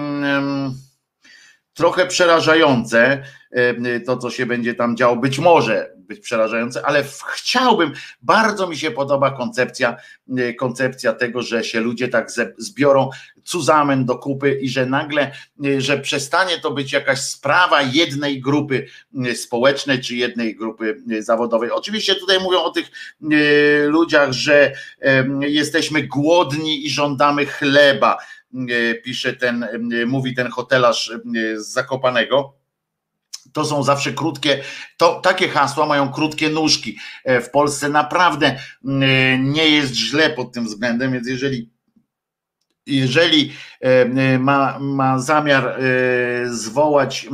trochę przerażające to, co się będzie tam działo. Być może być przerażające, ale chciałbym, bardzo mi się podoba koncepcja, koncepcja tego, że się ludzie tak zbiorą zusammen do kupy i że nagle, że przestanie to być jakaś sprawa jednej grupy społecznej czy jednej grupy zawodowej. Oczywiście tutaj mówią o tych ludziach, że jesteśmy głodni i żądamy chleba, pisze ten, mówi ten hotelarz z Zakopanego. To są zawsze krótkie, to takie hasła mają krótkie nóżki. W Polsce naprawdę nie jest źle pod tym względem, więc jeżeli jeżeli ma, ma zamiar zwołać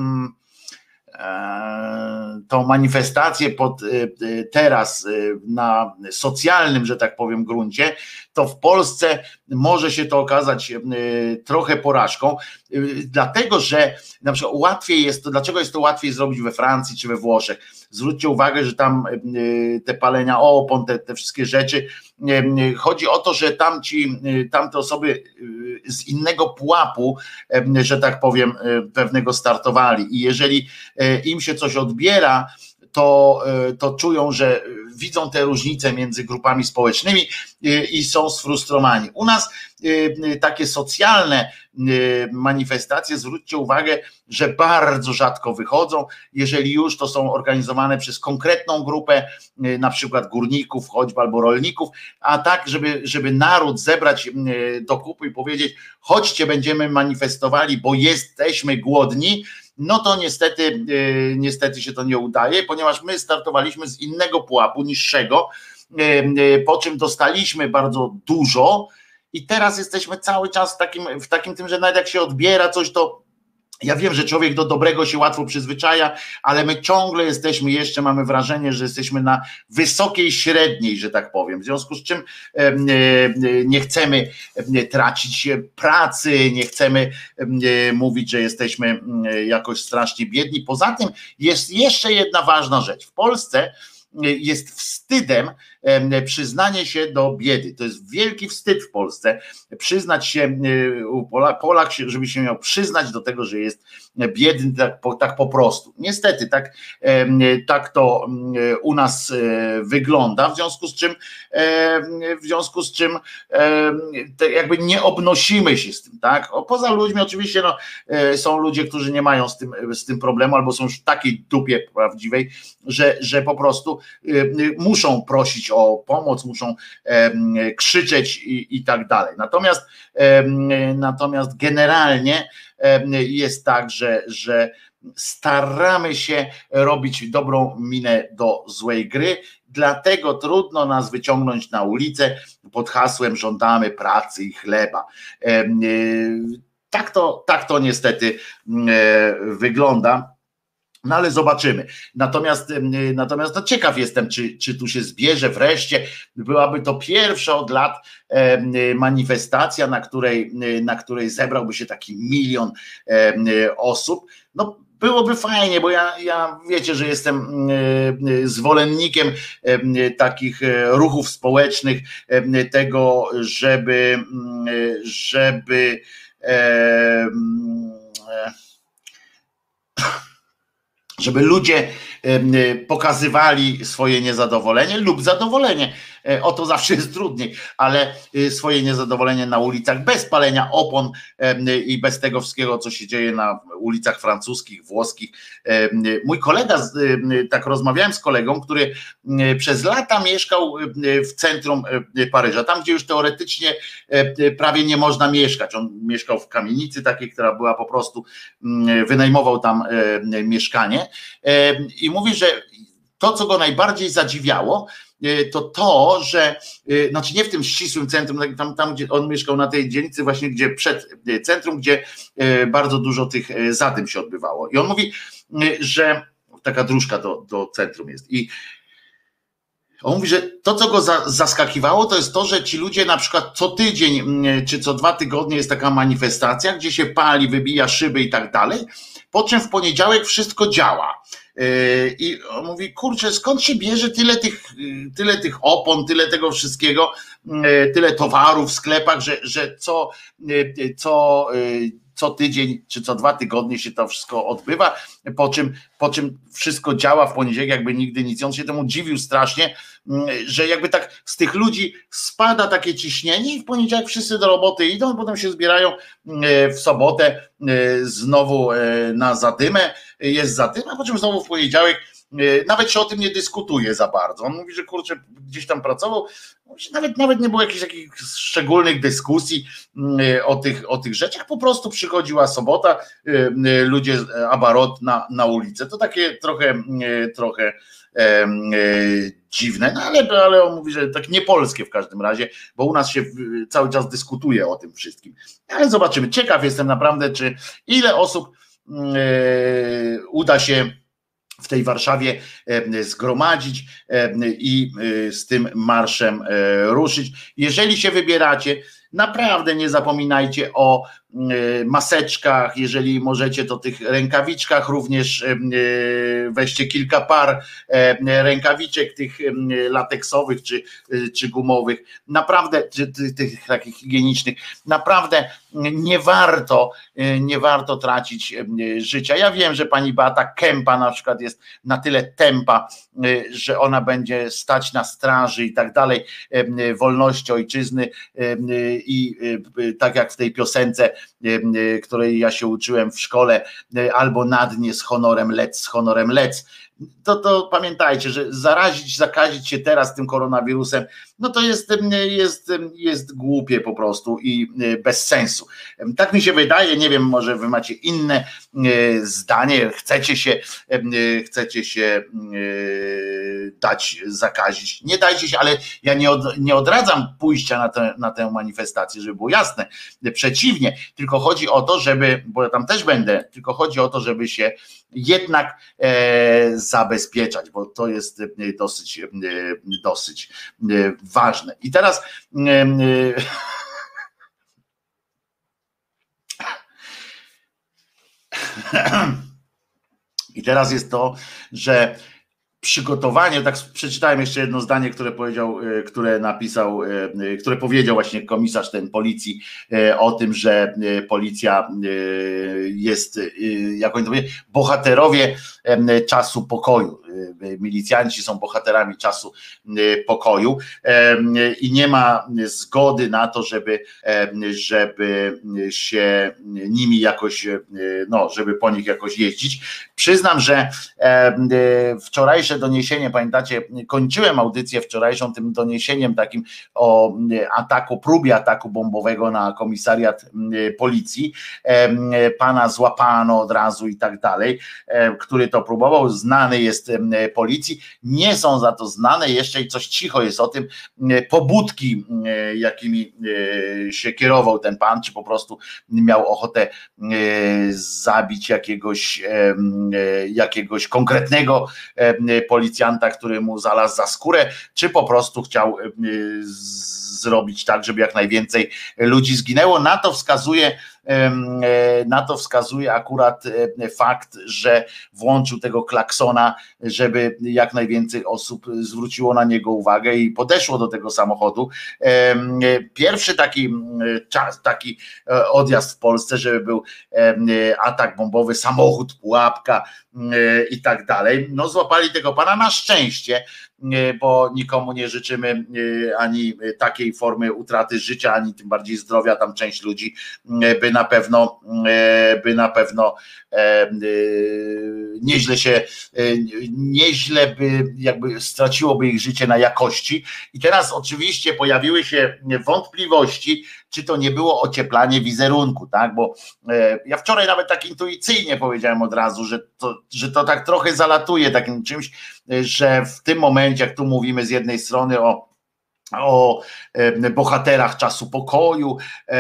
tą manifestację pod teraz na socjalnym, że tak powiem, gruncie, to w Polsce może się to okazać trochę porażką, dlatego że na przykład łatwiej jest to, dlaczego jest to łatwiej zrobić we Francji czy we Włoszech? Zwróćcie uwagę, że tam te palenia opon, te, te wszystkie rzeczy, chodzi o to, że tamci, tamte osoby z innego pułapu, że tak powiem, pewnego startowali i jeżeli im się coś odbiera, to, to czują, że widzą te różnice między grupami społecznymi i są sfrustrowani. U nas takie socjalne manifestacje, zwróćcie uwagę, że bardzo rzadko wychodzą, jeżeli już to są organizowane przez konkretną grupę, na przykład górników choćby albo rolników, a tak, żeby, żeby naród zebrać do kupy i powiedzieć, chodźcie, będziemy manifestowali, bo jesteśmy głodni, no to niestety, niestety się to nie udaje, ponieważ my startowaliśmy z innego pułapu, niższego, po czym dostaliśmy bardzo dużo i teraz jesteśmy cały czas w takim, w takim tym, że nawet jak się odbiera coś, to ja wiem, że człowiek do dobrego się łatwo przyzwyczaja, ale my ciągle jesteśmy, jeszcze mamy wrażenie, że jesteśmy na wysokiej średniej, że tak powiem, w związku z czym nie chcemy tracić pracy, nie chcemy mówić, że jesteśmy jakoś strasznie biedni. Poza tym jest jeszcze jedna ważna rzecz. W Polsce jest wstydem przyznanie się do biedy. To jest wielki wstyd w Polsce. Przyznać się, Polak, żeby się miał przyznać do tego, że jest biedny tak po, tak po prostu. Niestety tak, tak to u nas wygląda, w związku z czym w związku z czym jakby nie obnosimy się z tym, tak? Poza ludźmi oczywiście no, są ludzie, którzy nie mają z tym, z tym problemu, albo są już w takiej dupie prawdziwej, że, że po prostu muszą prosić o pomoc, muszą krzyczeć i, i tak dalej. Natomiast natomiast generalnie jest tak, że, że staramy się robić dobrą minę do złej gry, dlatego trudno nas wyciągnąć na ulicę pod hasłem żądamy pracy i chleba. Tak to, tak to niestety wygląda. No ale zobaczymy. Natomiast, natomiast no ciekaw jestem, czy, czy tu się zbierze wreszcie. Byłaby to pierwsza od lat manifestacja, na której, na której zebrałby się taki milion osób. No byłoby fajnie, bo ja, ja wiecie, że jestem zwolennikiem takich ruchów społecznych, tego, żeby, żeby żeby ludzie pokazywali swoje niezadowolenie lub zadowolenie. O to zawsze jest trudniej, ale swoje niezadowolenie na ulicach bez palenia opon i bez tego wszystkiego, co się dzieje na ulicach francuskich, włoskich. Mój kolega, tak rozmawiałem z kolegą, który przez lata mieszkał w centrum Paryża, tam gdzie już teoretycznie prawie nie można mieszkać. On mieszkał w kamienicy takiej, która była po prostu, wynajmował tam mieszkanie i mówi, że to, co go najbardziej zadziwiało, to to, że, znaczy nie w tym ścisłym centrum, tam, tam gdzie on mieszkał, na tej dzielnicy właśnie, gdzie przed centrum, gdzie bardzo dużo tych zadym się odbywało. I on mówi, że taka dróżka do, do centrum jest. I on mówi, że to, co go za, zaskakiwało, to jest to, że ci ludzie na przykład co tydzień czy co dwa tygodnie jest taka manifestacja, gdzie się pali, wybija szyby i tak dalej, po czym w poniedziałek wszystko działa. I on mówi, kurczę, skąd się bierze tyle tych, tyle tych opon, tyle tego wszystkiego, tyle towarów w sklepach, że, że co, co, co tydzień czy co dwa tygodnie się to wszystko odbywa, po czym, po czym wszystko działa w poniedziałek, jakby nigdy nic. On się temu dziwił strasznie, że jakby tak z tych ludzi spada takie ciśnienie i w poniedziałek wszyscy do roboty idą, potem się zbierają w sobotę znowu na zadymę, jest zadyma, po czym znowu w poniedziałek nawet się o tym nie dyskutuje za bardzo. On mówi, że kurczę, gdzieś tam pracował, nawet, nawet nie było jakichś takich szczególnych dyskusji o tych, o tych rzeczach, po prostu przychodziła sobota, ludzie abarot na, na ulicę. To takie trochę, trochę e, e, dziwne, no ale, ale on mówi, że tak niepolskie w każdym razie, bo u nas się cały czas dyskutuje o tym wszystkim. Ale zobaczymy. Ciekaw jestem naprawdę, czy ile osób e, uda się w tej Warszawie zgromadzić i z tym marszem ruszyć. Jeżeli się wybieracie, naprawdę nie zapominajcie o maseczkach, jeżeli możecie, to tych rękawiczkach również weźcie kilka par rękawiczek tych lateksowych czy, czy gumowych, naprawdę, czy tych takich higienicznych, naprawdę nie warto, nie warto tracić życia. Ja wiem, że pani Beata Kępa na przykład jest na tyle tępa, że ona będzie stać na straży i tak dalej, wolności ojczyzny i tak jak w tej piosence, której ja się uczyłem w szkole, albo na dnie z honorem lec, z honorem lec. To, to pamiętajcie, że zarazić, zakazić się teraz tym koronawirusem, no to jest, jest, jest głupie po prostu i bez sensu. Tak mi się wydaje, nie wiem, może wy macie inne zdanie, chcecie się, chcecie się dać zakazić, nie dajcie się, ale ja nie, od, nie odradzam pójścia na tę, na tę manifestację, żeby było jasne, przeciwnie, tylko chodzi o to, żeby, bo ja tam też będę, tylko chodzi o to, żeby się jednak e, zabezpieczać, bo to jest dosyć, dosyć ważne. I teraz i teraz jest to, że przygotowanie, tak przeczytałem jeszcze jedno zdanie, które powiedział, które napisał, które powiedział właśnie komisarz ten policji o tym, że policja jest, jak oni to mówią, bohaterowie czasu pokoju. Milicjanci są bohaterami czasu pokoju i nie ma zgody na to, żeby, żeby się nimi jakoś, no, żeby po nich jakoś jeździć. Przyznam, że wczorajsze doniesienie, pamiętacie, kończyłem audycję wczorajszą tym doniesieniem takim o ataku, próbie ataku bombowego na komisariat policji. Pana złapano od razu i tak dalej, który to próbował, znany jest policji. Nie są za to znane jeszcze i coś cicho jest o tym, pobudki, jakimi się kierował ten pan, czy po prostu miał ochotę zabić jakiegoś, jakiegoś konkretnego policjanta, który mu zalazł za skórę, czy po prostu chciał zrobić tak, żeby jak najwięcej ludzi zginęło. Na to wskazuje Na to wskazuje akurat fakt, że włączył tego klaksona, żeby jak najwięcej osób zwróciło na niego uwagę i podeszło do tego samochodu. Pierwszy taki czas, taki odjazd w Polsce, żeby był atak bombowy, samochód, pułapka i tak dalej. No złapali tego pana na szczęście, bo nikomu nie życzymy ani takiej formy utraty życia, ani tym bardziej zdrowia. Tam część ludzi by na pewno by na pewno nieźle się nieźle by jakby straciłoby ich życie na jakości. I teraz oczywiście pojawiły się wątpliwości, czy to nie było ocieplanie wizerunku, tak? Bo ja wczoraj nawet tak intuicyjnie powiedziałem od razu, że to, że to tak trochę zalatuje takim czymś, że w tym momencie, jak tu mówimy z jednej strony o o bohaterach czasu pokoju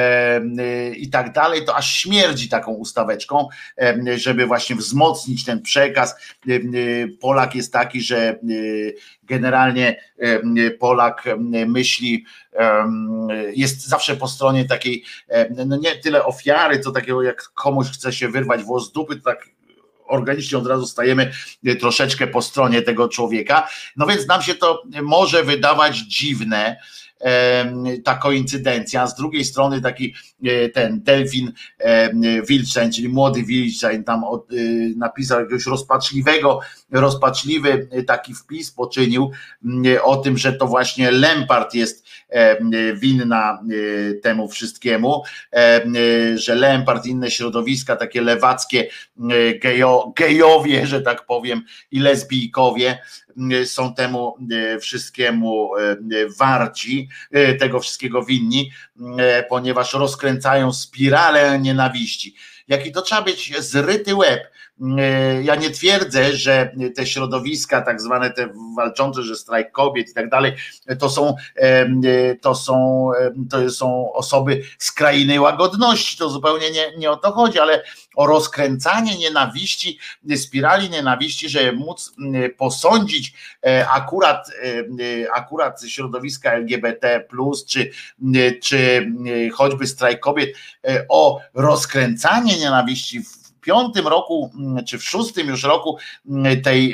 i tak dalej, to aż śmierdzi taką ustaweczką, żeby właśnie wzmocnić ten przekaz. Polak jest taki, że generalnie Polak myśli, jest zawsze po stronie takiej, no nie tyle ofiary, co takiego, jak komuś chce się wyrwać włos z dupy, to tak organicznie od razu stajemy troszeczkę po stronie tego człowieka. No więc nam się to może wydawać dziwne, ta koincydencja. Z drugiej strony taki ten Delfin Wilczeń, czyli młody Wilczeń, tam napisał jakiegoś rozpaczliwego, rozpaczliwy taki wpis poczynił o tym, że to właśnie Lempart jest winna temu wszystkiemu, że Lempart, inne środowiska takie lewackie, gejo, gejowie, że tak powiem, i lesbijkowie są temu wszystkiemu warci, tego wszystkiego winni, ponieważ rozkręcają spiralę nienawiści. Jaki to trzeba być zryty łeb. Ja nie twierdzę, że te środowiska tak zwane te walczące, że strajk kobiet i tak dalej, to są, to są, to są osoby z krainy łagodności, to zupełnie nie, nie o to chodzi, ale o rozkręcanie nienawiści, spirali nienawiści, żeby móc posądzić akurat, akurat środowiska L G B T plus, czy, czy choćby strajk kobiet o rozkręcanie nienawiści w piątym roku, czy w szóstym już roku tej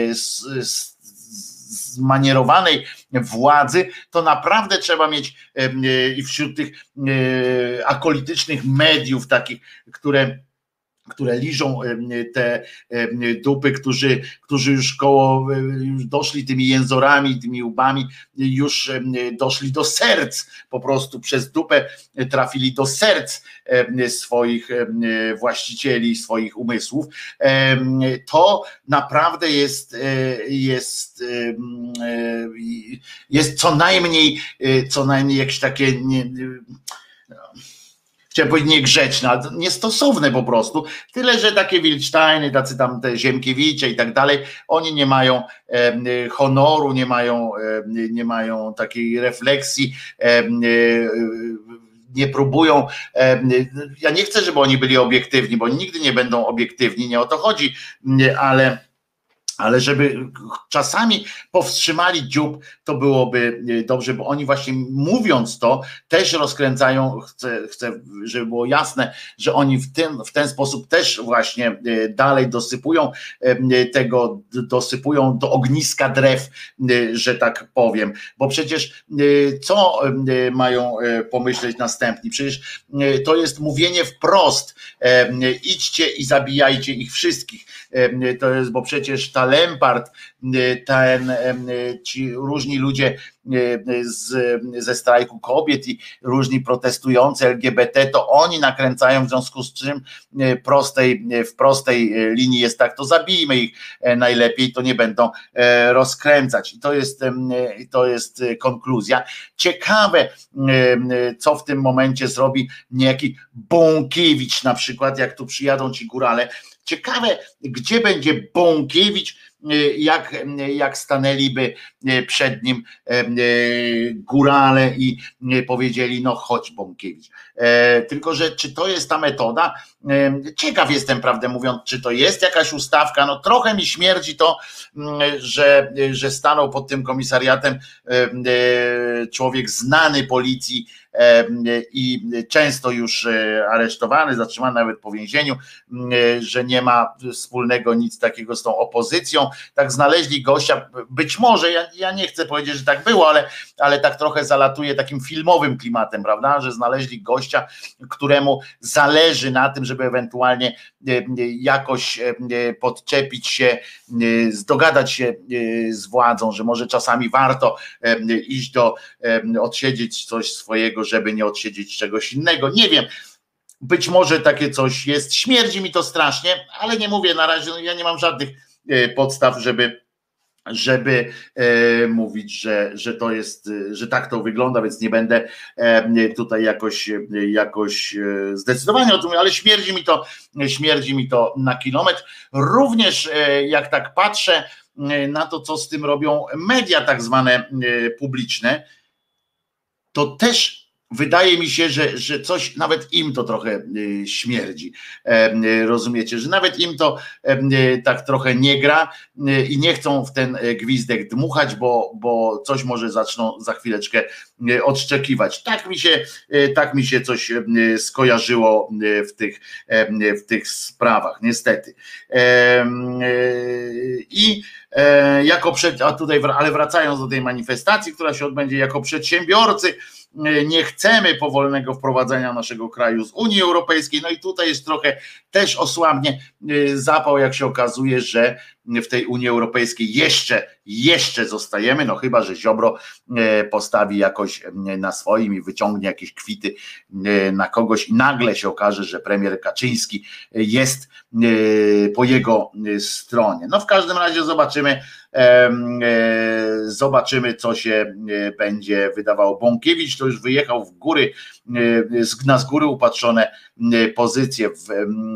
zmanierowanej władzy, to naprawdę trzeba mieć i wśród tych akolitycznych mediów takich, które które liżą te dupy, którzy, którzy już koło, już doszli tymi jęzorami, tymi łbami, już doszli do serc, po prostu przez dupę trafili do serc swoich właścicieli, swoich umysłów. To naprawdę jest, jest, jest co najmniej, co najmniej jakieś takie nie, chciałem powiedzieć niegrzeczne, ale niestosowne po prostu. Tyle, że takie Wilcztajny, tacy tam te Ziemkiewicze i tak dalej, oni nie mają e, honoru, nie mają, e, nie mają takiej refleksji, e, e, nie próbują, e, ja nie chcę, żeby oni byli obiektywni, bo nigdy nie będą obiektywni, nie o to chodzi, ale ale żeby czasami powstrzymali dziób, to byłoby dobrze, bo oni właśnie mówiąc to, też rozkręcają, chcę, chcę żeby było jasne, że oni w ten, w ten sposób też właśnie dalej dosypują tego, dosypują do ogniska drew, że tak powiem, bo przecież co mają pomyśleć następni? Przecież to jest mówienie wprost, idźcie i zabijajcie ich wszystkich, to jest, bo przecież ta Lempart, ten, ci różni ludzie z, ze strajku kobiet i różni protestujący L G B T, to oni nakręcają, w związku z czym prostej, w prostej linii jest tak, to zabijmy ich najlepiej, to nie będą rozkręcać. I to jest, to jest konkluzja. Ciekawe, co w tym momencie zrobi niejaki Bąkiewicz na przykład, jak tu przyjadą ci górale. Ciekawe, gdzie będzie Bąkiewicz, jak, jak stanęliby przed nim górale i powiedzieli, no chodź Bąkiewicz. Tylko że czy to jest ta metoda? Ciekaw jestem, prawdę mówiąc, czy to jest jakaś ustawka. No trochę mi śmierdzi to, że, że stanął pod tym komisariatem człowiek znany policji i często już aresztowany, zatrzymany nawet po więzieniu, że nie ma wspólnego nic takiego z tą opozycją. Tak znaleźli gościa, być może, ja, ja nie chcę powiedzieć, że tak było, ale, ale tak trochę zalatuje takim filmowym klimatem, prawda, że znaleźli gościa, któremu zależy na tym, żeby ewentualnie jakoś podczepić się, dogadać się z władzą, że może czasami warto iść do, odsiedzieć coś swojego, żeby nie odsiedzieć czegoś innego. Nie wiem, być może takie coś jest, śmierdzi mi to strasznie, ale nie mówię na razie, ja nie mam żadnych podstaw, żeby żeby e, mówić, że, że to jest, że tak to wygląda, więc nie będę e, tutaj jakoś, jakoś e, zdecydowanie o tym, ale śmierdzi mi to, śmierdzi mi to na kilometr. Również e, jak tak patrzę e, na to, co z tym robią media tak zwane e, publiczne, to też wydaje mi się, że, że coś, nawet im to trochę śmierdzi, rozumiecie, że nawet im to tak trochę nie gra i nie chcą w ten gwizdek dmuchać, bo, bo coś może zaczną za chwileczkę odszczekiwać. Tak mi się, tak mi się coś skojarzyło w tych, w tych sprawach, niestety. I jako przed, a tutaj, ale wracając do tej manifestacji, która się odbędzie, jako przedsiębiorcy nie chcemy powolnego wprowadzenia naszego kraju z Unii Europejskiej, no i tutaj jest trochę też osłabnie zapał, jak się okazuje, że w tej Unii Europejskiej jeszcze, jeszcze zostajemy, no chyba, że Ziobro postawi jakoś na swoim i wyciągnie jakieś kwity na kogoś i nagle się okaże, że premier Kaczyński jest po jego stronie. No w każdym razie zobaczymy, zobaczymy, co się będzie wydawało. Bąkiewicz to już wyjechał w góry, na z góry upatrzone pozycje w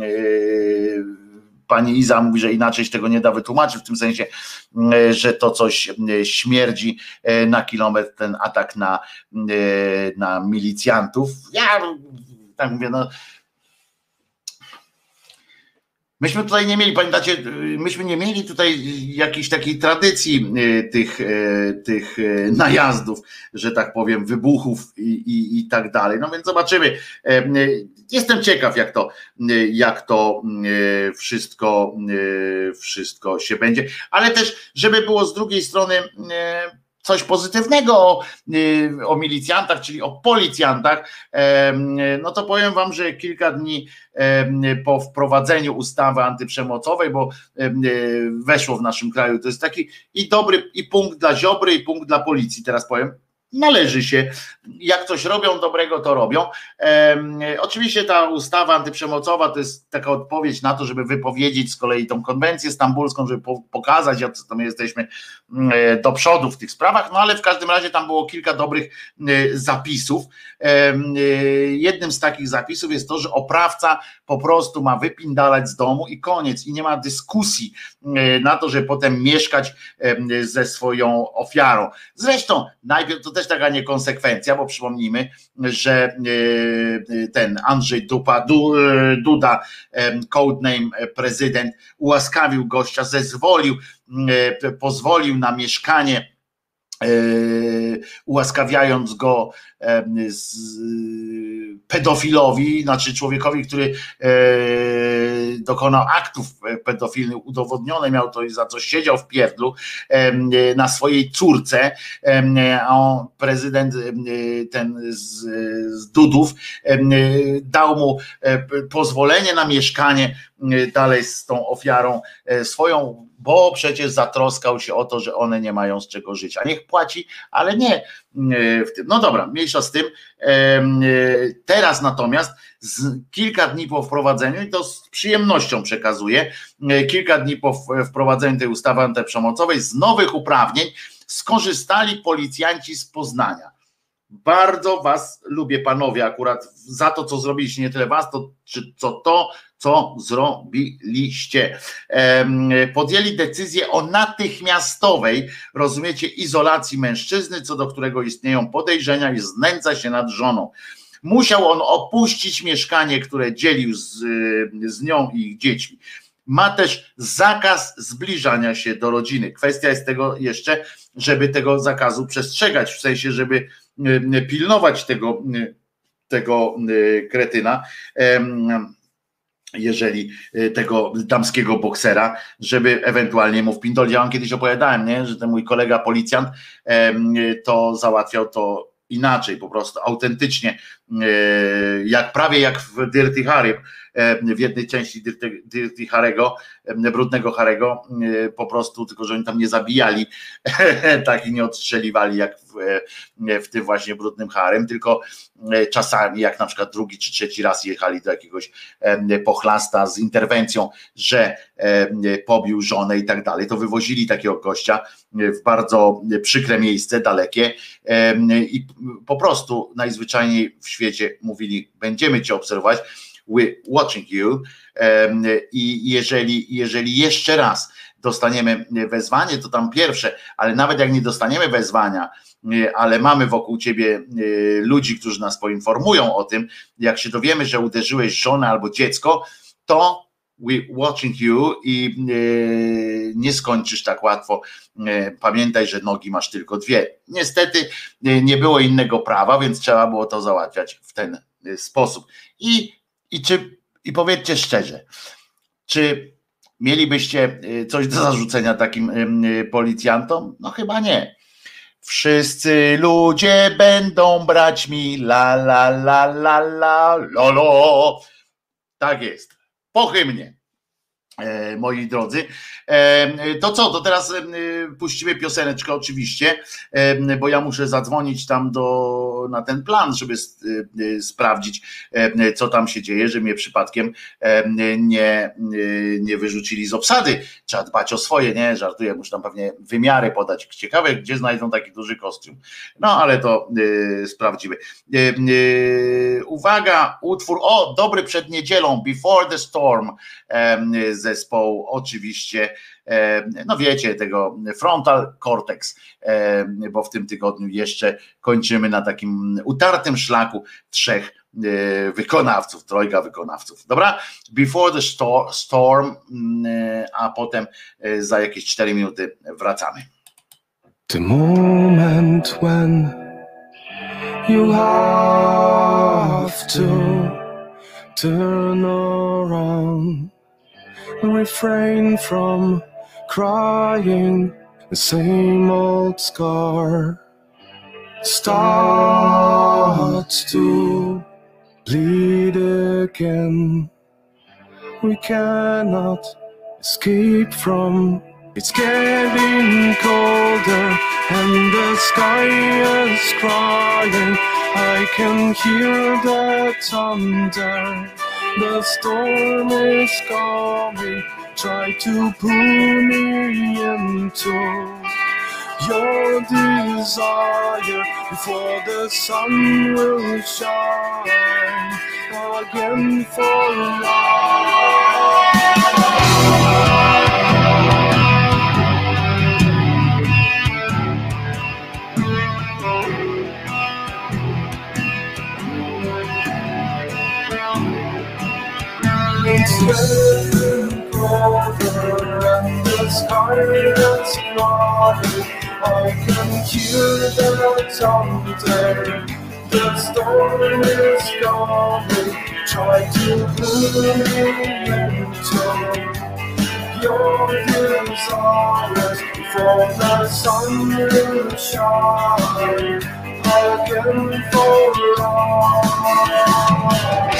Pani Iza mówi, że inaczej się tego nie da wytłumaczyć, w tym sensie, że to coś śmierdzi na kilometr, ten atak na, na milicjantów. Ja tak mówię, no myśmy tutaj nie mieli, pamiętacie, myśmy nie mieli tutaj jakiejś takiej tradycji tych, tych najazdów, że tak powiem, wybuchów i, i, i tak dalej. No więc zobaczymy. Jestem ciekaw, jak to, jak to wszystko, wszystko się będzie, ale też, żeby było z drugiej strony coś pozytywnego o, o milicjantach, czyli o policjantach, no to powiem wam, że kilka dni po wprowadzeniu ustawy antyprzemocowej, bo weszło w naszym kraju, to jest taki i dobry i punkt dla Ziobry, i punkt dla policji, teraz powiem, należy się, jak coś robią dobrego, to robią. Um, oczywiście ta ustawa antyprzemocowa to jest taka odpowiedź na to, żeby wypowiedzieć z kolei tą konwencję stambulską, żeby po, pokazać, jak to my jesteśmy e, do przodu w tych sprawach, no ale w każdym razie tam było kilka dobrych e, zapisów. E, e, jednym z takich zapisów jest to, że oprawca po prostu ma wypindalać z domu i koniec, i nie ma dyskusji e, na to, żeby potem mieszkać e, ze swoją ofiarą. Zresztą najpierw to też taka niekonsekwencja, bo przypomnijmy, że ten Andrzej Dupa, Duda, codename prezydent, ułaskawił gościa, zezwolił, pozwolił na mieszkanie, ułaskawiając go z pedofilowi, znaczy człowiekowi, który dokonał aktów pedofilnych, udowodnione miał to i za coś siedział w pierdlu, na swojej córce, a prezydent ten z, z Dudów dał mu pozwolenie na mieszkanie dalej z tą ofiarą swoją, bo przecież zatroskał się o to, że one nie mają z czego żyć, a niech płaci, ale nie w tym. No dobra, mniejsza z tym. Teraz natomiast z kilka dni po wprowadzeniu, i to z przyjemnością przekazuję, kilka dni po wprowadzeniu tej ustawy antyprzemocowej, z nowych uprawnień skorzystali policjanci z Poznania. Bardzo was lubię, panowie, akurat za to, co zrobiliście, nie tyle was, to czy co to, co zrobiliście. Podjęli decyzję o natychmiastowej, rozumiecie, izolacji mężczyzny, co do którego istnieją podejrzenia i znęca się nad żoną. Musiał on opuścić mieszkanie, które dzielił z, z nią i ich dziećmi. Ma też zakaz zbliżania się do rodziny. Kwestia jest tego jeszcze, żeby tego zakazu przestrzegać, w sensie, żeby pilnować tego, tego kretyna, jeżeli tego damskiego boksera, żeby ewentualnie mu wpindolić. Ja wam kiedyś opowiadałem, nie, że ten mój kolega policjant to załatwiał to inaczej, po prostu autentycznie, jak prawie jak w Dirty Harry, w jednej części Dirty, Dirty Harry'ego, brudnego Harry'ego, po prostu, tylko że oni tam nie zabijali, tak i nie odstrzeliwali jak w, w tym właśnie brudnym Harrym, tylko czasami, jak na przykład drugi czy trzeci raz jechali do jakiegoś pochlasta z interwencją, że pobił żonę i tak dalej, to wywozili takiego gościa w bardzo przykre miejsce, dalekie, i po prostu najzwyczajniej w świecie mówili, będziemy cię obserwować, we're watching you, i jeżeli, jeżeli jeszcze raz dostaniemy wezwanie, to tam pierwsze, ale nawet jak nie dostaniemy wezwania, ale mamy wokół ciebie ludzi, którzy nas poinformują o tym, jak się dowiemy, że uderzyłeś żonę albo dziecko, to we're watching you i nie skończysz tak łatwo. Pamiętaj, że nogi masz tylko dwie. Niestety nie było innego prawa, więc trzeba było to załatwiać w ten sposób. I, i, czy, i powiedzcie szczerze, czy mielibyście coś do zarzucenia takim policjantom? No chyba nie. Wszyscy ludzie będą braćmi, la la la la la lolo. Tak jest. Po hymnie, e, moi drodzy. E, to co, to teraz e, puścimy pioseneczkę oczywiście, e, bo ja muszę zadzwonić tam do, na ten plan, żeby e, sprawdzić, e, co tam się dzieje, że mnie przypadkiem e, nie, e, nie wyrzucili z obsady. Trzeba dbać o swoje, nie? Żartuję, muszę tam pewnie wymiary podać. Ciekawe, gdzie znajdą taki duży kostium. No, ale to e, sprawdzimy. E, e, uwaga, utwór, o, dobry przed niedzielą, Before the Storm, e, zespołu oczywiście, e, no wiecie, tego Frontal Cortex, e, bo w tym tygodniu jeszcze kończymy na takim utartym szlaku trzech e, wykonawców, trojga wykonawców. Dobra? Before the sto- Storm, e, a potem e, za jakieś cztery minuty wracamy. The moment when you have to turn around, refrain from crying, the same old scar starts to bleed again. We cannot escape from it's getting colder and the sky is crying. I can hear the thunder. The storm is coming. Try to pull me into your desire before the sun will shine again for life. It's getting colder and the sky is cloudy. I can hear the thunder. The storm is coming. Try to pull me into your desires before the sun will shine again for life.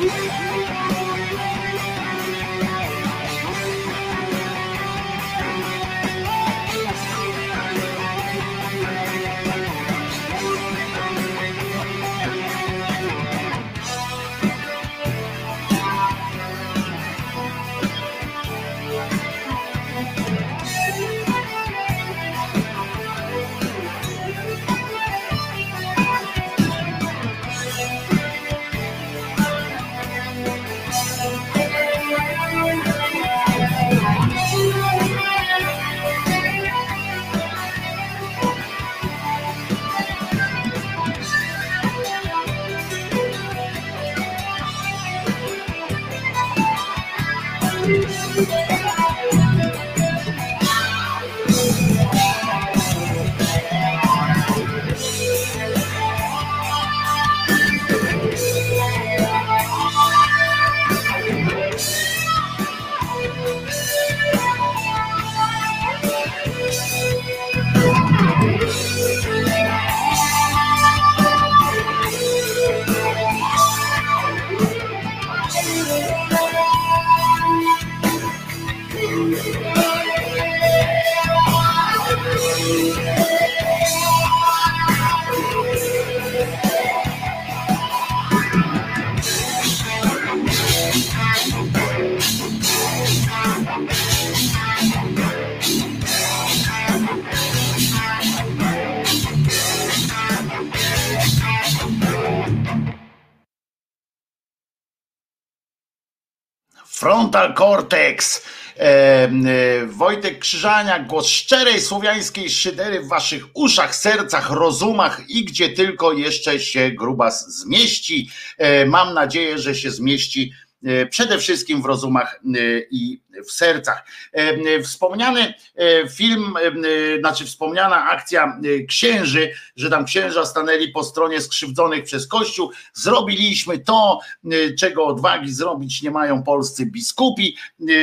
Frontal Cortex, e, e, Wojtek Krzyżaniak, głos szczerej słowiańskiej szydery w waszych uszach, sercach, rozumach i gdzie tylko jeszcze się grubas zmieści. E, mam nadzieję, że się zmieści e, przede wszystkim w rozumach e, i w sercach. E, wspomniany e, film, e, znaczy wspomniana akcja e, księży, że tam księża stanęli po stronie skrzywdzonych przez Kościół. Zrobiliśmy to, e, czego odwagi zrobić nie mają polscy biskupi.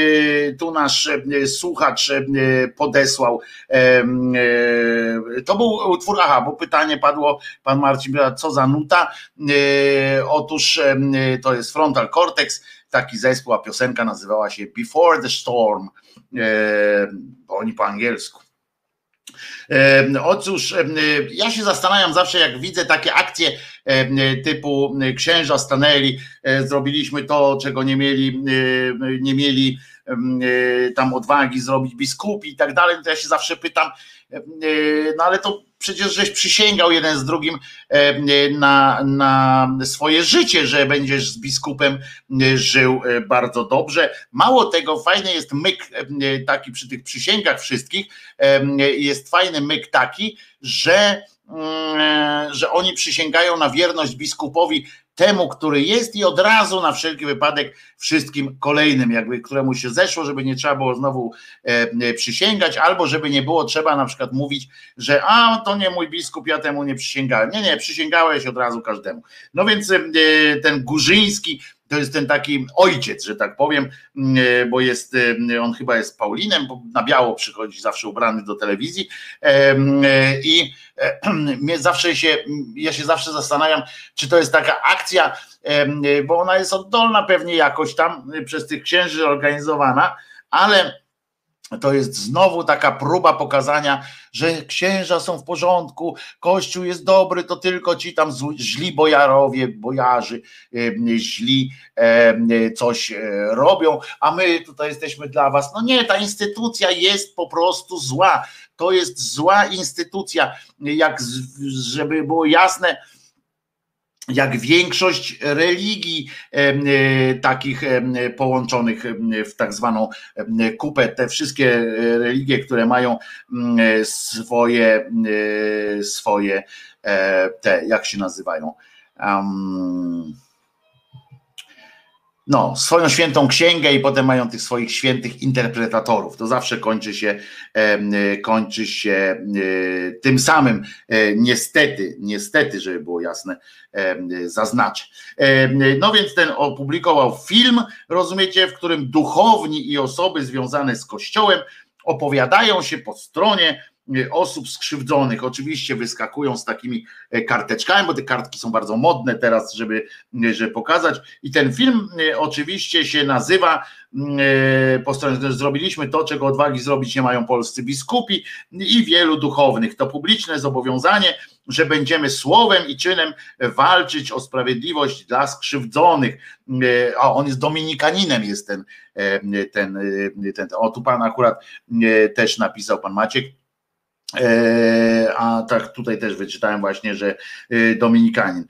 E, tu nasz e, słuchacz e, podesłał. E, e, to był utwór, aha, bo pytanie padło, pan Marcin, co za nuta. E, otóż e, to jest Frontal Cortex, taki zespół, a piosenka nazywała się Before the Storm, e, oni po angielsku. E, otóż e, ja się zastanawiam zawsze, jak widzę takie akcje e, typu księża stanęli, e, zrobiliśmy to, czego nie mieli, e, nie mieli e, tam odwagi zrobić biskupi i tak dalej, to ja się zawsze pytam, e, no ale to przecież żeś przysięgał jeden z drugim na, na swoje życie, że będziesz z biskupem żył bardzo dobrze. Mało tego, fajny jest myk taki przy tych przysięgach wszystkich, jest fajny myk taki, że, że oni przysięgają na wierność biskupowi temu, który jest i od razu na wszelki wypadek wszystkim kolejnym, jakby któremu się zeszło, żeby nie trzeba było znowu e, przysięgać, albo żeby nie było trzeba na przykład mówić, że a to nie mój biskup, ja temu nie przysięgałem. Nie, nie, przysięgałeś od razu każdemu. No więc e, ten Górzyński to jest ten taki ojciec, że tak powiem, bo jest, on chyba jest Paulinem, bo na biało przychodzi zawsze ubrany do telewizji i mnie zawsze się, ja się zawsze zastanawiam, czy to jest taka akcja, bo ona jest oddolna pewnie jakoś tam przez tych księży organizowana, ale to jest znowu taka próba pokazania, że księża są w porządku, Kościół jest dobry, to tylko ci tam źli bojarowie, bojarzy, źli coś robią, a my tutaj jesteśmy dla was. No nie, ta instytucja jest po prostu zła. To jest zła instytucja, jak żeby było jasne, jak większość religii e, takich e, połączonych w tak zwaną e, kupę, te wszystkie religie, które mają e, swoje, e, swoje e, te, jak się nazywają, um, no, swoją świętą księgę i potem mają tych swoich świętych interpretatorów. To zawsze kończy się, e, kończy się e, tym samym, e, niestety, niestety, żeby było jasne, e, zaznaczę. E, no więc ten opublikował film, rozumiecie, w którym duchowni i osoby związane z Kościołem opowiadają się po stronie osób skrzywdzonych. Oczywiście wyskakują z takimi karteczkami, bo te kartki są bardzo modne teraz, żeby, żeby pokazać. I ten film oczywiście się nazywa, po stronie zrobiliśmy to, czego odwagi zrobić nie mają polscy biskupi i wielu duchownych. To publiczne zobowiązanie, że będziemy słowem i czynem walczyć o sprawiedliwość dla skrzywdzonych. A on jest dominikaninem, jest ten, ten, ten, o tu pan akurat też napisał, pan Maciek. A tak tutaj też wyczytałem właśnie, że dominikanin.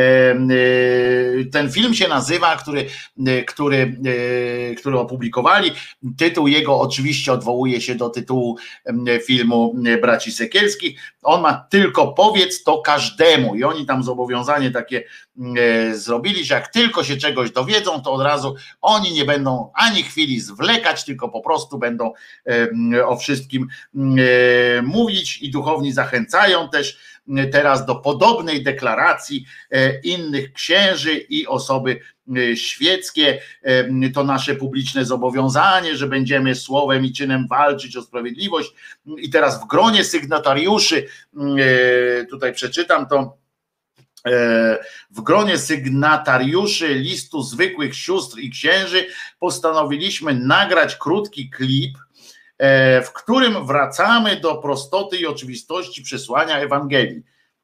Ten film się nazywa, który, który, który opublikowali. Tytuł jego oczywiście odwołuje się do tytułu filmu Braci Sekielskich. On ma tylko powiedz to każdemu i oni tam zobowiązanie takie zrobili, że jak tylko się czegoś dowiedzą, to od razu oni nie będą ani chwili zwlekać, tylko po prostu będą o wszystkim mówić i duchowni zachęcają też teraz do podobnej deklaracji innych księży i osoby świeckie. To nasze publiczne zobowiązanie, że będziemy słowem i czynem walczyć o sprawiedliwość. I teraz w gronie sygnatariuszy, tutaj przeczytam to, w gronie sygnatariuszy listu zwykłych sióstr i księży postanowiliśmy nagrać krótki klip, w którym wracamy do prostoty i oczywistości przesłania Ewangelii.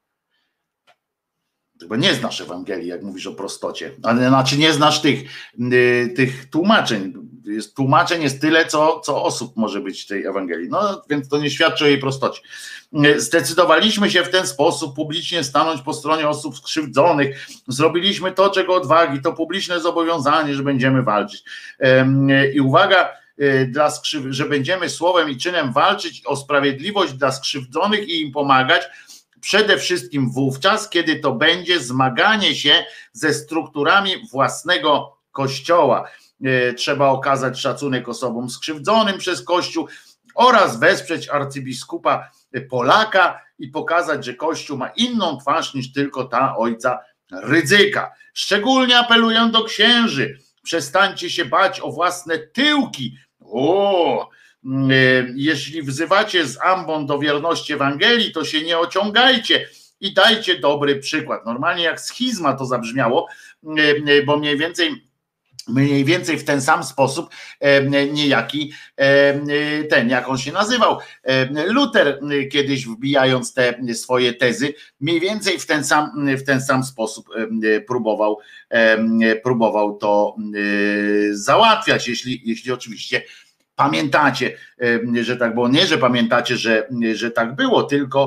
Chyba nie znasz Ewangelii, jak mówisz o prostocie, ale znaczy nie znasz tych, tych tłumaczeń. Jest, tłumaczeń jest tyle, co, co osób może być w tej Ewangelii. No więc to nie świadczy o jej prostocie. Zdecydowaliśmy się w ten sposób publicznie stanąć po stronie osób skrzywdzonych. Zrobiliśmy to, czego odwagi, to publiczne zobowiązanie, że będziemy walczyć. I uwaga, dla skrzyw- że będziemy słowem i czynem walczyć o sprawiedliwość dla skrzywdzonych i im pomagać, przede wszystkim wówczas, kiedy to będzie zmaganie się ze strukturami własnego Kościoła. Trzeba okazać szacunek osobom skrzywdzonym przez Kościół oraz wesprzeć arcybiskupa Polaka i pokazać, że Kościół ma inną twarz niż tylko ta ojca Rydzyka. Szczególnie apeluję do księży, przestańcie się bać o własne tyłki. O, jeśli wzywacie z ambon do wierności Ewangelii, to się nie ociągajcie i dajcie dobry przykład. Normalnie jak schizma to zabrzmiało, bo mniej więcej mniej więcej w ten sam sposób niejaki ten, jak on się nazywał, Luter kiedyś wbijając te swoje tezy, mniej więcej w ten sam, w ten sam sposób próbował, próbował to załatwiać, jeśli, jeśli oczywiście pamiętacie, że tak było, nie, że pamiętacie, że, że tak było, tylko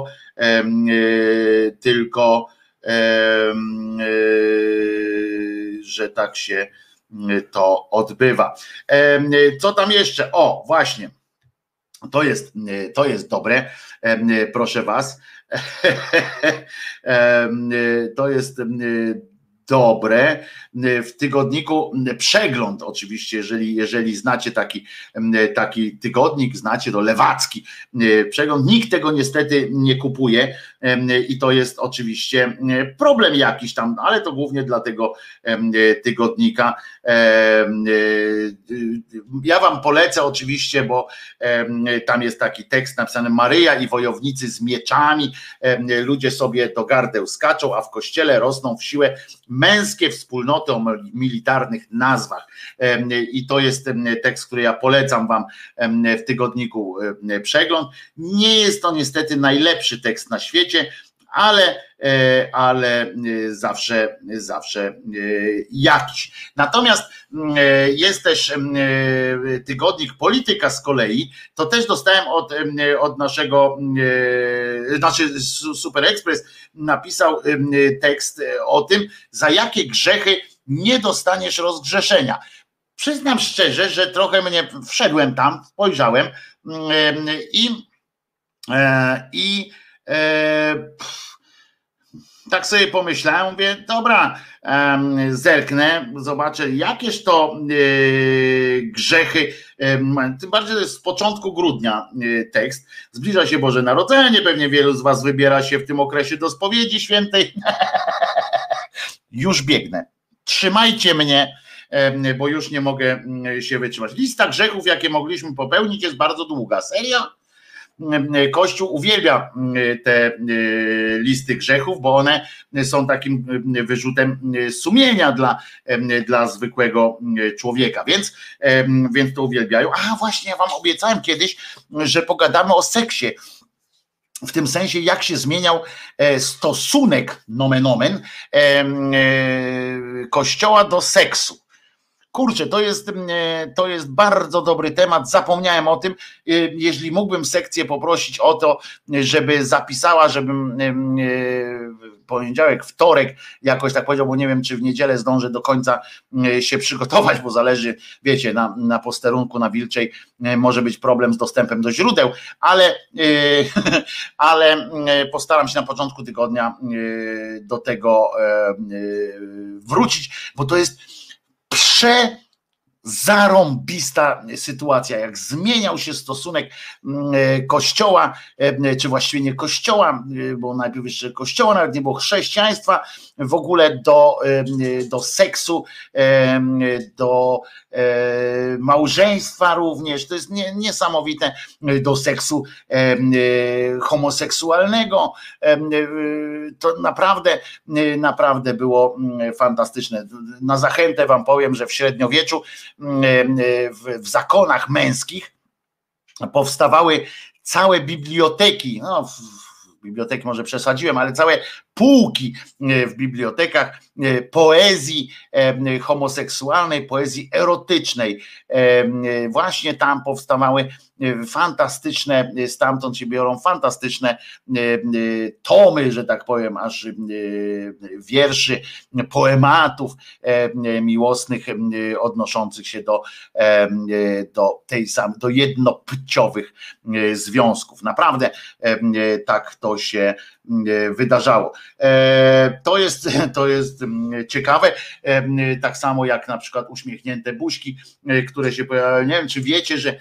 tylko że tak się to odbywa. Co tam jeszcze? O, właśnie. To jest, to jest dobre, proszę was. To jest dobre. W tygodniku Przegląd, oczywiście, jeżeli, jeżeli znacie taki, taki tygodnik, znacie to Lewacki Przegląd, nikt tego niestety nie kupuje i to jest oczywiście problem jakiś tam, ale to głównie dla tego tygodnika. Ja wam polecę oczywiście, bo tam jest taki tekst napisany: Maryja i wojownicy z mieczami, ludzie sobie do gardeł skaczą, a w kościele rosną w siłę męskie wspólnoty o militarnych nazwach. I to jest tekst, który ja polecam wam w tygodniku Przegląd. Nie jest to niestety najlepszy tekst na świecie, ale, ale zawsze, zawsze jakiś. Natomiast jest też tygodnik Polityka z kolei, to też dostałem od, od naszego, znaczy Super Express napisał tekst o tym, za jakie grzechy nie dostaniesz rozgrzeszenia. Przyznam szczerze, że trochę mnie, wszedłem tam, spojrzałem i i pff, tak sobie pomyślałem, mówię, dobra, zerknę, zobaczę, jakież to grzechy, tym bardziej to jest z początku grudnia tekst, zbliża się Boże Narodzenie, pewnie wielu z was wybiera się w tym okresie do spowiedzi świętej. Już biegnę, trzymajcie mnie, bo już nie mogę się wytrzymać. Lista grzechów, jakie mogliśmy popełnić, jest bardzo długa. Serio? Kościół uwielbia te listy grzechów, bo one są takim wyrzutem sumienia dla, dla zwykłego człowieka, więc, więc to uwielbiają. A właśnie, ja wam obiecałem kiedyś, że pogadamy o seksie. W tym sensie, jak się zmieniał stosunek, nomen omen, Kościoła do seksu. Kurczę, to jest, to jest bardzo dobry temat, zapomniałem o tym. Jeśli mógłbym sekcję poprosić o to, żeby zapisała, żebym w poniedziałek, wtorek jakoś tak powiedział, bo nie wiem, czy w niedzielę zdążę do końca się przygotować, bo zależy, wiecie, na, na posterunku, na Wilczej może być problem z dostępem do źródeł, ale, ale postaram się na początku tygodnia do tego wrócić, bo to jest przezarąbista sytuacja, jak zmieniał się stosunek Kościoła, czy właściwie nie Kościoła, bo najpierw jeszcze Kościoła, nawet nie było chrześcijaństwa, w ogóle do, do seksu, do małżeństwa również, to jest niesamowite, do seksu homoseksualnego, to naprawdę, naprawdę było fantastyczne. Na zachętę wam powiem, że w średniowieczu w, w zakonach męskich powstawały całe biblioteki, no biblioteki może przesadziłem, ale całe półki w bibliotekach poezji homoseksualnej, poezji erotycznej. Właśnie tam powstawały fantastyczne, stamtąd się biorą fantastyczne tomy, że tak powiem, aż wierszy, poematów miłosnych odnoszących się do, do tej samej, do jednopłciowych związków. Naprawdę tak to się wydarzało. To jest, to jest ciekawe, tak samo jak na przykład uśmiechnięte buźki, które się pojawiają. Nie wiem, czy wiecie, że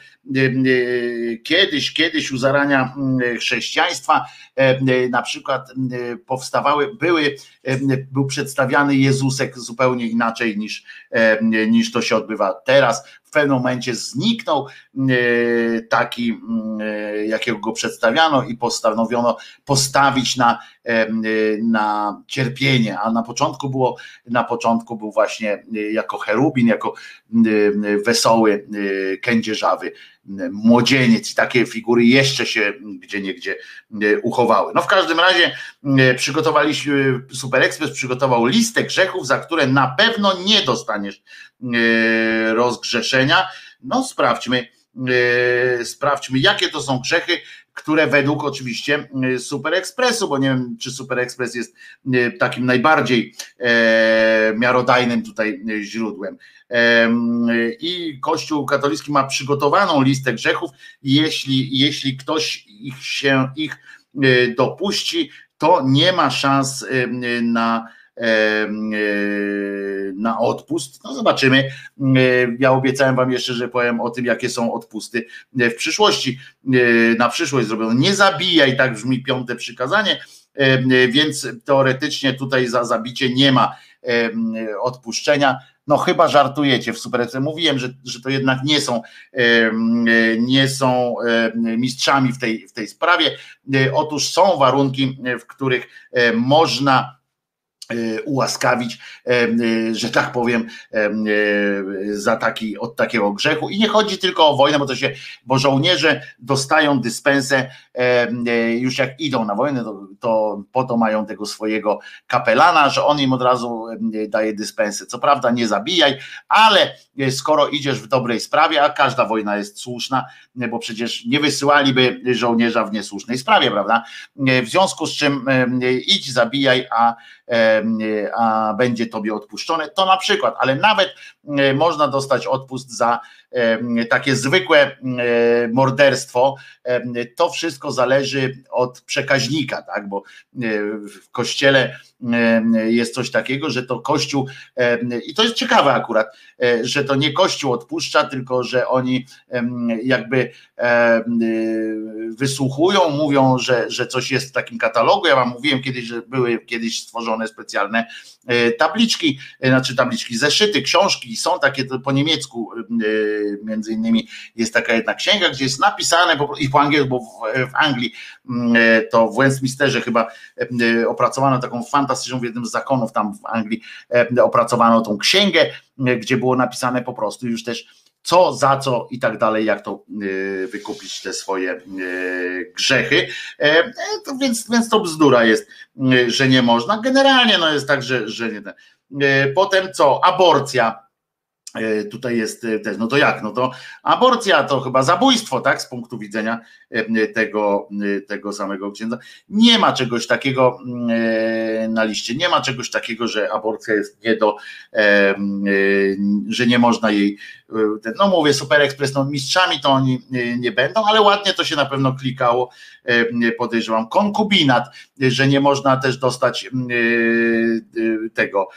kiedyś, kiedyś u zarania chrześcijaństwa na przykład powstawały, były, był przedstawiany Jezusek zupełnie inaczej niż, niż to się odbywa teraz. W pewnym momencie zniknął taki, jakiego go przedstawiano i postanowiono postawić na, na cierpienie, a na początku było, na początku był właśnie jako cherubin, jako wesoły, kędzierzawy młodzieniec i takie figury jeszcze się gdzieniegdzie uchowały. No w każdym razie przygotowaliśmy, Super Express przygotował listę grzechów, za które na pewno nie dostaniesz rozgrzeszenia. No sprawdźmy, sprawdźmy, jakie to są grzechy, które według oczywiście Super Expressu, bo nie wiem, czy Super Express jest takim najbardziej miarodajnym tutaj źródłem. I Kościół katolicki ma przygotowaną listę grzechów i jeśli, jeśli ktoś ich się ich dopuści, to nie ma szans na na odpust. No zobaczymy. Ja obiecałem wam jeszcze, że powiem o tym, jakie są odpusty w przyszłości, na przyszłość zrobione. Nie zabijaj, tak brzmi piąte przykazanie, więc teoretycznie tutaj za zabicie nie ma odpuszczenia. No chyba żartujecie w Super Expressie. Mówiłem, że, że to jednak nie są, nie są mistrzami w tej, w tej sprawie. Otóż są warunki, w których można ułaskawić, że tak powiem, za taki, od takiego grzechu. I nie chodzi tylko o wojnę, bo to się, bo żołnierze dostają dyspensę już jak idą na wojnę, to, to po to mają tego swojego kapelana, że on im od razu daje dyspensę. Co prawda nie zabijaj, ale skoro idziesz w dobrej sprawie, a każda wojna jest słuszna, bo przecież nie wysyłaliby żołnierza w niesłusznej sprawie, prawda? W związku z czym idź, zabijaj, a a będzie tobie odpuszczone, to na przykład, ale nawet można dostać odpust za takie zwykłe morderstwo. To wszystko zależy od przekaźnika, tak? Bo w kościele jest coś takiego, że to Kościół, i to jest ciekawe akurat, że to nie Kościół odpuszcza, tylko że oni jakby wysłuchują, mówią, że, że coś jest w takim katalogu. Ja wam mówiłem kiedyś, że były kiedyś stworzone specjalne tabliczki, znaczy tabliczki, zeszyty, książki, są takie po niemiecku, między innymi jest taka jedna księga, gdzie jest napisane i po angielsku, bo w Anglii to w Westminsterze chyba opracowano taką fantastyczną, w jednym z zakonów tam w Anglii opracowano tą księgę, gdzie było napisane po prostu już też co, za co i tak dalej, jak to wykupić te swoje grzechy, więc, więc to bzdura jest, że nie można. Generalnie no jest tak, że, że nie. Potem co? Aborcja. Tutaj jest też, no to jak? No to aborcja to chyba zabójstwo, tak? Z punktu widzenia tego, tego samego księdza. Nie ma czegoś takiego na liście, nie ma czegoś takiego, że aborcja jest nie do, że nie można jej, no mówię, Super Express, no mistrzami to oni nie będą, ale ładnie to się na pewno klikało, podejrzewam. Konkubinat, że nie można też dostać tego,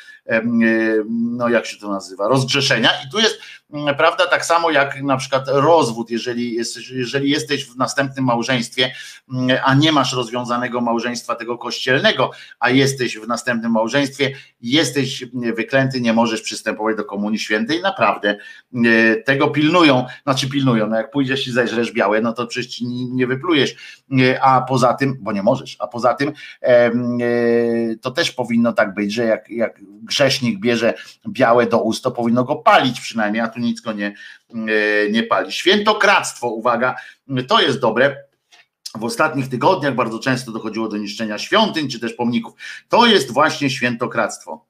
no jak się to nazywa, rozgrzeszenia. I tu jest prawda, tak samo jak na przykład rozwód, jeżeli jesteś, jeżeli jesteś w następnym małżeństwie, a nie masz rozwiązanego małżeństwa tego kościelnego, a jesteś w następnym małżeństwie, jesteś wyklęty, nie możesz przystępować do Komunii Świętej, naprawdę tego pilnują, znaczy pilnują, no jak pójdziesz i zeżresz białe, no to przecież nie wyplujesz, a poza tym, bo nie możesz, a poza tym to też powinno tak być, że jak, jak grzesznik bierze białe do ust, to powinno go palić przynajmniej, a tu nic go nie, nie pali. Świętokradztwo, uwaga, to jest dobre. W ostatnich tygodniach bardzo często dochodziło do niszczenia świątyń czy też pomników. To jest właśnie świętokradztwo.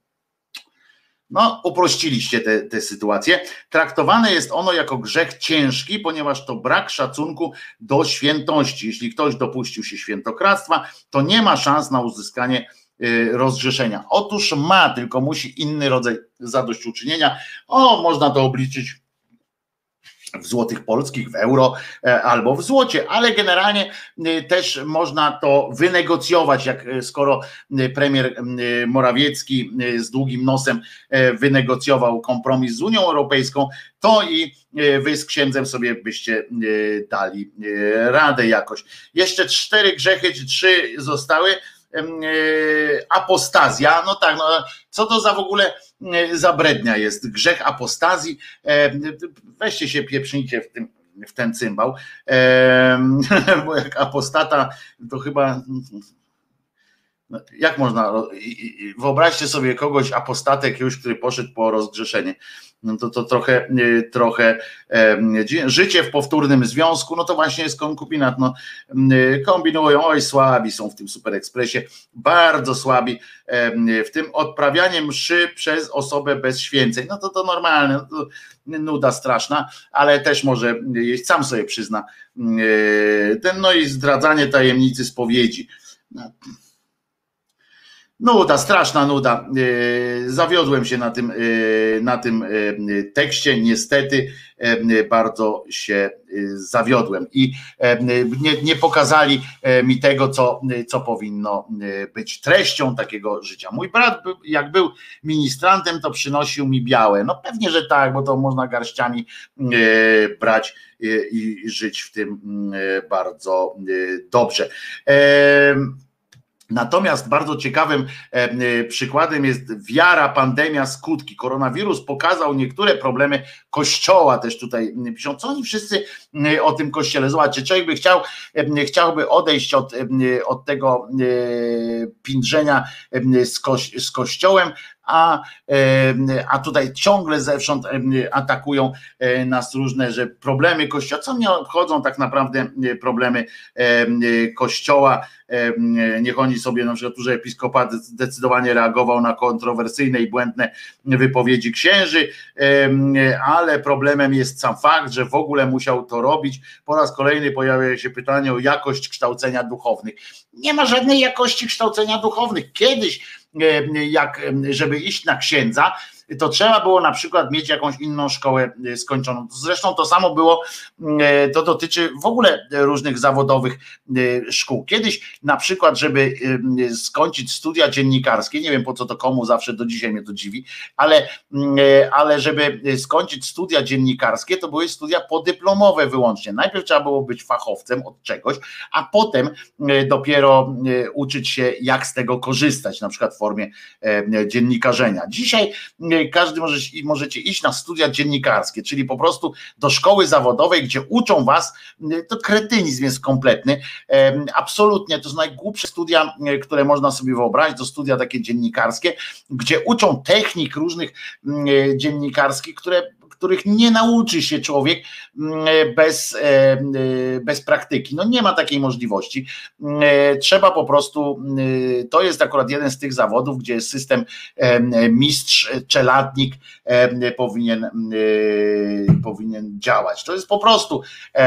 No, uprościliście tę sytuację. Traktowane jest ono jako grzech ciężki, ponieważ to brak szacunku do świętości. Jeśli ktoś dopuścił się świętokradztwa, to nie ma szans na uzyskanie rozgrzeszenia. Otóż ma, tylko musi inny rodzaj zadośćuczynienia. O, można to obliczyć w złotych polskich, w euro albo w złocie, ale generalnie też można to wynegocjować, jak skoro premier Morawiecki z długim nosem wynegocjował kompromis z Unią Europejską, to i wy z księdzem sobie byście dali radę jakoś. Jeszcze cztery grzechy, czy trzy zostały. Apostazja, no tak, no co to za w ogóle za brednia jest, grzech apostazji, weźcie się pieprznijcie w tym, w ten cymbał, bo jak apostata to chyba, jak można, wyobraźcie sobie kogoś, apostatę jakiegoś, który poszedł po rozgrzeszenie, no to to trochę, trochę życie w powtórnym związku, no to właśnie jest konkubinat, no kombinują, oj słabi są w tym Super Expressie, bardzo słabi w tym odprawianie mszy przez osobę bez święceń, no to to normalne, no to nuda straszna, ale też może jeść, sam sobie przyzna, ten, no i zdradzanie tajemnicy spowiedzi. No. Nuda, straszna nuda. Zawiodłem się na tym, na tym tekście, niestety bardzo się zawiodłem i nie, nie pokazali mi tego, co, co powinno być treścią takiego życia. Mój brat, jak był ministrantem, to przynosił mi białe. No pewnie, że tak, bo to można garściami brać i żyć w tym bardzo dobrze. Natomiast bardzo ciekawym przykładem jest wiara, pandemia, skutki. Koronawirus pokazał niektóre problemy Kościoła, też tutaj piszą, co oni wszyscy o tym Kościele. Zobaczcie, człowiek by chciał, chciałby odejść od, od tego pindrzenia z, koś, z Kościołem, a, a tutaj ciągle zewsząd atakują nas różne, że problemy Kościoła, co mnie obchodzą tak naprawdę problemy Kościoła, niech oni sobie, na przykład tu, że episkopat zdecydowanie reagował na kontrowersyjne i błędne wypowiedzi księży, ale problemem jest sam fakt, że w ogóle musiał to robić. Po raz kolejny pojawia się pytanie o jakość kształcenia duchownych. Nie ma żadnej jakości kształcenia duchownych. Kiedyś, jak żeby iść na księdza, to trzeba było na przykład mieć jakąś inną szkołę skończoną. Zresztą to samo było, to dotyczy w ogóle różnych zawodowych szkół. Kiedyś na przykład, żeby skończyć studia dziennikarskie, nie wiem po co to komu, zawsze do dzisiaj mnie to dziwi, ale, ale żeby skończyć studia dziennikarskie, to były studia podyplomowe wyłącznie. Najpierw trzeba było być fachowcem od czegoś, a potem dopiero uczyć się, jak z tego korzystać, na przykład w formie dziennikarzenia. Dzisiaj każdy może, możecie iść na studia dziennikarskie, czyli po prostu do szkoły zawodowej, gdzie uczą was, to kretynizm jest kompletny, absolutnie, to są najgłupsze studia, które można sobie wyobrazić, to studia takie dziennikarskie, gdzie uczą technik różnych dziennikarskich, które których nie nauczy się człowiek bez, bez praktyki. No nie ma takiej możliwości. Trzeba po prostu, to jest akurat jeden z tych zawodów, gdzie system mistrz, czeladnik powinien, powinien działać. To jest po prostu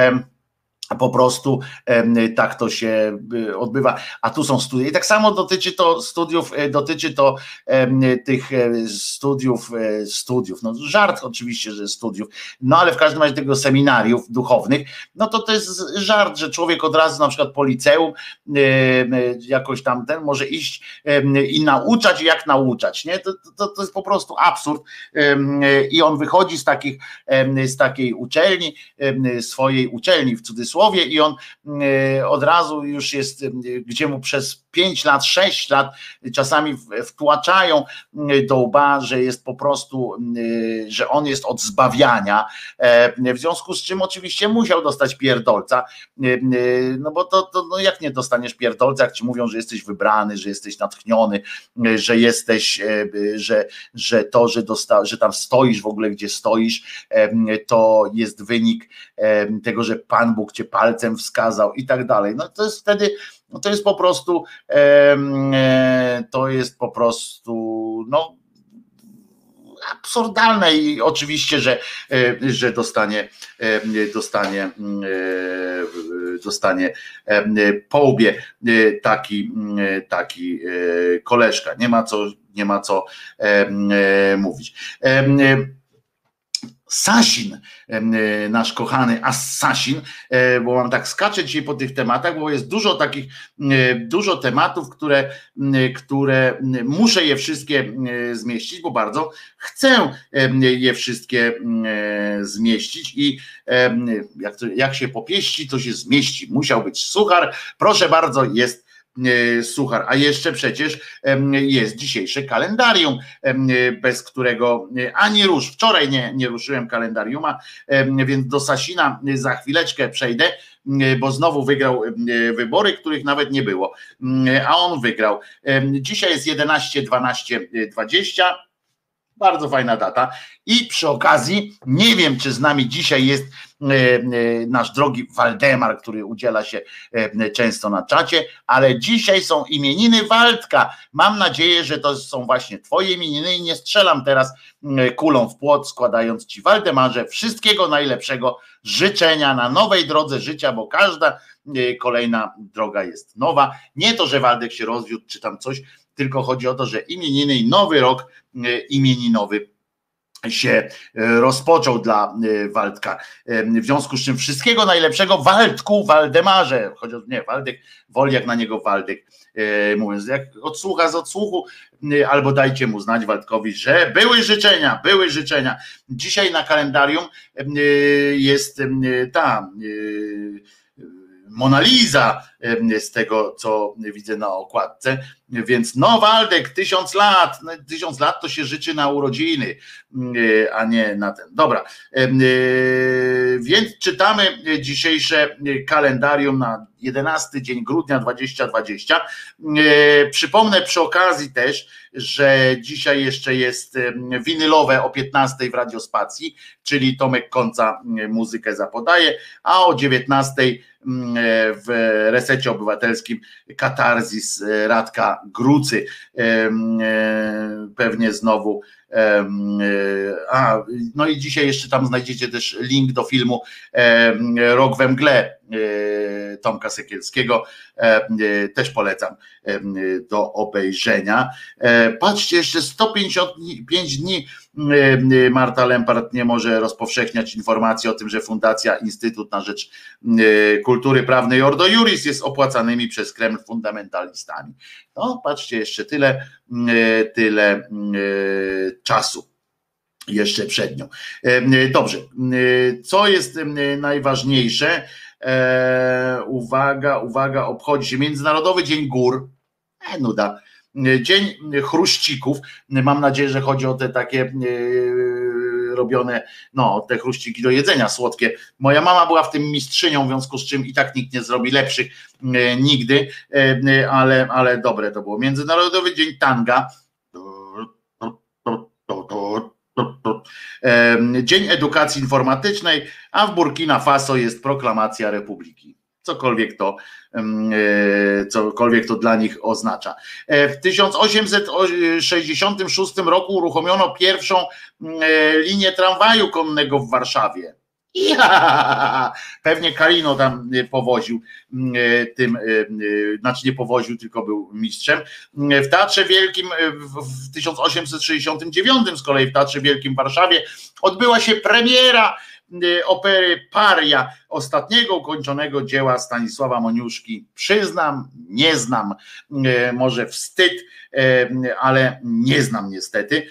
po prostu tak to się odbywa, a tu są studia. I tak samo dotyczy to studiów, dotyczy to tych studiów, studiów, no żart oczywiście, że studiów, no ale w każdym razie tego seminariów duchownych, no to to jest żart, że człowiek od razu na przykład po liceum jakoś tam ten może iść i nauczać, jak nauczać, nie? To, to, to jest po prostu absurd i on wychodzi z takich, z takiej uczelni, swojej uczelni w cudzysłowie, i on od razu już jest, gdzie mu przez pięć lat, sześć lat czasami wtłaczają do łba, że jest po prostu, że on jest od zbawiania, w związku z czym oczywiście musiał dostać pierdolca, no bo to, to no jak nie dostaniesz pierdolca, jak ci mówią, że jesteś wybrany, że jesteś natchniony, że jesteś, że, że to, że, dosta, że tam stoisz w ogóle, gdzie stoisz, to jest wynik tego, że Pan Bóg cię palcem wskazał i tak dalej. No to jest wtedy, no to jest po prostu, e, to jest po prostu, no absurdalne i oczywiście, że, że dostanie, dostanie, dostanie po łbie taki, taki koleżka. Nie ma co, nie ma co mówić. Sasin, nasz kochany Assasin, bo mam tak skaczę dzisiaj po tych tematach, bo jest dużo takich, dużo tematów, które, które muszę je wszystkie zmieścić, bo bardzo chcę je wszystkie zmieścić i jak, to, jak się popieści, to się zmieści. Musiał być suchar, proszę bardzo, jest suchar, a jeszcze przecież jest dzisiejsze kalendarium, bez którego ani rusz, wczoraj nie, nie ruszyłem kalendariuma, więc do Sasina za chwileczkę przejdę, bo znowu wygrał wybory, których nawet nie było, a on wygrał. Dzisiaj jest jedenaście, dwanaście, dwadzieścia, bardzo fajna data i przy okazji nie wiem, czy z nami dzisiaj jest nasz drogi Waldemar, który udziela się często na czacie, ale dzisiaj są imieniny Waldka. Mam nadzieję, że to są właśnie twoje imieniny i nie strzelam teraz kulą w płot, składając ci, Waldemarze, wszystkiego najlepszego, życzenia na nowej drodze życia, bo każda kolejna droga jest nowa. Nie to, że Waldek się rozwiódł czy tam coś, tylko chodzi o to, że imieniny i nowy rok imieninowy się rozpoczął dla Waldka. W związku z czym wszystkiego najlepszego Waldku, Waldemarze, chociaż nie, Waldek woli jak na niego Waldek, mówiąc, jak odsłucha z odsłuchu, albo dajcie mu znać Waldkowi, że były życzenia, były życzenia. Dzisiaj na kalendarium jest ta Mona Lisa, z tego co widzę na okładce, więc no Waldek, tysiąc lat, tysiąc lat to się życzy na urodziny, a nie na ten. Dobra, więc czytamy dzisiejsze kalendarium na jedenasty dzień grudnia dwudziestego dwudziestego. Przypomnę przy okazji też, że dzisiaj jeszcze jest winylowe o piętnastej w Radiospacji, czyli Tomek Końca muzykę zapodaje, a o dziewiętnastej w Resecie Obywatelskim Katarzis Radka Grucy. Pewnie znowu. A, no i dzisiaj jeszcze tam znajdziecie też link do filmu Rok we mgle Tomka Sekielskiego, też polecam do obejrzenia. Patrzcie, jeszcze sto pięćdziesiąt pięć dni Marta Lempart nie może rozpowszechniać informacji o tym, że Fundacja Instytut na Rzecz Kultury Prawnej Ordo Iuris jest opłacanymi przez Kreml fundamentalistami. No, patrzcie, jeszcze tyle, tyle czasu jeszcze przed nią. Dobrze, co jest najważniejsze? Uwaga, uwaga, obchodzi się Międzynarodowy Dzień Gór. E, nuda. Dzień chruścików. Mam nadzieję, że chodzi o te takie robione, no, te chruściki do jedzenia słodkie. Moja mama była w tym mistrzynią, w związku z czym i tak nikt nie zrobi lepszych nigdy, ale, ale dobre to było. Międzynarodowy Dzień Tanga. Dzień Edukacji Informatycznej, a w Burkina Faso jest proklamacja Republiki. Cokolwiek to, cokolwiek to dla nich oznacza. W tysiąc osiemset sześćdziesiątym szóstym roku uruchomiono pierwszą linię tramwaju konnego w Warszawie. Ja, pewnie Kalino tam powoził tym, znaczy nie powoził, tylko był mistrzem. W Teatrze Wielkim w tysiąc osiemset sześćdziesiątym dziewiątym z kolei w Teatrze Wielkim w Warszawie odbyła się premiera opery Paria, ostatniego ukończonego dzieła Stanisława Moniuszki. Przyznam, nie znam, może wstyd, ale nie znam niestety.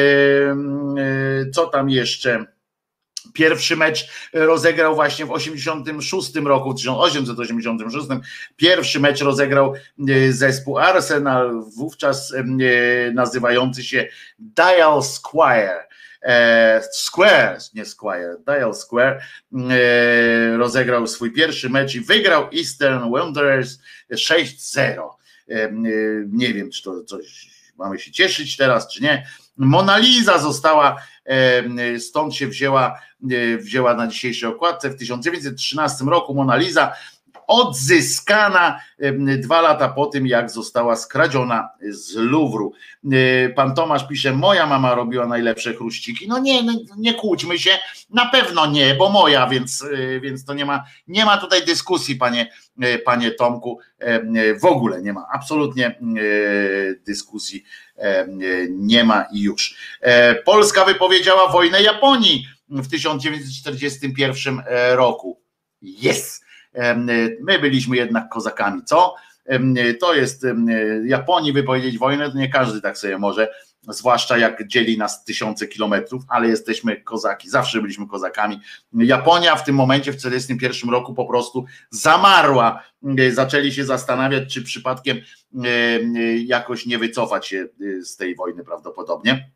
Co tam jeszcze? Pierwszy mecz rozegrał właśnie w osiemdziesiątym szóstym roku, w tysiąc osiemset osiemdziesiątym szóstym. Pierwszy mecz rozegrał zespół Arsenal, wówczas nazywający się Dial Square. Square, nie Squire, Dial Square, rozegrał swój pierwszy mecz i wygrał Eastern Wanderers sześć zero. Nie wiem, czy to coś mamy się cieszyć teraz, czy nie. Mona Lisa została, stąd się wzięła, wzięła na dzisiejszej okładce. W tysiąc dziewięćset trzynastym roku Mona Lisa odzyskana dwa lata po tym, jak została skradziona z Luwru. Pan Tomasz pisze, moja mama robiła najlepsze chruściki. No nie, nie kłóćmy się, na pewno nie, bo moja, więc, więc to nie ma, nie ma tutaj dyskusji, panie, panie Tomku, w ogóle nie ma, absolutnie dyskusji nie ma i już. Polska wypowiedziała wojnę Japonii w tysiąc dziewięćset czterdziestym pierwszym roku. Jest! My byliśmy jednak kozakami, co? To jest Japonii wypowiedzieć wojnę, to nie każdy tak sobie może, zwłaszcza jak dzieli nas tysiące kilometrów, ale jesteśmy kozaki, zawsze byliśmy kozakami. Japonia w tym momencie w czterdziestym pierwszym roku po prostu zamarła. Zaczęli się zastanawiać, czy przypadkiem jakoś nie wycofać się z tej wojny prawdopodobnie.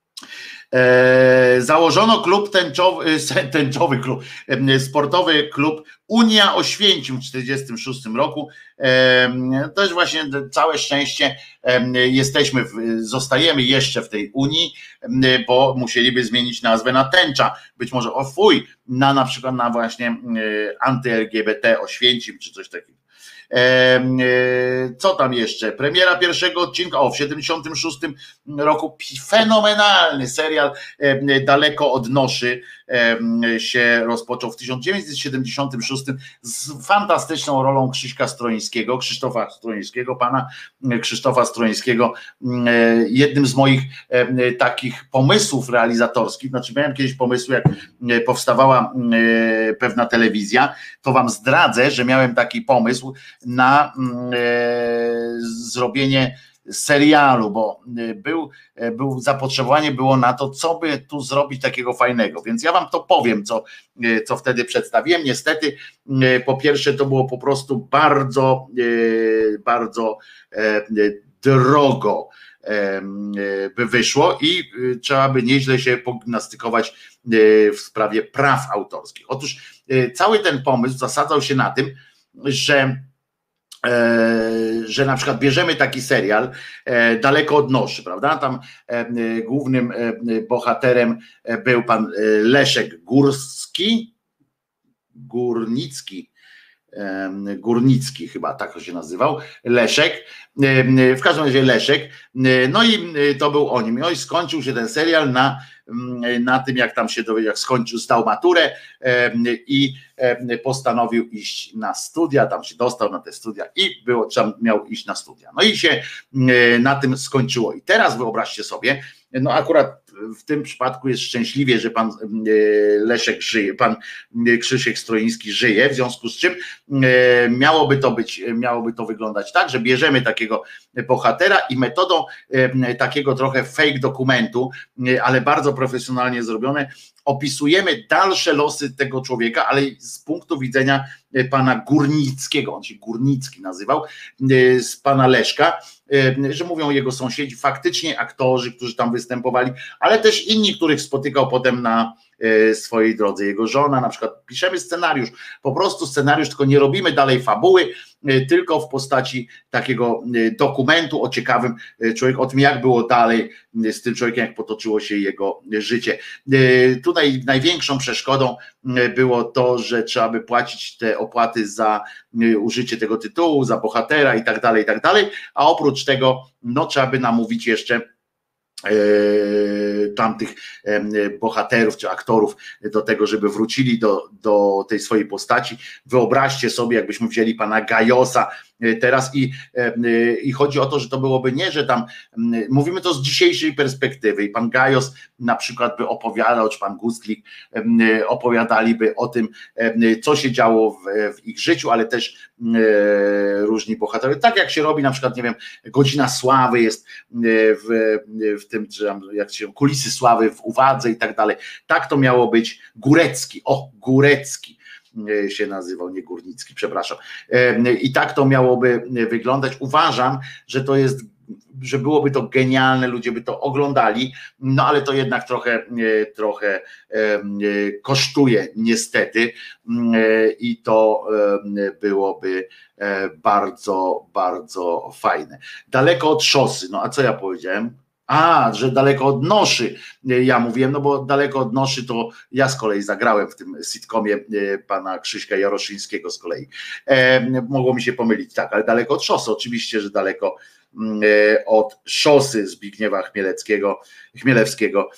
E, założono klub tęczowy, tęczowy klub, sportowy klub Unia Oświęcim w czterdziestym szóstym roku. E, też właśnie całe szczęście e, jesteśmy, w, zostajemy jeszcze w tej Unii, e, bo musieliby zmienić nazwę na tęcza. Być może o fuj, na na przykład na właśnie e, anty-L G B T Oświęcim czy coś takiego. Co tam jeszcze? Premiera pierwszego odcinka, o w siedemdziesiątym szóstym roku fenomenalny serial Daleko od Noszy się rozpoczął w tysiąc dziewięćset siedemdziesiątym szóstym z fantastyczną rolą Krzyśka Stroińskiego, Krzysztofa Stroińskiego, pana Krzysztofa Stroińskiego, jednym z moich takich pomysłów realizatorskich, znaczy miałem kiedyś pomysł, jak powstawała pewna telewizja, to wam zdradzę, że miałem taki pomysł na zrobienie serialu, bo był, był zapotrzebowanie było na to, co by tu zrobić takiego fajnego, więc ja wam to powiem, co, co wtedy przedstawiłem. Niestety po pierwsze to było po prostu bardzo bardzo drogo by wyszło i trzeba by nieźle się pogimnastykować w sprawie praw autorskich. Otóż cały ten pomysł zasadzał się na tym, że że na przykład bierzemy taki serial Daleko od Noszy, prawda? Tam głównym bohaterem był pan Leszek Górski, Górnicki, Górnicki chyba, tak to się nazywał, Leszek, w każdym razie Leszek, no i to był o nim, no i skończył się ten serial na, na tym, jak tam się dowiedział, jak skończył, zdał maturę i postanowił iść na studia, tam się dostał na te studia i było, tam miał iść na studia, no i się na tym skończyło i teraz wyobraźcie sobie, no akurat w tym przypadku jest szczęśliwie, że pan Leszek żyje, pan Krzysiek Stroiński żyje, w związku z czym miałoby to być, miałoby to wyglądać tak, że bierzemy takiego bohatera i metodą takiego trochę fake dokumentu, ale bardzo profesjonalnie zrobione, opisujemy dalsze losy tego człowieka, ale z punktu widzenia pana Górnickiego, on się Górnicki nazywał, z pana Leszka, że mówią jego sąsiedzi, faktycznie aktorzy, którzy tam występowali, ale też inni, których spotykał potem na swojej drodze. Jego żona, na przykład piszemy scenariusz, po prostu scenariusz, tylko nie robimy dalej fabuły, tylko w postaci takiego dokumentu o ciekawym człowieku, o tym jak było dalej z tym człowiekiem, jak potoczyło się jego życie. Tutaj największą przeszkodą było to, że trzeba by płacić te opłaty za użycie tego tytułu, za bohatera i tak dalej, i tak dalej, a oprócz tego no trzeba by namówić jeszcze tamtych bohaterów czy aktorów do tego, żeby wrócili do, do tej swojej postaci. Wyobraźcie sobie, jakbyśmy wzięli pana Gajosa teraz i, i chodzi o to, że to byłoby nie, że tam mówimy to z dzisiejszej perspektywy i pan Gajos na przykład by opowiadał, czy pan Gustlik opowiadaliby o tym, co się działo w, w ich życiu, ale też różni bohaterowie, tak jak się robi na przykład, nie wiem, Godzina Sławy jest w, w tym, czy jak się kulisy sławy w Uwadze i tak dalej, tak to miało być. Górecki, o Górecki się nazywał, nie Górnicki, przepraszam. I tak to miałoby wyglądać. Uważam, że to jest, że byłoby to genialne, ludzie by to oglądali, no ale to jednak trochę, trochę kosztuje niestety i to byłoby bardzo, bardzo fajne. Daleko od szosy, no a co ja powiedziałem? A, że daleko od noszy, ja mówiłem, no bo daleko od noszy to ja z kolei zagrałem w tym sitcomie pana Krzyśka Jaroszyńskiego z kolei. E, mogło mi się pomylić, tak, ale daleko od szosy, oczywiście, że daleko od szosy Zbigniewa Chmieleckiego, Chmielewskiego,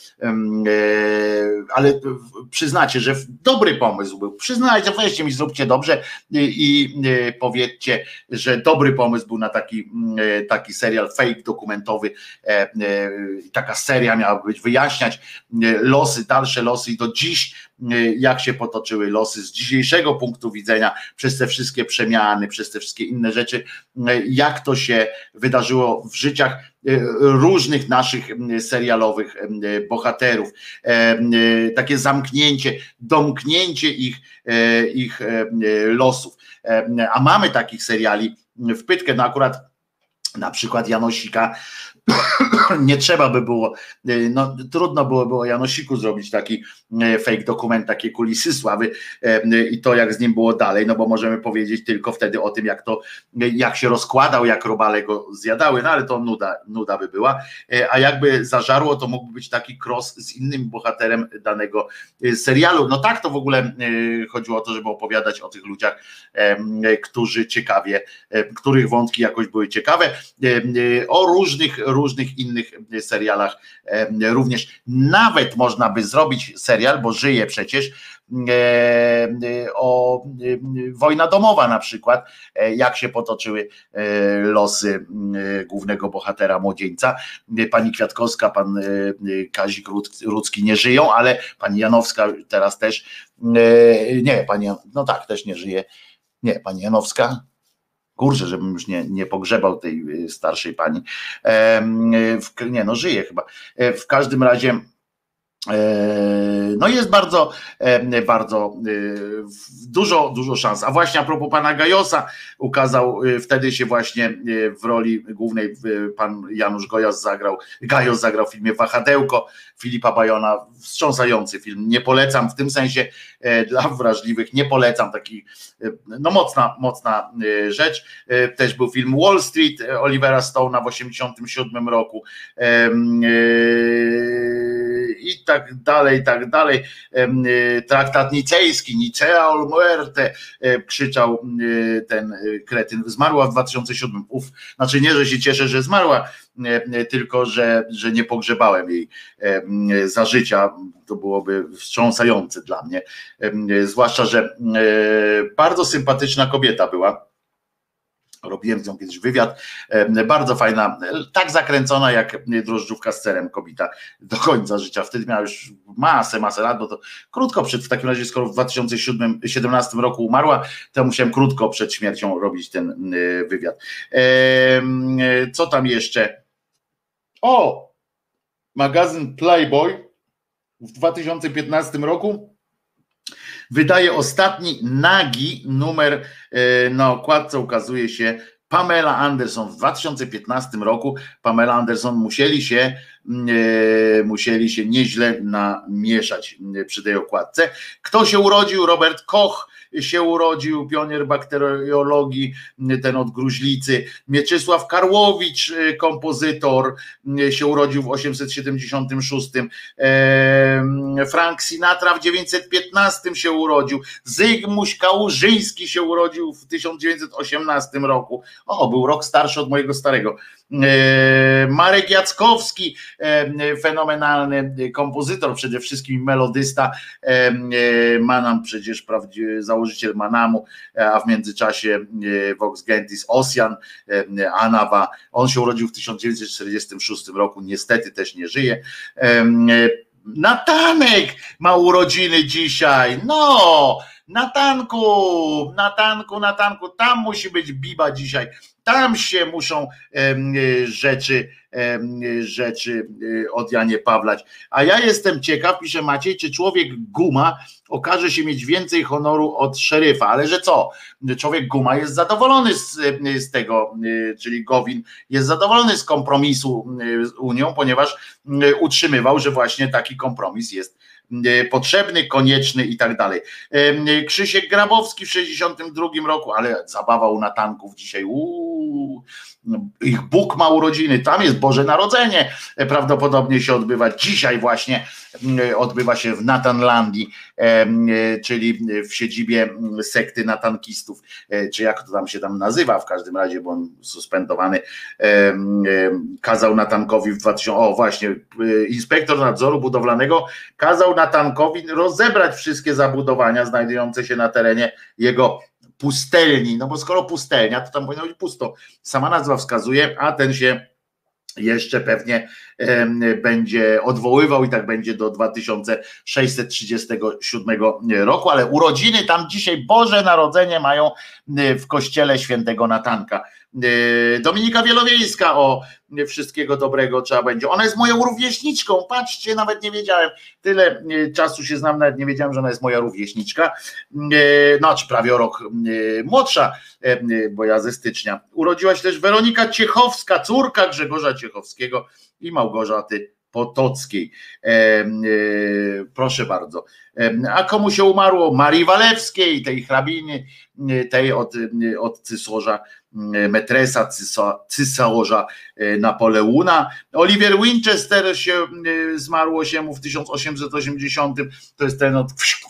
ale przyznacie, że dobry pomysł był, przyznajcie, weźcie mi, zróbcie dobrze i powiedzcie, że dobry pomysł był na taki, taki serial fake dokumentowy, taka seria miała być, wyjaśniać losy, dalsze losy i do dziś jak się potoczyły losy z dzisiejszego punktu widzenia, przez te wszystkie przemiany, przez te wszystkie inne rzeczy, jak to się wydarzyło w życiach różnych naszych serialowych bohaterów, takie zamknięcie, domknięcie ich, ich losów, a mamy takich seriali w pytkę, no akurat na przykład Janosika nie trzeba by było, no trudno byłoby o Janosiku zrobić taki fake dokument, takie kulisy sławy i to jak z nim było dalej, no bo możemy powiedzieć tylko wtedy o tym, jak to, jak się rozkładał, jak robale go zjadały, no ale to nuda, nuda by była, a jakby zażarło, to mógłby być taki cross z innym bohaterem danego serialu. No tak to w ogóle chodziło o to, żeby opowiadać o tych ludziach, którzy ciekawie, których wątki jakoś były ciekawe, o różnych, różnych innych serialach również. Nawet można by zrobić serial, bo żyje przecież, o Wojna domowa na przykład, jak się potoczyły losy głównego bohatera młodzieńca. Pani Kwiatkowska, pan Kazik Rudzki nie żyją, ale pani Janowska teraz też nie, pani, no tak, też nie żyje. Nie, pani Janowska, kurczę, żebym już nie, nie pogrzebał tej starszej pani. W, nie, no żyje chyba. W każdym razie no jest bardzo, bardzo dużo, dużo szans. A właśnie a propos pana Gajosa, ukazał, wtedy się właśnie w roli głównej pan Janusz Gojas zagrał, Gajos zagrał w filmie Wahadełko Filipa Bajona, wstrząsający film, nie polecam, w tym sensie dla wrażliwych, nie polecam, taki no mocna, mocna rzecz. Też był film Wall Street Olivera Stone'a w osiemdziesiątym siódmym roku i tak dalej, i tak dalej. Traktat nicejski, Nicea ol muerte, krzyczał ten kretyn. Zmarła w dwa tysiące siódmym. Uf, znaczy nie, że się cieszę, że zmarła, tylko że, że nie pogrzebałem jej za życia. To byłoby wstrząsające dla mnie. Zwłaszcza, że bardzo sympatyczna kobieta była. Robiłem z nią kiedyś wywiad, bardzo fajna, tak zakręcona jak drożdżówka z serem kobieta do końca życia. Wtedy miała już masę, masę lat, bo to krótko przed, w takim razie skoro w dwa tysiące siedemnastym roku umarła, to musiałem krótko przed śmiercią robić ten wywiad. Co tam jeszcze? O! Magazyn Playboy w dwa tysiące piętnastym roku wydaje ostatni nagi numer, na okładce ukazuje się Pamela Anderson. W dwa tysiące piętnastym roku Pamela Anderson musieli się musieli się nieźle namieszać przy tej okładce. Kto się urodził? Robert Koch się urodził, pionier bakteriologii, ten od Gruźlicy. Mieczysław Karłowicz, kompozytor, się urodził w osiemset siedemdziesiątym szóstym. Frank Sinatra w dziewięćset piętnastym się urodził. Zygmuś Kałużyński się urodził w tysiąc dziewięćset osiemnastym roku. O, był rok starszy od mojego starego. Marek Jackowski, fenomenalny kompozytor, przede wszystkim melodysta, Manam przecież prawdziwy założyciel Manamu, a w międzyczasie Vox Gentis Ossian, Anawa, on się urodził w tysiąc dziewięćset czterdziestym szóstym roku, niestety też nie żyje. Natanek ma urodziny dzisiaj, no, Natanku, Natanku, Natanku, tam musi być biba dzisiaj. Tam się muszą um, rzeczy, um, rzeczy od Janie Pawlać. A ja jestem ciekaw, pisze Maciej, czy człowiek guma okaże się mieć więcej honoru od szeryfa. Ale że co? Człowiek guma jest zadowolony z, z tego, czyli Gowin jest zadowolony z kompromisu z Unią, ponieważ utrzymywał, że właśnie taki kompromis jest potrzebny, konieczny i tak dalej. Krzysiek Grabowski w sześćdziesiątym drugim roku, ale zabawa u Natanków dzisiaj. Uuu, ich Bóg ma urodziny, tam jest Boże Narodzenie, prawdopodobnie się odbywa dzisiaj właśnie, odbywa się w Natanlandii, czyli w siedzibie sekty natankistów, czy jak to tam się tam nazywa, w każdym razie, bo on suspendowany kazał Natankowi w dwa tysiące, o właśnie, inspektor nadzoru budowlanego kazał Natankowi rozebrać wszystkie zabudowania znajdujące się na terenie jego pustelni, no bo skoro pustelnia, to tam powinno być pusto. Sama nazwa wskazuje, a ten się jeszcze pewnie będzie odwoływał i tak będzie do dwa tysiące sześćset trzydziestego siódmego roku, ale urodziny tam dzisiaj, Boże Narodzenie mają w kościele świętego Natanka. Dominika Wielowiejska, o, wszystkiego dobrego trzeba będzie. Ona jest moją rówieśniczką, patrzcie, nawet nie wiedziałem, tyle czasu się znam, nawet nie wiedziałem, że ona jest moja rówieśniczka, no czy prawie o rok młodsza, bo ja ze stycznia. Urodziła się też Weronika Ciechowska, córka Grzegorza Ciechowskiego i Małgorzaty Potockiej. E, e, proszę bardzo. E, a komu się umarło? Marii Walewskiej, tej hrabiny, tej od, od cysarza Metresa, cysarza Napoleona. Oliver Winchester się zmarło się mu w tysiąc osiemset osiemdziesiątym, to jest ten od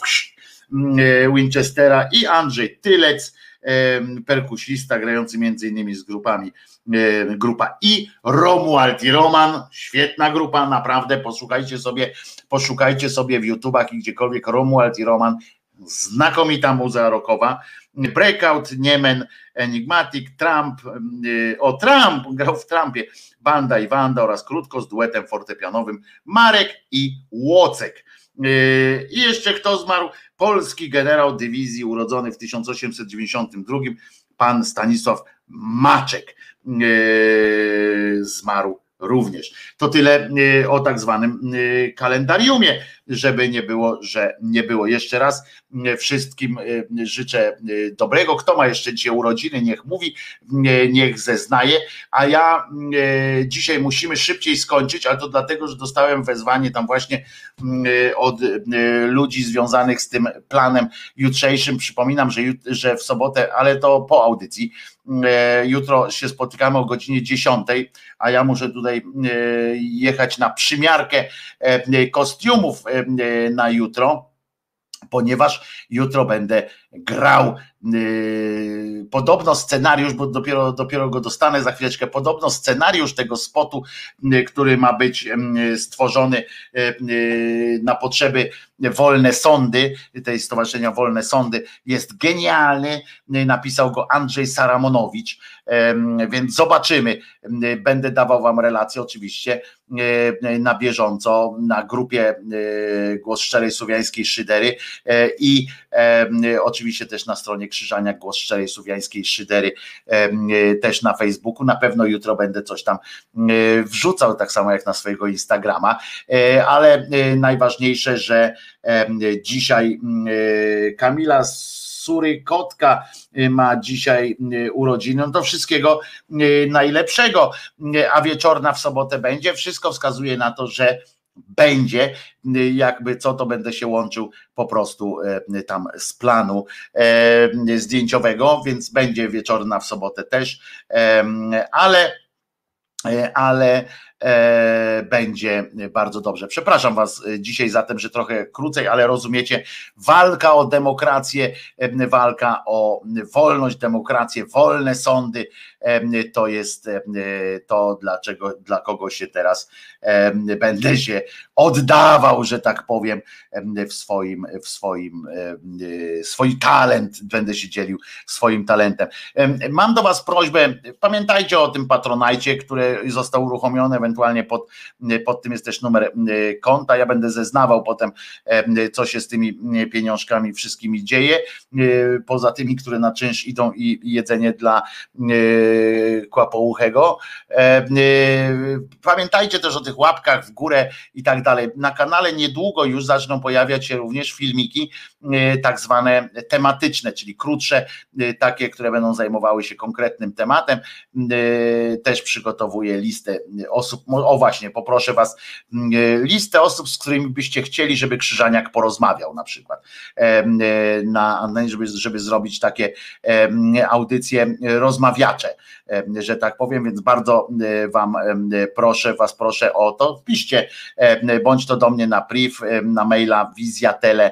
Winchestera, i Andrzej Tylec, perkusista grający między innymi z grupami grupa I, Romuald i Roman, świetna grupa, naprawdę, posłuchajcie sobie, poszukajcie sobie w YouTubach i gdziekolwiek, Romuald i Roman, znakomita muza rockowa. Breakout, Niemen, Enigmatic, Trump, o Trump, grał w Trumpie, Banda i Wanda oraz krótko z duetem fortepianowym Marek i Łocek. I jeszcze kto zmarł? Polski generał dywizji urodzony w tysiąc osiemset dziewięćdziesiątym drugim, pan Stanisław Maczek zmarł również. To tyle o tak zwanym kalendariumie. żeby nie było, że nie było. Jeszcze raz wszystkim życzę dobrego. Kto ma jeszcze dzisiaj urodziny, niech mówi, niech zeznaje, a ja dzisiaj musimy szybciej skończyć, ale to dlatego, że dostałem wezwanie tam właśnie od ludzi związanych z tym planem jutrzejszym. Przypominam, że, że w sobotę, ale to po audycji, jutro się spotykamy o godzinie dziesiątej, a ja muszę tutaj jechać na przymiarkę kostiumów na jutro, ponieważ jutro będę grał yy, podobno scenariusz, bo dopiero, dopiero go dostanę za chwileczkę, podobno scenariusz tego spotu, yy, który ma być yy, stworzony yy, na potrzeby Wolne Sądy, tej Stowarzyszenia Wolne Sądy, jest genialny, yy, napisał go Andrzej Saramonowicz, yy, więc zobaczymy, yy, będę dawał wam relacje oczywiście yy, na bieżąco na grupie yy, Głos Szczerej Słowiańskiej Szydery yy, i yy, oczywiście też na stronie Krzyżania Głos Szczerej Słowiańskiej Szydery, też na Facebooku. Na pewno jutro będę coś tam wrzucał, tak samo jak na swojego Instagrama, ale najważniejsze, że dzisiaj Kamila Surykotka ma dzisiaj urodziny, no to wszystkiego najlepszego, a wieczorna w sobotę będzie. Wszystko wskazuje na to, że będzie, jakby co, to będę się łączył po prostu tam z planu zdjęciowego, więc będzie wieczorna w sobotę też, ale ale e, będzie bardzo dobrze. Przepraszam was dzisiaj za to, że trochę krócej, ale rozumiecie, walka o demokrację, walka o wolność, demokrację, wolne sądy, e, to jest e, to, dlaczego, dla kogo się teraz e, będę się oddawał, że tak powiem, w swoim, w swoim e, swój talent, będę się dzielił swoim talentem. E, mam do was prośbę, pamiętajcie o tym Patronajcie, który został uruchomiony, ewentualnie pod, pod tym jest też numer konta, ja będę zeznawał potem, co się z tymi pieniążkami wszystkimi dzieje, poza tymi, które na czynsz idą i jedzenie dla kłapouchego. Pamiętajcie też o tych łapkach w górę i tak dalej. Na kanale niedługo już zaczną pojawiać się również filmiki tak zwane tematyczne, czyli krótsze, takie, które będą zajmowały się konkretnym tematem. Też przygotowuję listę osób, o właśnie, poproszę was, listę osób, z którymi byście chcieli, żeby Krzyżaniak porozmawiał na przykład, na, żeby, żeby zrobić takie audycje rozmawiacze, że tak powiem, więc bardzo wam proszę, was proszę o to, wpiszcie, bądź to do mnie na priv, na maila wizjatele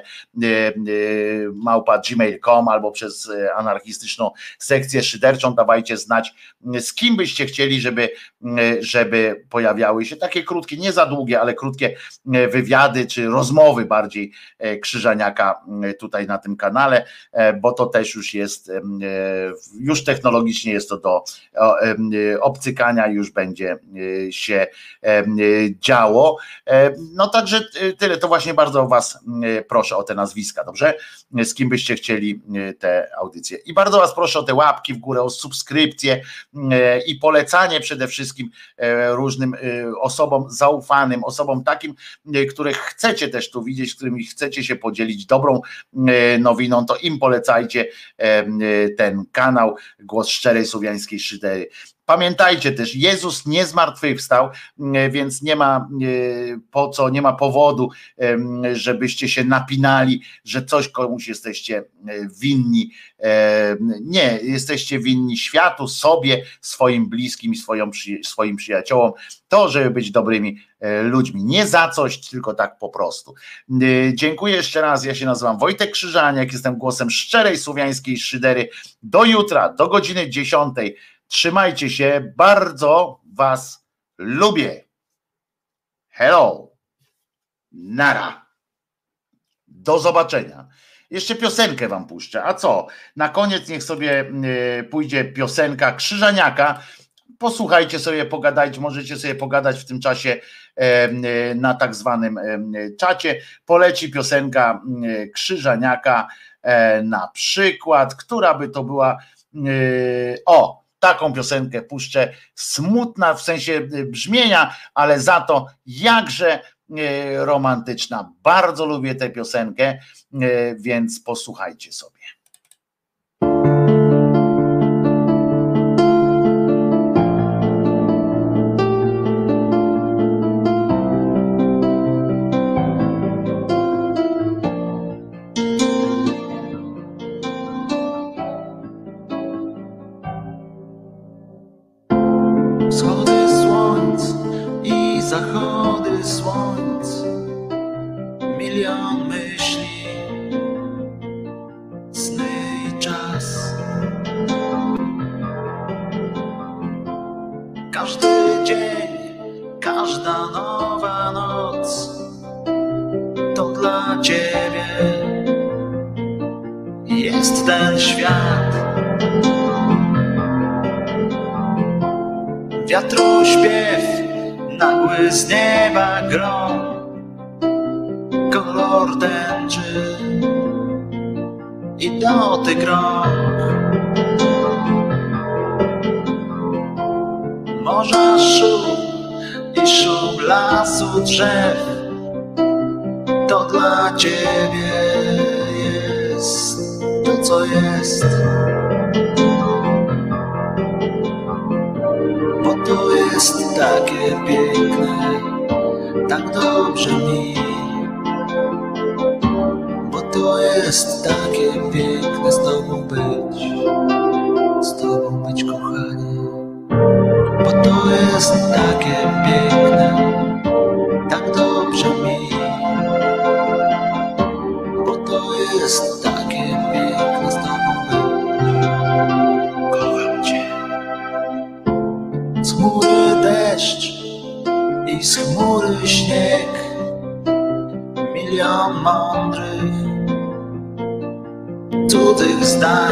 małpa gmail kropka com albo przez anarchistyczną sekcję szyderczą, dawajcie znać, z kim byście chcieli, żeby, żeby pojawiały się takie krótkie, nie za długie, ale krótkie wywiady, czy rozmowy bardziej Krzyżaniaka tutaj na tym kanale, bo to też już jest, już technologicznie jest to do obcykania, już będzie się działo. No także tyle, to właśnie bardzo was proszę o te nazwiska, dobrze? Z kim byście chcieli te audycje. I bardzo was proszę o te łapki w górę, o subskrypcję i polecanie przede wszystkim różnym osobom zaufanym, osobom takim, których chcecie też tu widzieć, z którymi chcecie się podzielić dobrą nowiną, to im polecajcie ten kanał Głos Szczerej Słowiańskiej Szydery. Pamiętajcie też, Jezus nie zmartwychwstał, więc nie ma po co, nie ma powodu, żebyście się napinali, że coś komuś jesteście winni. Nie, jesteście winni światu, sobie, swoim bliskim i swoim, swoim przyjaciołom. To, żeby być dobrymi ludźmi. Nie za coś, tylko tak po prostu. Dziękuję jeszcze raz. Ja się nazywam Wojtek Krzyżaniak, jestem głosem Szczerej Słowiańskiej Szydery. Do jutra, do godziny dziesiątej. Trzymajcie się, bardzo was lubię. Hello. Nara. Do zobaczenia. Jeszcze piosenkę wam puszczę. A co? Na koniec niech sobie pójdzie piosenka Krzyżaniaka. Posłuchajcie sobie, pogadajcie, możecie sobie pogadać w tym czasie na tak zwanym czacie. Poleci piosenka Krzyżaniaka na przykład, która by to była, o, taką piosenkę puszczę, smutna w sensie brzmienia, ale za to jakże romantyczna. Bardzo lubię tę piosenkę, więc posłuchajcie sobie. Wschody słońc i zachody słońc, milion myśli, sny i czas. Każdy dzień, każda nowa noc to dla ciebie jest ten świat. Wiatru śpiew, nagły z nieba grom, kolor tęczy i dotyk rąk. Morza szum i szum lasu drzew, to dla ciebie jest to, co jest. Bo to jest takie piękne, tak dobrze mi. Bo to jest takie piękne z tobą być, z tobą być, kochanie. Bo to jest takie piękne, tak dobrze mi. Bo to jest takie piękne z tobą być. Kocham cię. Z chmury deszcz i z chmury śnieg, milion mądrych, cudzych zdań.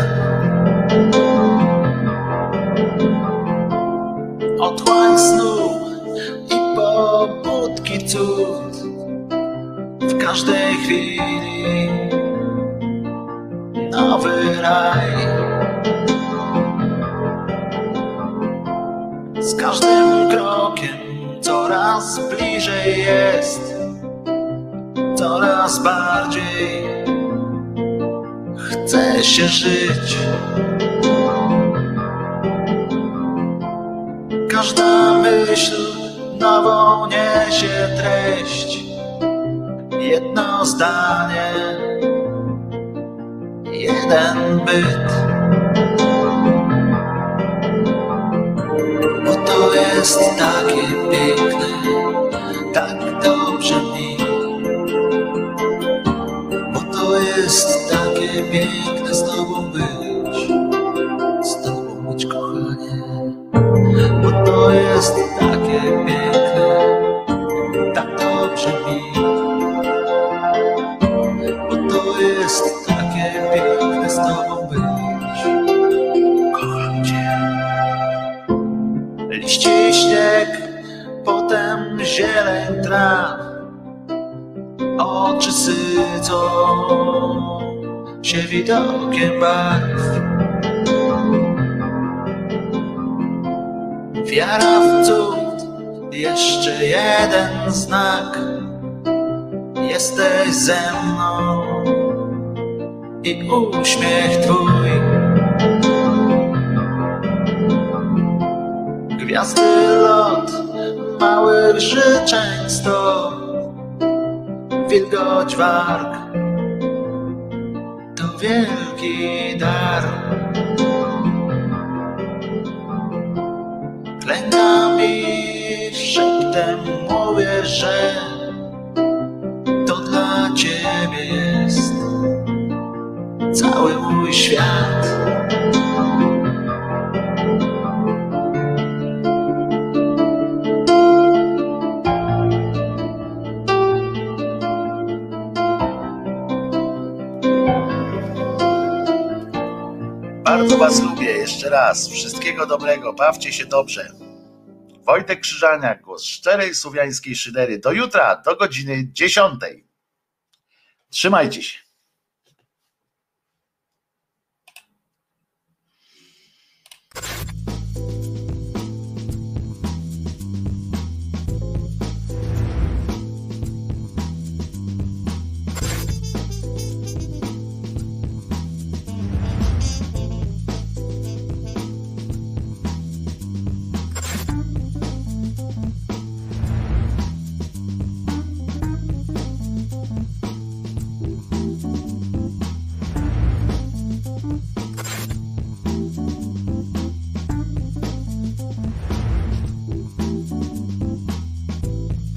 Otchłań snu i pobudki cud, w każdej chwili nowy raj. Z każdym krokiem coraz bliżej jest, coraz bardziej chce się żyć. Każda myśl nową niesie treść, jedno zdanie, jeden byt. Bo to jest takie piękne, tak dobrze mi. Bo to jest takie piękne z tobą być, z tobą być, kochanie. Bo to jest takie piękne, tak dobrze mi. Bo to jest takie piękne z tobą być, kocham cię. Liście i śnieg, potem zieleń traw, oczy sycą się widokiem barw. Wiara w cud, jeszcze jeden znak, jesteś ze mną i uśmiech twój. Gwiazdy lot, małych życzeń sto, wilgoć warg, to wielki dar. Klękam i szeptem mówię, że to dla ciebie jest cały mój świat. Bardzo was lubię, jeszcze raz. Wszystkiego dobrego, bawcie się dobrze. Wojtek Krzyżaniak, głos szczerej słowiańskiej szydery. Do jutra, do godziny dziesiątej. Trzymajcie się.